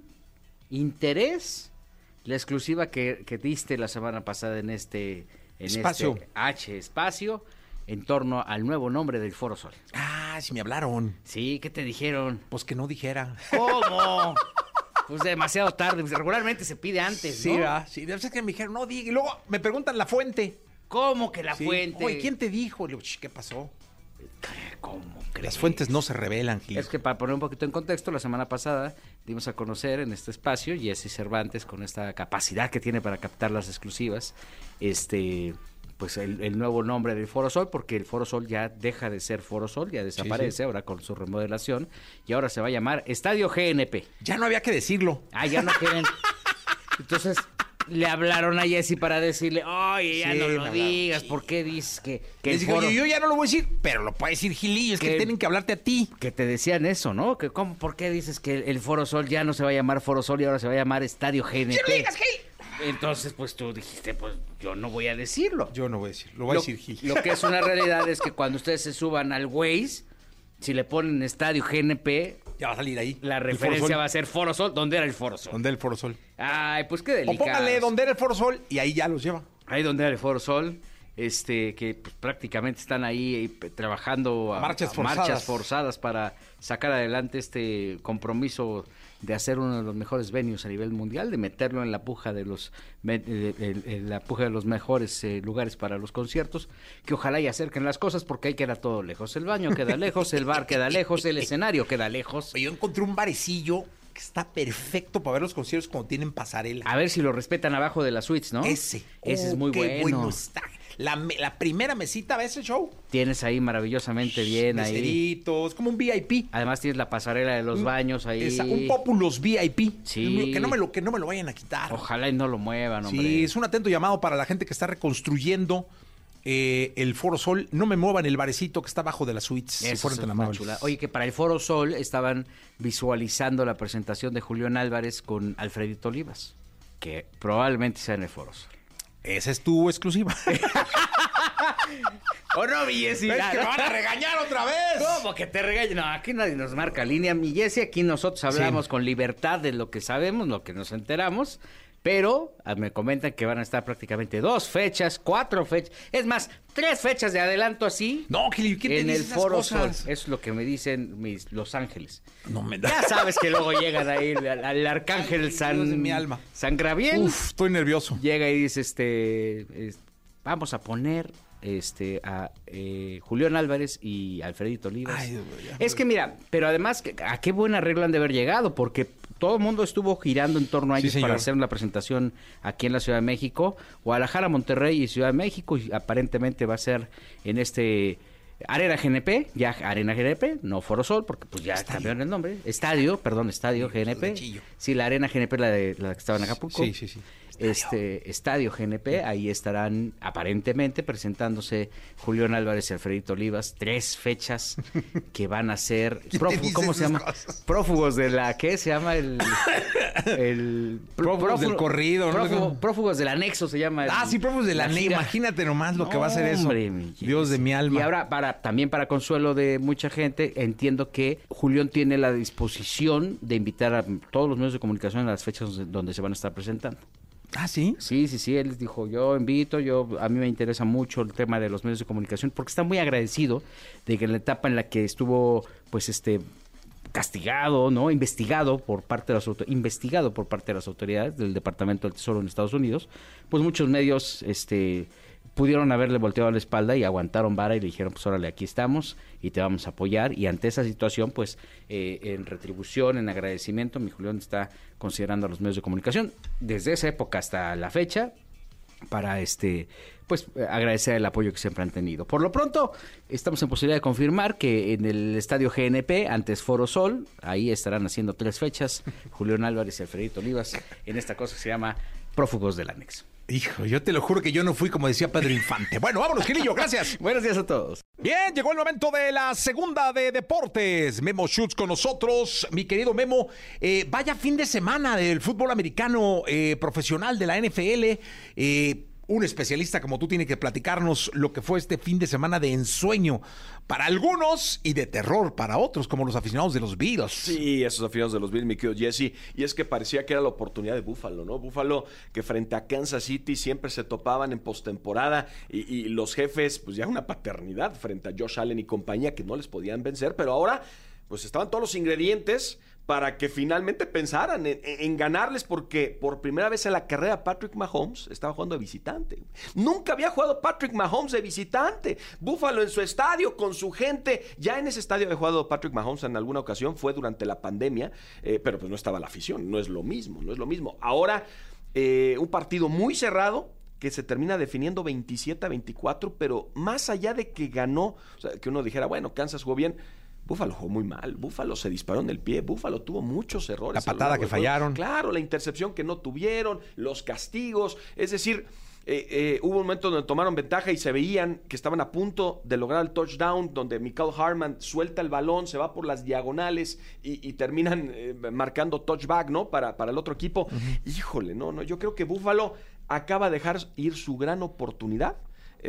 interés, la exclusiva que, que diste la semana pasada en este, en Espacio. este H espacio en torno al nuevo nombre del Foro Sol? Ah, sí me hablaron. Sí, ¿qué te dijeron? Pues que no dijera. ¿Cómo? Pues demasiado tarde. Regularmente se pide antes, Sí, ¿no? ¿verdad? Sí, debe ser que me dijeron, no diga. Y luego me preguntan la fuente. ¿Cómo que la Sí. fuente? Oye, ¿quién te dijo? Le digo, "Ch, ¿qué pasó? ¿Cómo crees? Las fuentes no se revelan, Gil. Es que para poner un poquito en contexto, la semana pasada dimos a conocer en este espacio Jesse Cervantes, con esta capacidad que tiene para captar las exclusivas, este, pues el, el nuevo nombre del Foro Sol, porque el Foro Sol ya deja de ser Foro Sol, ya desaparece sí. ahora con su remodelación, y ahora se va a llamar Estadio G N P. Ya no había que decirlo. Ah, ya no quieren. Entonces le hablaron a Jesse para decirle, oye, ya Sí, no me lo hablaron, digas, sí. ¿por qué dices que, que Les el digo, foro... yo, yo ya no lo voy a decir, pero lo puede decir Gilillo, es que, Que- tienen que hablarte a ti. Que te decían eso, ¿no? Que cómo, ¿por qué dices que el, el Foro Sol ya no se va a llamar Foro Sol y ahora se va a llamar Estadio G N P? ¡Sí lo digas, Gil! Entonces, pues tú dijiste, pues yo no voy a decirlo. Yo no voy a decir, lo voy lo, a decir Gil. Lo que es una realidad es que cuando ustedes se suban al Waze, si le ponen Estadio G N P, Ya va a salir ahí. la el Foro referencia Sol. va a ser Foro Sol. ¿Dónde era el Foro Sol? ¿Dónde era el Foro Sol? Ay, pues qué O delicado. póngale donde era el Foro Sol y ahí ya los lleva. Ahí donde era el Foro Sol, este, que pues, prácticamente están ahí eh, p- trabajando A marchas forzadas. marchas forzadas para sacar adelante este compromiso de hacer uno de los mejores venues a nivel mundial, de meterlo en la puja de los me- de- de- en la puja de los mejores eh, lugares para los conciertos, que ojalá y acerquen las cosas, porque ahí queda todo lejos. El baño queda lejos, el bar queda lejos, el escenario queda lejos. Yo encontré un barecillo que está perfecto para ver los conciertos cuando tienen pasarela. A ver si lo respetan abajo de las suites, ¿no? Ese. Ese es Oh, muy qué bueno. está. La, me- la primera mesita, ¿ves el show? Tienes ahí maravillosamente bien ahí. Meseritos, como un V I P. Además tienes la pasarela de los Un- baños ahí. Esa- un Populous V I P. Sí. Que no me lo, que no me lo vayan a quitar. Ojalá y no lo muevan, hombre. Sí, es un atento llamado para la gente que está reconstruyendo eh, el Foro Sol. No me muevan el barecito que está abajo de las suites. Si Eso fueran es tan una amables. chulada. Oye, que para el Foro Sol estaban visualizando la presentación de Julián Álvarez con Alfredito Olivas, que probablemente sea en el Foro Sol. Esa es tu exclusiva. ¿O no, mi Jessy? Es que me van a regañar otra vez. ¿Cómo que te regañan? No, aquí nadie nos marca línea, mi Jessy. Aquí nosotros hablamos Sí. con libertad de lo que sabemos, lo que nos enteramos. Pero ah, me comentan que van a estar prácticamente dos fechas, cuatro fechas. Es más, tres fechas de adelanto así. No, ¿quién te en dice el esas Foro cosas? Sol. Eso es lo que me dicen mis Los Ángeles. No me da. Ya sabes que luego llegan ahí al, al arcángel Ay, San, Dios de mi alma. San Gabriel. Uf, estoy nervioso. Llega y dice, este, es- vamos a poner este a eh, Julián Álvarez y Alfredito Olivas. Ay, Dios mío, ya. Es que mira, pero además, que- ¿a qué buen arreglo han de haber llegado? Porque todo el mundo estuvo girando en torno a Sí, ellos señor. para hacer una presentación aquí en la Ciudad de México, Guadalajara, Monterrey y Ciudad de México, y aparentemente va a ser en este Arena G N P, ya Arena G N P, no Foro Sol, porque pues ya cambiaron el nombre. Estadio, perdón, Estadio G N P. chillo. Sí, la Arena G N P, la, de, la que estaba en Acapulco. Sí, sí, sí. Este Estadio G N P, ahí estarán aparentemente presentándose Julián Álvarez y Alfredito Olivas, tres fechas que van a ser ¿Quién te prófu- dice ¿cómo se esas llama? cosas? Prófugos de la ¿qué se llama el el Prófugos del corrido, ¿no? prófugo- prófugos del anexo se llama. el- Ah, sí, prófugos de la NE. gira. Imagínate nomás lo que va a ser eso. Hombre, mi Dios de mi alma. Y ahora, para, también para consuelo de mucha gente, entiendo que Julián tiene la disposición de invitar a todos los medios de comunicación a las fechas donde se van a estar presentando. Ah, ¿sí? Sí, sí, sí, él les dijo, yo invito, yo a mí me interesa mucho el tema de los medios de comunicación, porque está muy agradecido de que en la etapa en la que estuvo, pues, este castigado, ¿no? Investigado por parte de las auto- investigado por parte de las autoridades del Departamento del Tesoro en Estados Unidos, pues muchos medios, este pudieron haberle volteado la espalda y aguantaron vara y le dijeron, pues órale, aquí estamos y te vamos a apoyar. Y ante esa situación, pues, eh, en retribución, en agradecimiento, mi Julián está considerando a los medios de comunicación desde esa época hasta la fecha para este pues eh, agradecer el apoyo que siempre han tenido. Por lo pronto, estamos en posibilidad de confirmar que en el estadio G N P, antes Foro Sol, ahí estarán haciendo tres fechas, Julián Álvarez y Alfredito Olivas, en esta cosa que se llama Prófugos del Anexo. Hijo, yo te lo juro que yo no fui como decía Pedro Infante. Bueno, vámonos, Gilillo, gracias. Buenos días a todos. Bien, llegó el momento de la segunda de deportes. Memo Schutz con nosotros. Mi querido Memo, eh, vaya fin de semana del fútbol americano eh, profesional de la N F L. Eh, un especialista como tú tiene que platicarnos lo que fue este fin de semana de ensueño para algunos y de terror para otros, como los aficionados de los Bills. Sí, esos aficionados de los Bills, mi querido Jesse. Y es que parecía que era la oportunidad de Buffalo, ¿no? Buffalo que frente a Kansas City siempre se topaban en postemporada y, y los jefes, pues ya una paternidad frente a Josh Allen y compañía que no les podían vencer, pero ahora pues estaban todos los ingredientes para que finalmente pensaran en, en ganarles, porque por primera vez en la carrera Patrick Mahomes estaba jugando de visitante. Nunca había jugado Patrick Mahomes de visitante. Buffalo en su estadio, con su gente. Ya en ese estadio había jugado Patrick Mahomes en alguna ocasión, fue durante la pandemia, eh, pero pues no estaba la afición, no es lo mismo, no es lo mismo. Ahora, eh, un partido muy cerrado, que se termina definiendo veintisiete a veinticuatro, pero más allá de que ganó, o sea, que uno dijera, bueno, Kansas jugó bien, Buffalo jugó muy mal, Buffalo se disparó en el pie, Buffalo tuvo muchos errores. La a lo patada largo que del juego. fallaron. Claro, la intercepción que no tuvieron, los castigos, es decir, eh, eh, hubo un momento donde tomaron ventaja y se veían que estaban a punto de lograr el touchdown, donde Mecole Hardman suelta el balón, se va por las diagonales y, y terminan eh, marcando touchback, ¿no? Para, para el otro equipo. Uh-huh. Híjole, no, no, yo creo que Buffalo acaba de dejar ir su gran oportunidad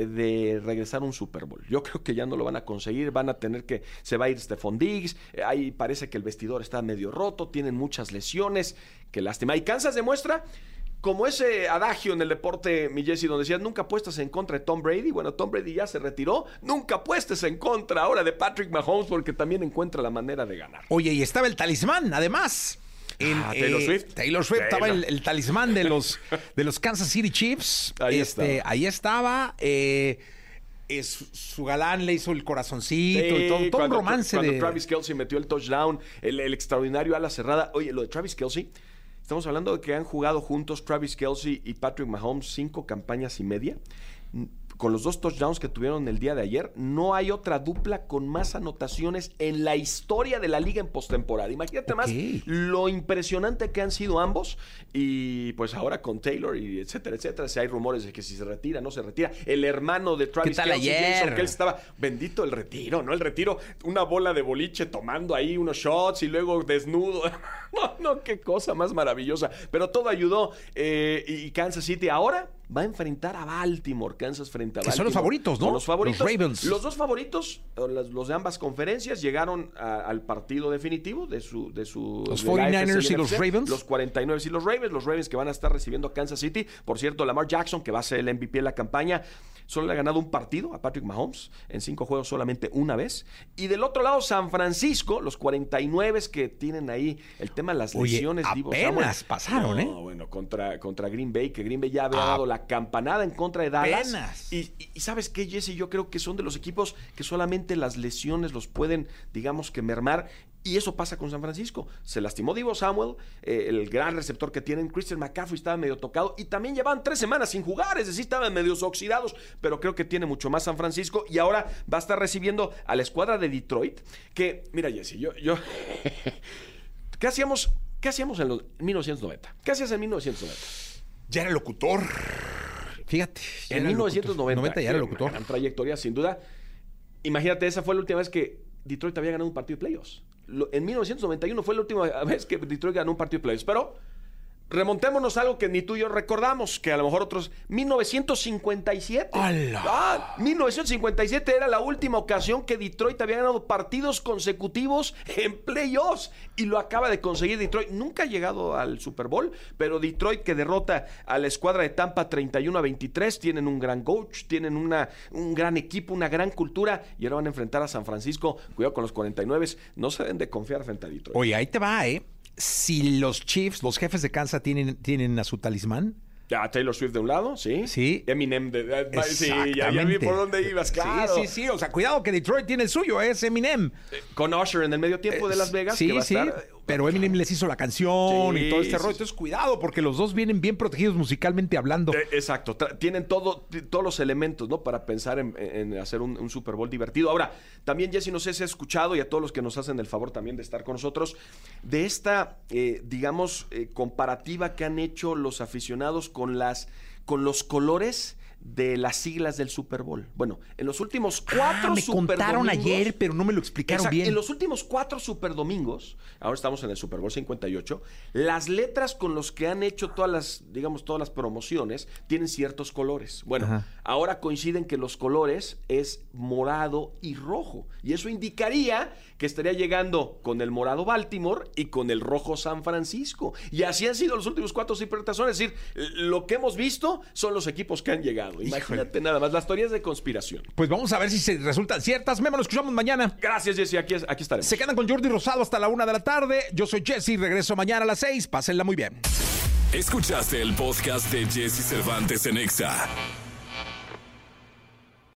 de regresar a un Super Bowl. Yo creo que ya no lo van a conseguir, van a tener que, se va a ir Stephon Diggs, eh, ahí parece que el vestidor está medio roto, tienen muchas lesiones, qué lástima. Y Kansas demuestra, como ese adagio en el deporte, mi Jesse, donde decías, nunca apuestas en contra de Tom Brady. Bueno, Tom Brady ya se retiró, nunca apuestes en contra ahora de Patrick Mahomes, porque también encuentra la manera de ganar. Oye, y estaba el talismán, además. En, ah, Taylor eh, Swift. Taylor Swift Taylor. estaba el, el talismán de los, de los Kansas City Chiefs. Ahí este, estaba. Ahí estaba. Eh, es, su galán le hizo el corazoncito Sí, y todo, todo cuando, un romance cuando de... Travis Kelce metió el touchdown, el, el extraordinario ala cerrada. Oye, lo de Travis Kelce, estamos hablando de que han jugado juntos Travis Kelce y Patrick Mahomes cinco campañas y media. con los dos touchdowns que tuvieron el día de ayer. No hay otra dupla con más anotaciones en la historia de la liga en postemporada. Imagínate Okay. más lo impresionante que han sido ambos. Y pues ahora con Taylor y etcétera, etcétera. Si hay rumores de que si se retira, no se retira. El hermano de Travis ¿Qué tal Kelce, ayer? Jason Kelce, estaba bendito el retiro, ¿no? El retiro, una bola de boliche tomando ahí unos shots y luego desnudo. No, no, qué cosa más maravillosa. Pero todo ayudó. Eh, y Kansas City ahora va a enfrentar a Baltimore. Kansas frente a Que Baltimore. son los favoritos, ¿no? Son los favoritos. Los Ravens. Los dos favoritos, los, los de ambas conferencias, llegaron a- al partido definitivo de su... De su Los de la cuarenta y nueve A F C y los Ravens. Los cuarenta y nueve y los Ravens. Los Ravens que van a estar recibiendo a Kansas City. Por cierto, Lamar Jackson, que va a ser el M V P en la campaña, solo le ha ganado un partido a Patrick Mahomes. En cinco juegos solamente una vez. Y del otro lado, San Francisco, los cuarenta y nueve que tienen ahí el tema de las Oye, lesiones. Divo apenas Samuel. pasaron, No, ¿eh? bueno, contra, contra Green Bay, que Green Bay ya había Ah, dado la campanada en contra de Dallas. apenas. Y, y- y ¿sabes qué, Jesse? Yo creo que son de los equipos que solamente las lesiones los pueden, digamos que mermar. Y eso pasa con San Francisco. Se lastimó Divo Samuel, eh, el gran receptor que tienen. Christian McCaffrey estaba medio tocado y también llevaban tres semanas sin jugar, es decir, estaban medios oxidados, pero creo que tiene mucho más San Francisco y ahora va a estar recibiendo a la escuadra de Detroit, que, mira, Jesse, yo... yo ¿Qué hacíamos, qué hacíamos en los mil novecientos noventa? ¿Qué hacías en mil novecientos noventa? Ya era locutor. Fíjate. ya En era mil novecientos noventa. noventa ya era qué locutor. gran trayectoria, sin duda. Imagínate, esa fue la última vez que Detroit había ganado un partido de playoffs. Lo- en mil novecientos noventa y uno fue la última vez que Detroit ganó un partido de playoffs. Pero remontémonos a algo que ni tú y yo recordamos, que a lo mejor otros... mil novecientos cincuenta y siete. ¡Hala! Ah, mil novecientos cincuenta y siete era la última ocasión que Detroit había ganado partidos consecutivos en playoffs. Y lo acaba de conseguir Detroit. Nunca ha llegado al Super Bowl, pero Detroit, que derrota a la escuadra de Tampa treinta y uno a veintitrés, tienen un gran coach, tienen una, un gran equipo, una gran cultura, y ahora van a enfrentar a San Francisco. Cuidado con los cuarenta y nueve, no se deben de confiar frente a Detroit. Oye, ahí te va, ¿eh? Si los Chiefs, los jefes de Kansas, tienen, tienen a su talismán. Ya, Taylor Swift de un lado, sí. Sí. Eminem de... de- sí, ya, ya vi Exactamente. por dónde ibas, claro. Sí, sí, sí. O sea, cuidado que Detroit tiene el suyo, ¿eh? es Eminem. Con Usher en el medio tiempo de Las Vegas. Sí, que va a sí. estar- Pero Eminem les hizo la canción Sí, y todo este sí, rollo. sí. Entonces, cuidado, porque los dos vienen bien protegidos musicalmente hablando. Eh, exacto, Tra- tienen todo, t- todos los elementos, ¿no? Para pensar en, en hacer un, un Super Bowl divertido. Ahora, también, Jesse, no sé si has escuchado, y a todos los que nos hacen el favor también de estar con nosotros, de esta, eh, digamos, eh, comparativa que han hecho los aficionados con las, con los colores de las siglas del Super Bowl. Bueno, en los últimos cuatro Ah, me Super contaron Domingos- ayer, pero no me lo explicaron Exacto. bien. En los últimos cuatro Super Domingos, ahora estamos en el Super Bowl cincuenta y ocho, las letras con los que han hecho todas las, digamos, todas las promociones tienen ciertos colores. Bueno, Ajá. ahora coinciden que los colores es morado y rojo. Y eso indicaría que estaría llegando con el morado Baltimore y con el rojo San Francisco. Y así han sido los últimos cuatro supertazones. Es decir, lo que hemos visto son los equipos que han llegado. Imagínate nada más, las teorías de conspiración. Pues vamos a ver si se resultan ciertas. Memo, nos escuchamos mañana. Gracias, Jesse. Aquí, aquí estaremos. Se quedan con Jordi Rosado hasta la una de la tarde. Yo soy Jesse, regreso mañana a las seis. Pásenla muy bien. Escuchaste el podcast de Jesse Cervantes en Exa.